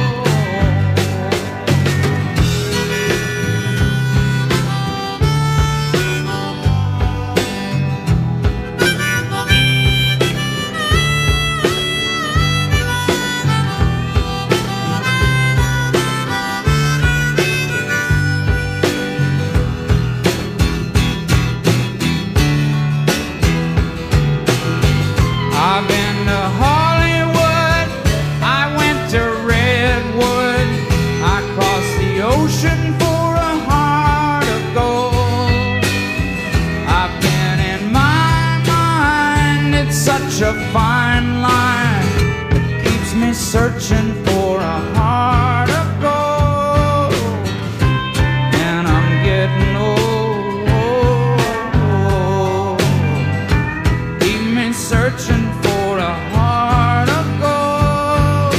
I've been to Hollywood, I went to Redwood, I crossed the ocean for a heart of gold. I've been in my mind, it's such a fine line that keeps me searching for a heart of gold. And I'm getting old. Keep me searching for a heart of gold.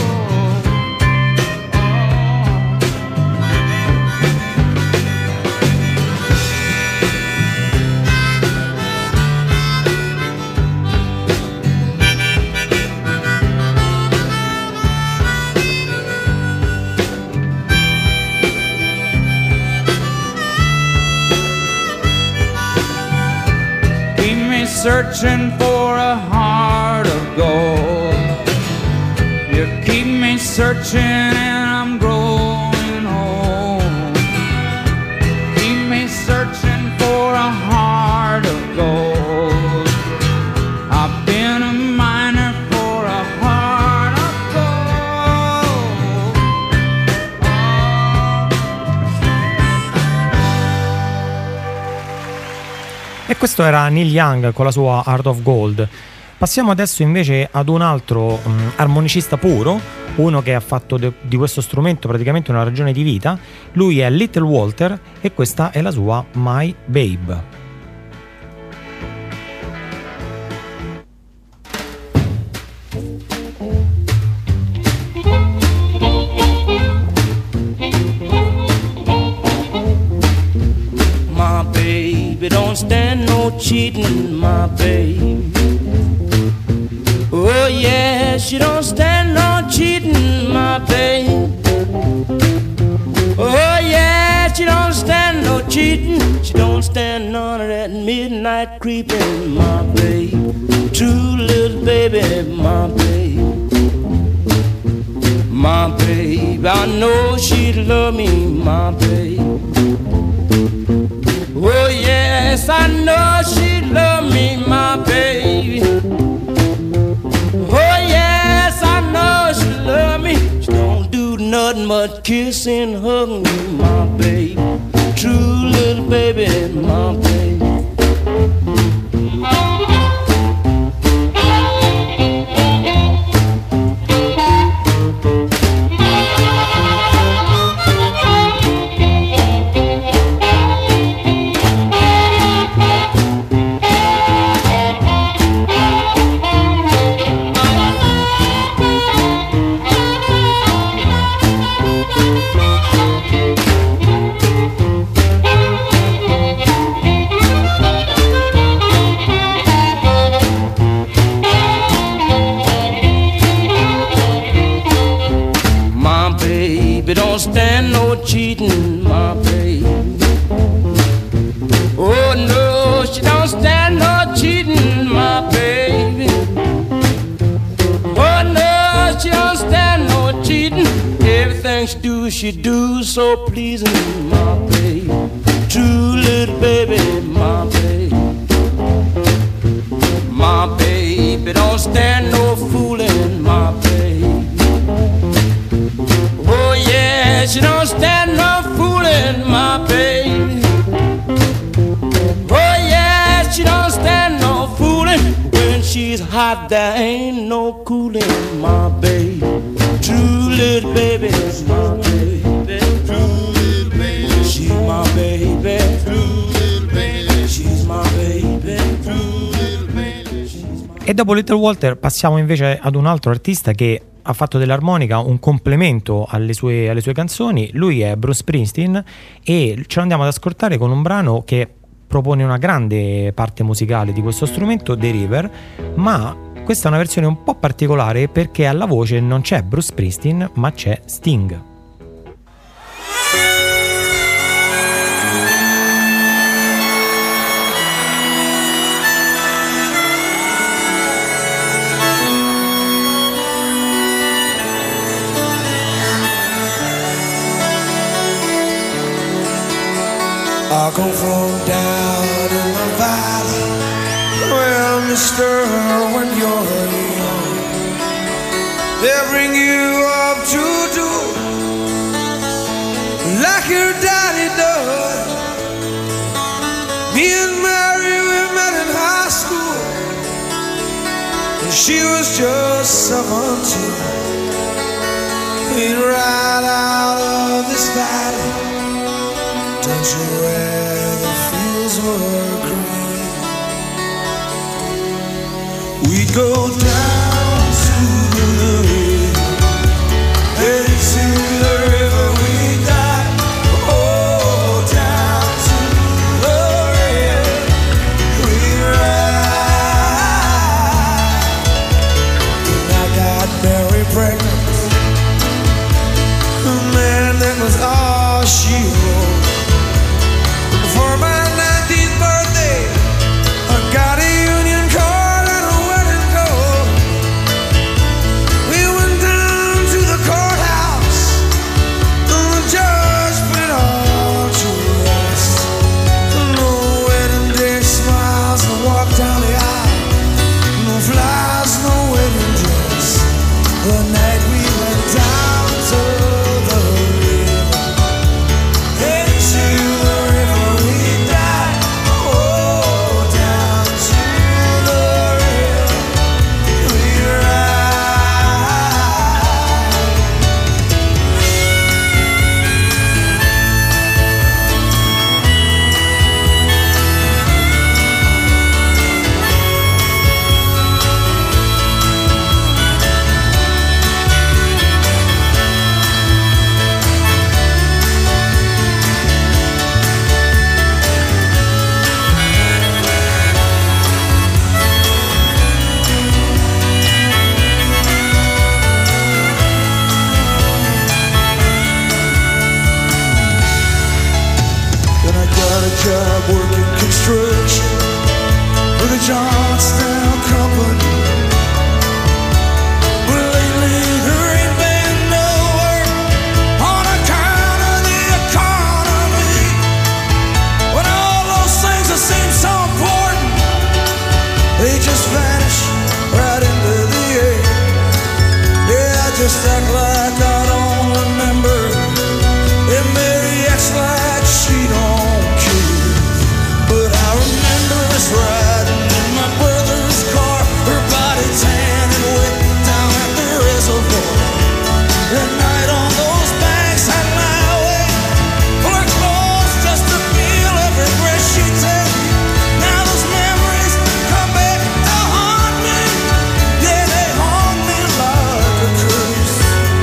Keep me searching for a heart of gold. You keep me searching and I'm growing old. Keep me searching for a heart of gold. I've been a miner for a heart of gold. E questo era Neil Young con la sua Heart of Gold. Passiamo adesso invece ad un altro armonicista puro, uno che ha fatto di questo strumento praticamente una ragione di vita. Lui è Little Walter e questa è la sua My Babe. My baby don't stand no cheating, my baby. Oh yeah, she don't stand no cheating, my baby. Oh yeah, she don't stand no cheating. She don't stand none of that midnight creeping, my baby. True little baby, my baby. My baby, I know she'd love me, my baby. Oh yes, I know she'd love me, my baby. Oh yes, I know she love me. She don't do nothing but kiss and hug me, my baby. True little baby, my baby. Don't stand no cheating, my baby. Oh no, she don't stand no cheating, my baby. Oh no, she don't stand no cheating. Everything she do so pleasing, my baby. True little baby, my baby. My baby don't stand no fooling, my baby. Oh yeah, she don't stand no fooling, my baby. Oh yeah, she don't stand hot, there ain't no cooling my baby. True little baby is my baby. True little baby, she's my baby. True little baby, she's my baby. True little baby, she's my E dopo Little Walter passiamo invece ad un altro artista che ha fatto dell'armonica un complemento alle sue canzoni. Lui è Bruce Springsteen e ce lo andiamo ad ascoltare con un brano che propone una grande parte musicale di questo strumento, The River, ma questa è una versione un po' particolare perché alla voce non c'è Bruce Springsteen ma c'è Sting. I come from down in the valley. Well, mister, when you're young, they bring you up to do like your daddy does. Me and Mary, we met in high school, and she was just 17. We'd ride out of this valley. Don't you where the fields were green? We'd go down to the river, and to the river we'd dive. Oh, down to the river we'd ride. And I got Mary pregnant, man, that was all she wrote. For my 19th birthday, I got a union card and a wedding coat. We went down to the courthouse, and the judge put it all to rest. No wedding day smiles and walk down the aisle. No flowers, no wedding dress. The night we went down to the river, into the river we died. Oh, down to the river we ride. Then I got a job working construction for the Johnstown Company. But lately there ain't been no work on account of the economy. When all those things that seem so important, they just vanish right into the air. Yeah, I just act like I don't remember. And Mary acts like she don't care. But I remember us riding in my brother's car, her body tan and wet down at the reservoir. That night on those banks I lie awake, pull her close just to feel every breath she takes. Now those memories come back to haunt me. Yeah, they haunt me like a curse.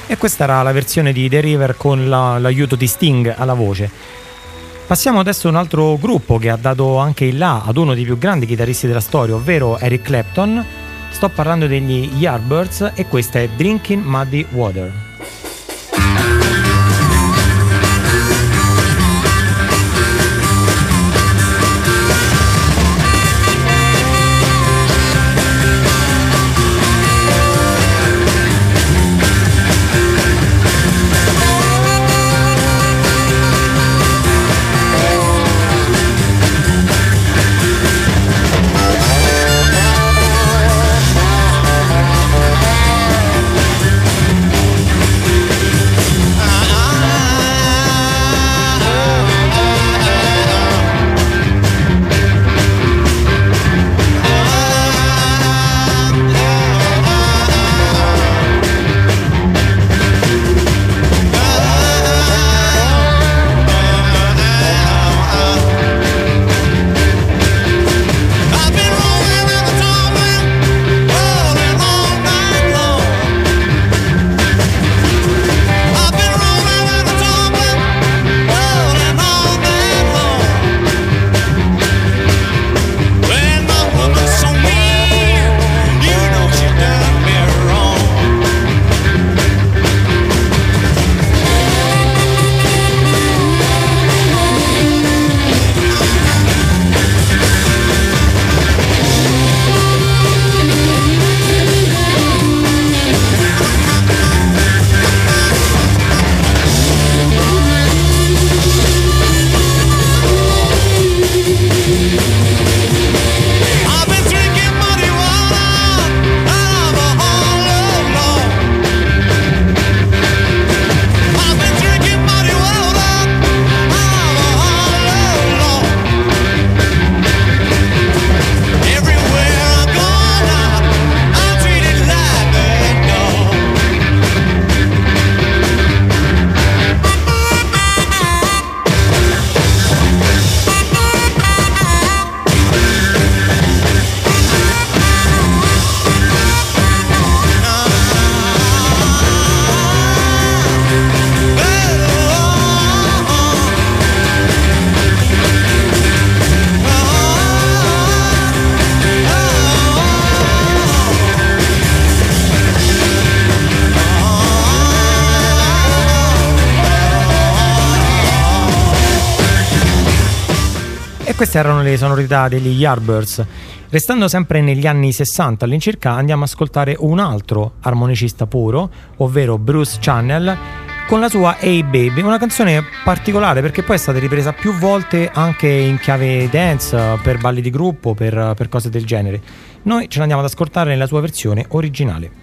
E questa era la versione di The River con l'aiuto di Sting alla voce. Passiamo adesso a un altro gruppo che ha dato anche il là ad uno dei più grandi chitarristi della storia, ovvero Eric Clapton. Sto parlando degli Yardbirds e questa è Drinking Muddy Water. Queste erano le sonorità degli Yardbirds. Restando sempre negli anni 60 all'incirca, andiamo ad ascoltare un altro armonicista puro, ovvero Bruce Channel, con la sua Hey Baby, una canzone particolare perché poi è stata ripresa più volte anche in chiave dance, per balli di gruppo, per cose del genere. Noi ce l'andiamo ad ascoltare nella sua versione originale.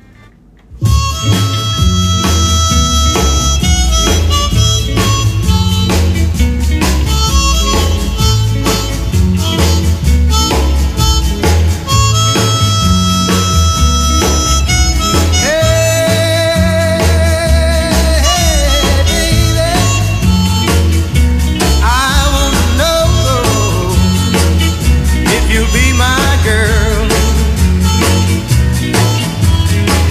Be my girl.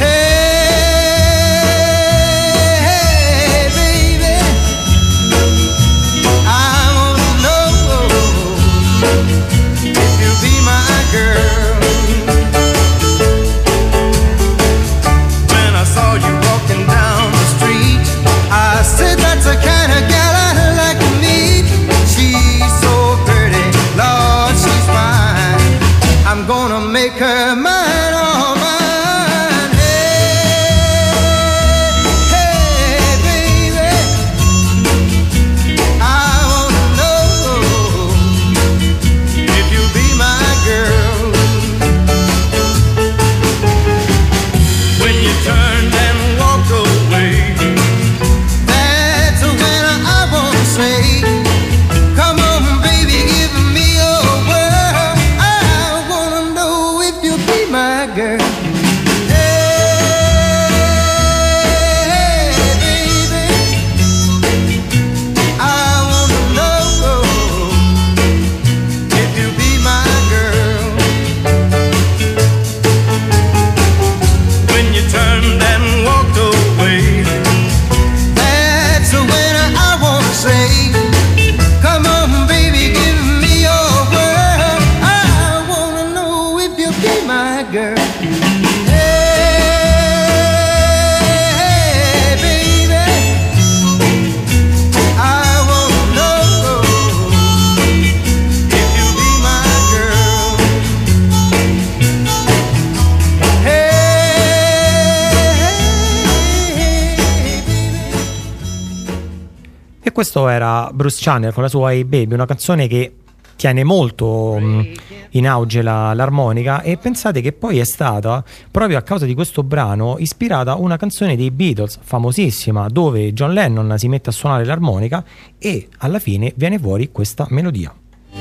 questo era Bruce Channel con la sua Hey Baby, una canzone che tiene molto in auge l'armonica, e pensate che poi è stata, proprio a causa di questo brano, ispirata una canzone dei Beatles famosissima, dove John Lennon si mette a suonare l'armonica e alla fine viene fuori questa melodia.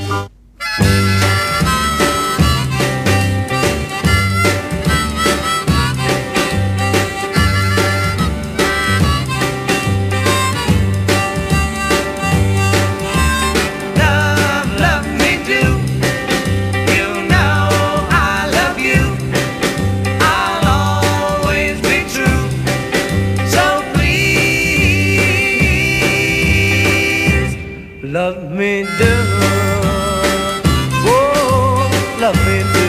Love me do, oh, love me do.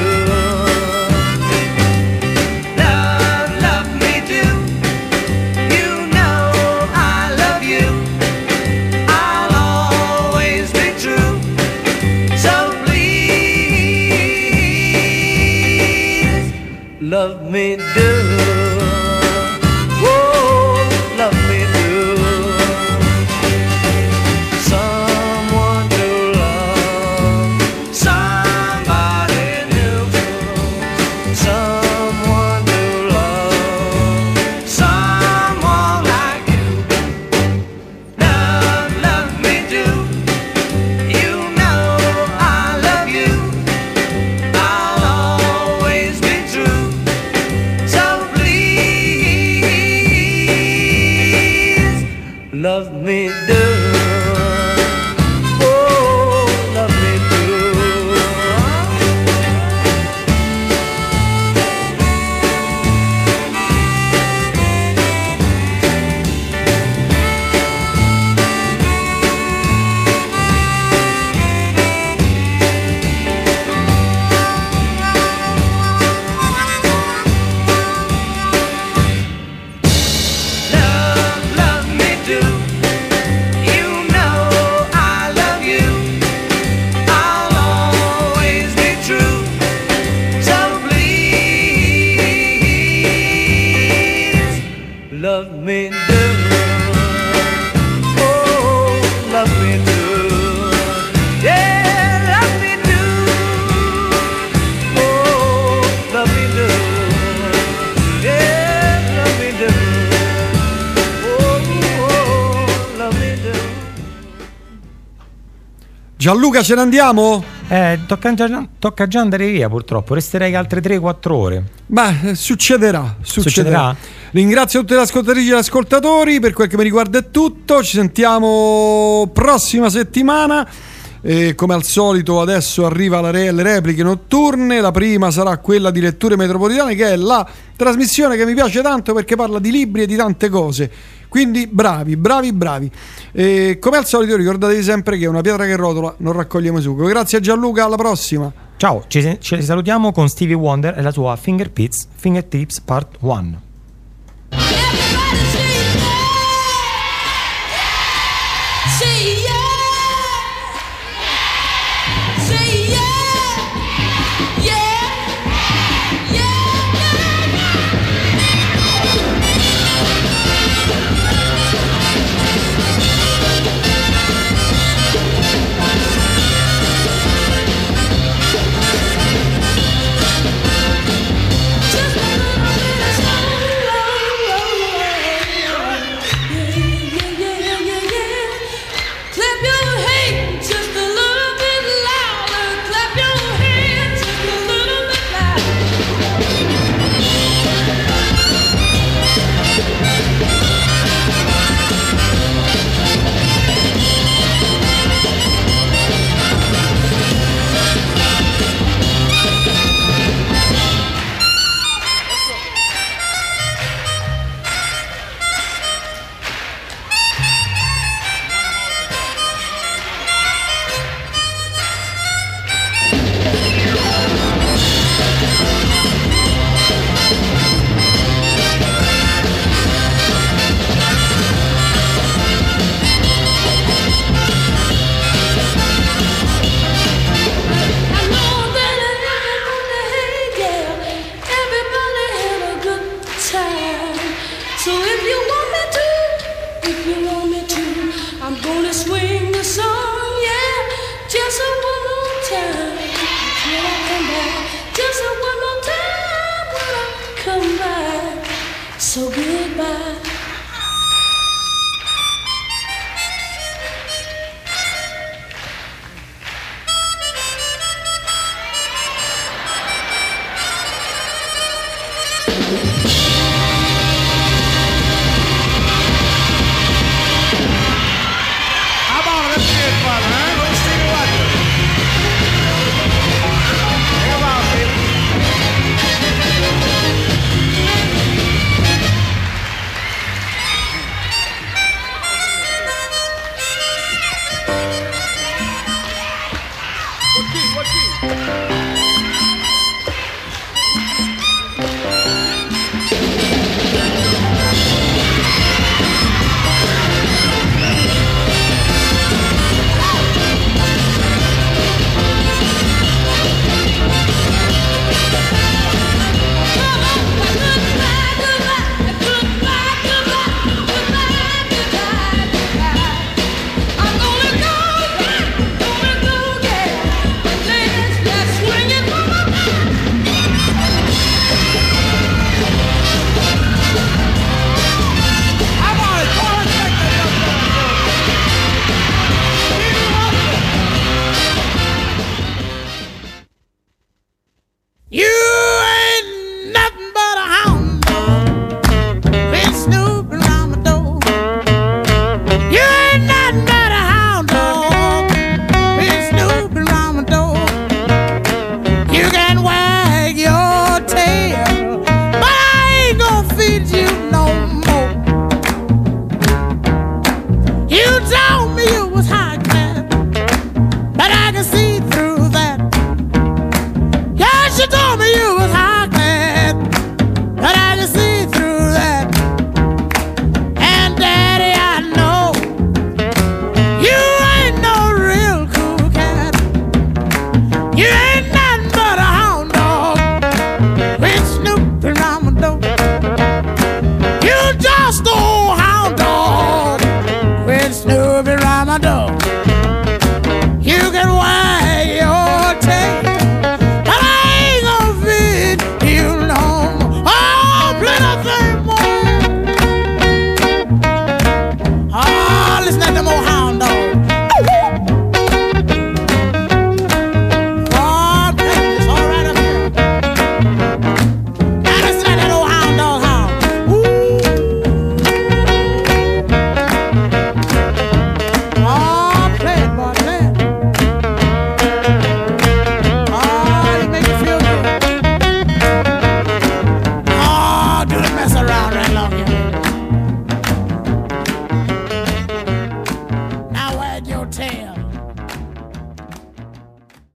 Love me do. You know I love you. I'll always be true. So please, love me do. Oh, love me do. Love me do, oh, love me do. Love me do, oh, love me do, yeah, love me do, oh, love me do, yeah, love me do, oh, love me do. Gianluca, ce ne andiamo? Tocca già andare via, purtroppo. Resterei altre 3-4 ore. Ma succederà. Ringrazio tutte le ascoltatrici e gli ascoltatori. Per quel che mi riguarda è tutto. Ci sentiamo prossima settimana. Come al solito adesso arriva le repliche notturne. La prima sarà quella di Letture Metropolitane, che è la trasmissione che mi piace tanto perché parla di libri e di tante cose. Quindi bravi. Come al solito ricordatevi sempre che una pietra che rotola non raccoglie mai succo. Grazie a Gianluca, alla prossima. Ciao, ci salutiamo con Stevie Wonder e la sua Fingertips Part 1. I'm gonna so good.